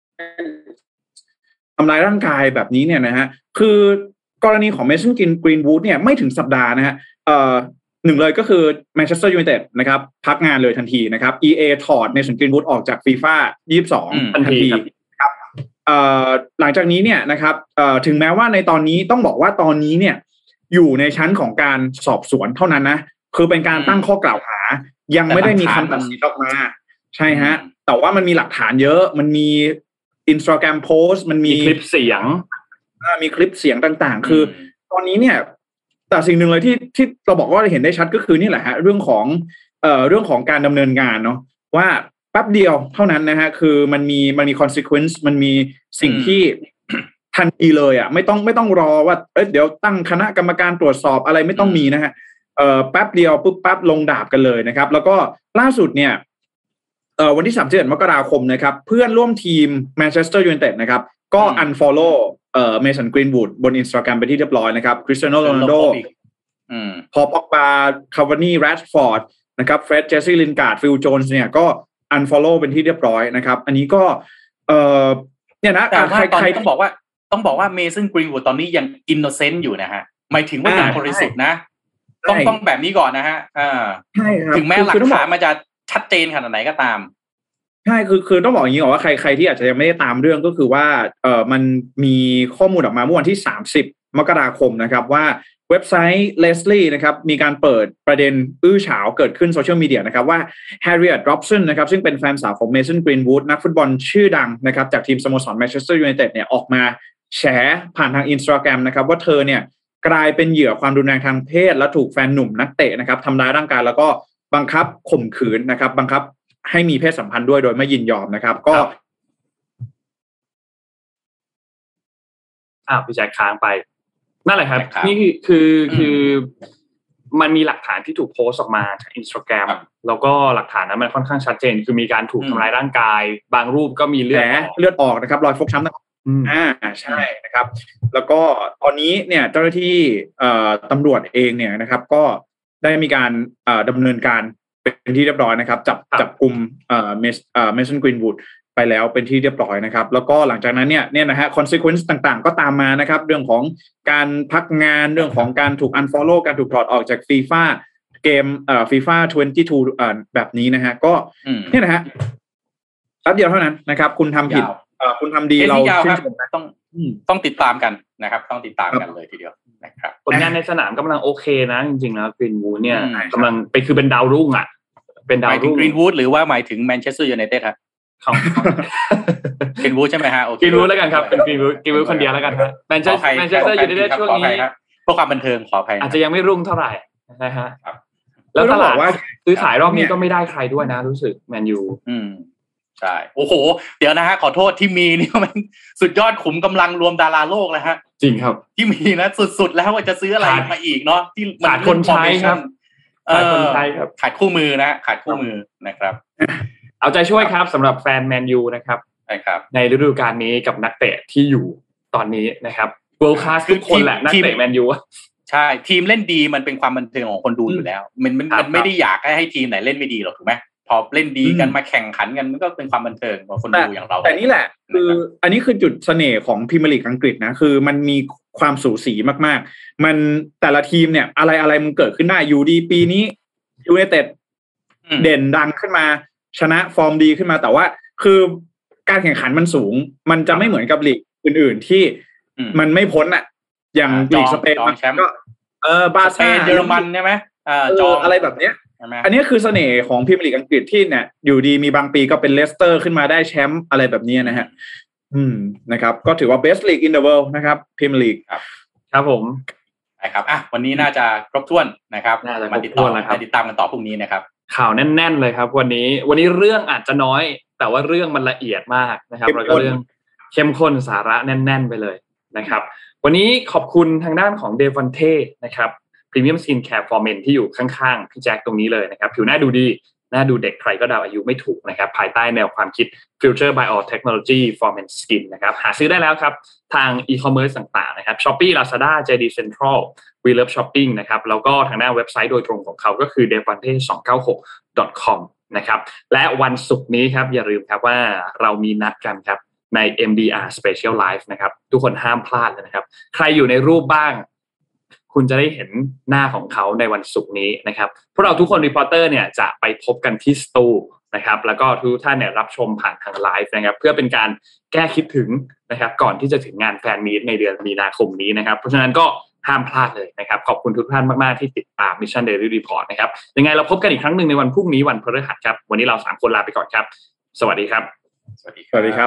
ทำร้ายร่างกายแบบนี้เนี่ยนะฮะคือกรณีของเมสันกรีนวูดเนี่ยไม่ถึงสัปดาห์นะฮะเอ่อหนึ่งเลยก็คือแมนเชสเตอร์ยูไนเต็ดนะครับพักงานเลยทันทีนะครับ อี เอ ถอดเมสันกรีนวูดออกจาก FIFA ยี่สิบสองทันทีครับเอ่อหลังจากนี้เนี่ยนะครับเอ่อถึงแม้ว่าในตอนนี้ต้องบอกว่าตอนนี้เนี่ยอยู่ในชั้นของการสอบสวนเท่านั้นนะคือเป็นการตั้งข้อกล่าวหายังไม่ได้มีคำตัดสินออกมาใช่ฮะแต่ว่ามันมีหลักฐานเยอะมันมี Instagram post มันมีคลิปเสียงมีคลิปเสียงต่างๆคือตอนนี้เนี่ยแต่สิ่งหนึ่งเลยที่ที่เราบอกว่าเห็นได้ชัดก็คือนี่แหละฮะเรื่องของเอ่อเรื่องของการดำเนินงานเนาะว่าแป๊บเดียวเท่านั้นนะฮะคือมันมีมันมี consequence มันมีสิ่งที่ทันทีเลยอ่ะไม่ต้องไม่ต้องรอว่าเอ้ยเดี๋ยวตั้งคณะกรรมการตรวจสอบอะไรไม่ต้องมีนะฮะเอ่อแป๊บเดียวปุ๊บปั๊บลงดาบกันเลยนะครับแล้วก็ล่าสุดเนี่ยเอ่อวันที่สามสิบเอ็ดมกราคมนะครับเพื่อนร่วมทีมแมนเชสเตอร์ยูไนเต็ดนะครับก็ unfollow เอ่อเมสันกรีนวูดบน Instagram ไปที่เรียบร้อยนะครับคริสเตียโนโรนัลโดพอปอกบาคาวานี่แรชฟอร์ดนะครับเฟร็ดเจสซี่ลินการ์ดฟิลโจนส์เนี่ยก็ unfollow เป็นที่เรียบร้อยนะครับอันนี้ก็เอ่อเนี่ยนะแต่ว่าตอนนี้ต้องบอกว่าต้องบอกว่าเมสันกรีนวูดตอนนี้ยังอินโนเซนต์อยู่นะฮะหมายถึงว่ายังบริสุทธิ์นะต้องต้องแบบนี้ก่อนนะฮะอ่าใช่ครับถึงแม้หลักฐานมันจะชัดเจนขนาดไหนก็ตามใช่คือคือต้องบอกอย่างนี้ก่อนว่าใครใครที่อาจจะยังไม่ได้ตามเรื่องก็คือว่าเอ่อมันมีข้อมูลออกมาเมื่อวันที่สามสิบมกราคมนะครับว่าเว็บไซต์ Leslie นะครับมีการเปิดประเด็นอื้อฉาวเกิดขึ้นโซเชียลมีเดียนะครับว่า Harriet Robson นะครับซึ่งเป็นแฟนสาวของ Mason Greenwood นักฟุตบอลชื่อดังนะครับจากทีมสโมสร Manchester United เนี่ยออกมาแฉผ่านทาง Instagram นะครับว่าเธอเนี่ยกลายเป็นเหยื่อความรุนแรงทางเพศและถูกแฟนหนุ่มนักเตะนะครับทำร้ายร่างกายแล้วก็บังคับข่มขืนนะครับบังคับให้มีเพศสัมพันธ์ด้วยโดยไม่ยินยอมนะครับก็อ้าวพี่แจ็คค้างไปนั่นแหละครับนี่คือคือคือมันมีหลักฐานที่ถูกโพสต์ออกมาจาก Instagram แล้วก็หลักฐานนั้นมันค่อนข้างชัดเจนคือมีการถูกทำร้ายร่างกายบางรูปก็มีเลือดเลือดออกนะครับรอยฟกช้ำนะอ่าใช่นะครับแล้วก็ตอนนี้เนี่ยเจ้าหน้าที่เอ่อตำรวจเองเนี่ยนะครับก็ได้มีการเอ่อดำเนินการเป็นที่เรียบร้อยนะครับจับจับกลุ่มเอ่อเมสเอ่อเมสันกรีนวูดไปแล้วเป็นที่เรียบร้อยนะครับแล้วก็หลังจากนั้นเนี่ยเนี่ยนะฮะ consequence ต่างๆก็ตามมานะครับเรื่องของการพักงานเรื่องของการถูก unfollow การถูกถอดออกจาก FIFA เกมเอ่อ FIFA ยี่สิบสองเอ่อแบบนี้นะฮะก็เนี่ยนะฮะแป๊บเดียวเท่านั้นนะครับคุณทำผิดเอ่อคุณทำดีเราชื่นชมนะต้องต้องติดตามกันนะครับต้องติดตามกันเลยทีเดียวนะครับผลงานในสนามกำลังโอเคนะจริงๆแล้วกรีนวูดเนี่ยกำลังไปคือเป็นดาวรุ่งอ่ะเป็นดาวรุ่งกรีนวูดหรือว่าหมายถึงแมนเชสเตอร์ยูไนเต็ดฮะของกรีนวูดใช่ไหมฮะโอเคกรีนวูดแล้วกันครับเป็นกรีนวูดกรีนวูดคนเดียวแล้วกันฮะแมนเชสเตอร์แมนเชสเตอร์ยูไนเต็ดช่วงนี้เพื่อความบันเทิงขออภัยอาจจะยังไม่รุ่งเท่าไหร่นะฮะแล้วตลาดซื้อขายรอบนี้ก็ไม่ได้ใครด้วยนะรู้สึกแมนยูอืมใช่โอ้โหเดี๋ยวนะฮะขอโทษที่มีนี่มันสุดยอดขุมกำลังรวมดาราโลกเลยฮะจริงครับที่มีนะสุดๆแล้วว่าจะซื้ออะไรมาอีกเนาะที่ขาดคนใช้ครับขาดคนใช้ครับขาดคู่มือนะขาดคู่มือนะครับเอาใจช่วยครับสำหรับแฟนแมนยูนะครับใช่ครับในฤดูกาลนี้กับนักเตะที่อยู่ตอนนี้นะครับ World Class ทุกคนแหละนักเตะแมนยูใช่ทีมเล่นดีมันเป็นความบันเทิงของคนดูอยู่แล้วมันมันไม่ได้อยากให้ทีมไหนเล่นไม่ดีหรอกถูกไหมพอเล่นดีกันมาแข่งขันกันมันก็เป็นความบันเทิงของคนดูอย่างเราแต่นี่แหละคืออันนี้คือจุดเสน่ห์ของพรีเมียร์ลีกอังกฤษนะคือมันมีความสูสีมากๆมันแต่ละทีมเนี่ยอะไรอะไรมันเกิดขึ้นได้อยู่ดีปีนี้ยูไนเต็ดเด่นดังขึ้นมาชนะฟอร์มดีขึ้นมาแต่ว่าคือการแข่งขันมันสูงมันจะไม่เหมือนกับลีกอื่นๆที่มันไม่พ้นอ่ะอย่างลีกสเปนก็เออบาร์ซ่าเยอรมันใช่ไหมอ่าจองอะไรแบบเนี้ยอันนี้คือเสน่ห์ของพรีเมียร์ลีกอังกฤษที่เนี่ยอยู่ดีมีบางปีก็เป็นเลสเตอร์ขึ้นมาได้แชมป์อะไรแบบนี้นะฮะอืมนะครับก็ถือว่า best league in the world นะครับพรีเมียร์ลีกครับครับผมนะครับอ่ะวันนี้น่าจะครบถ้วนนะครับมาติดต่อมาติดตามกันต่อพรุ่งนี้นะครับข่าวแน่นๆเลยครับวันนี้วันนี้เรื่องอาจจะน้อยแต่ว่าเรื่องมันละเอียดมากนะครับแล้วก็เรื่องเข้มข้นสาระแน่นๆไปเลยนะครับวันนี้ขอบคุณทางด้านของเดฟอนเท่นะครับพรีเมียมสกินแคร์ฟอร์เมนที่อยู่ข้างๆพี่แจ็คตรงนี้เลยนะครับผิวหน้าดูดีหน้าดูเด็กใครก็เดาอายุไม่ถูกนะครับภายใต้แนวความคิด Future by All Technology for Men Skin นะครับหาซื้อได้แล้วครับทางอีคอมเมิร์ซต่างๆนะครับ Shopee Lazada เจ ดี Central We Love Shopping นะครับแล้วก็ทางหน้าเว็บไซต์โดยตรงของเขาก็คือ เดฟอนเท่สองเก้าหก ดอท คอม นะครับและวันศุกร์นี้ครับอย่าลืมครับว่าเรามีนัดกันครับใน เอ็ม ดี อาร์ Special Live นะครับทุกคนห้ามพลาดเลยนะครับใครอยู่ในรูปบ้างคุณจะได้เห็นหน้าของเขาในวันศุกร์นี้นะครับพวกเราทุกคนรีพอร์เตอร์เนี่ยจะไปพบกันที่สตูนะครับแล้วก็ทุกท่านเนี่ยรับชมผ่านทางไลฟ์นะครับเพื่อเป็นการแก้คิดถึงนะครับก่อนที่จะถึงงานแฟนมีตในเดือนมีนาคมนี้นะครับเพราะฉะนั้นก็ห้ามพลาดเลยนะครับขอบคุณทุกท่านมากๆที่ติดตาม Mission Daily Report นะครับยังไงเราพบกันอีกครั้งนึงในวันพรุ่งนี้วันพฤหัสครับวันนี้เราสามคนลาไปก่อนครับสวัสดีครับสวัสดีสวัสดีครับ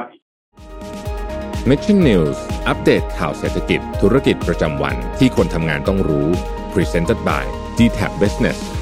Mission News อัปเดตข่าวเศรษฐกิจธุรกิจประจำวันที่คนทำงานต้องรู้ Presented by ดี แท็บ Business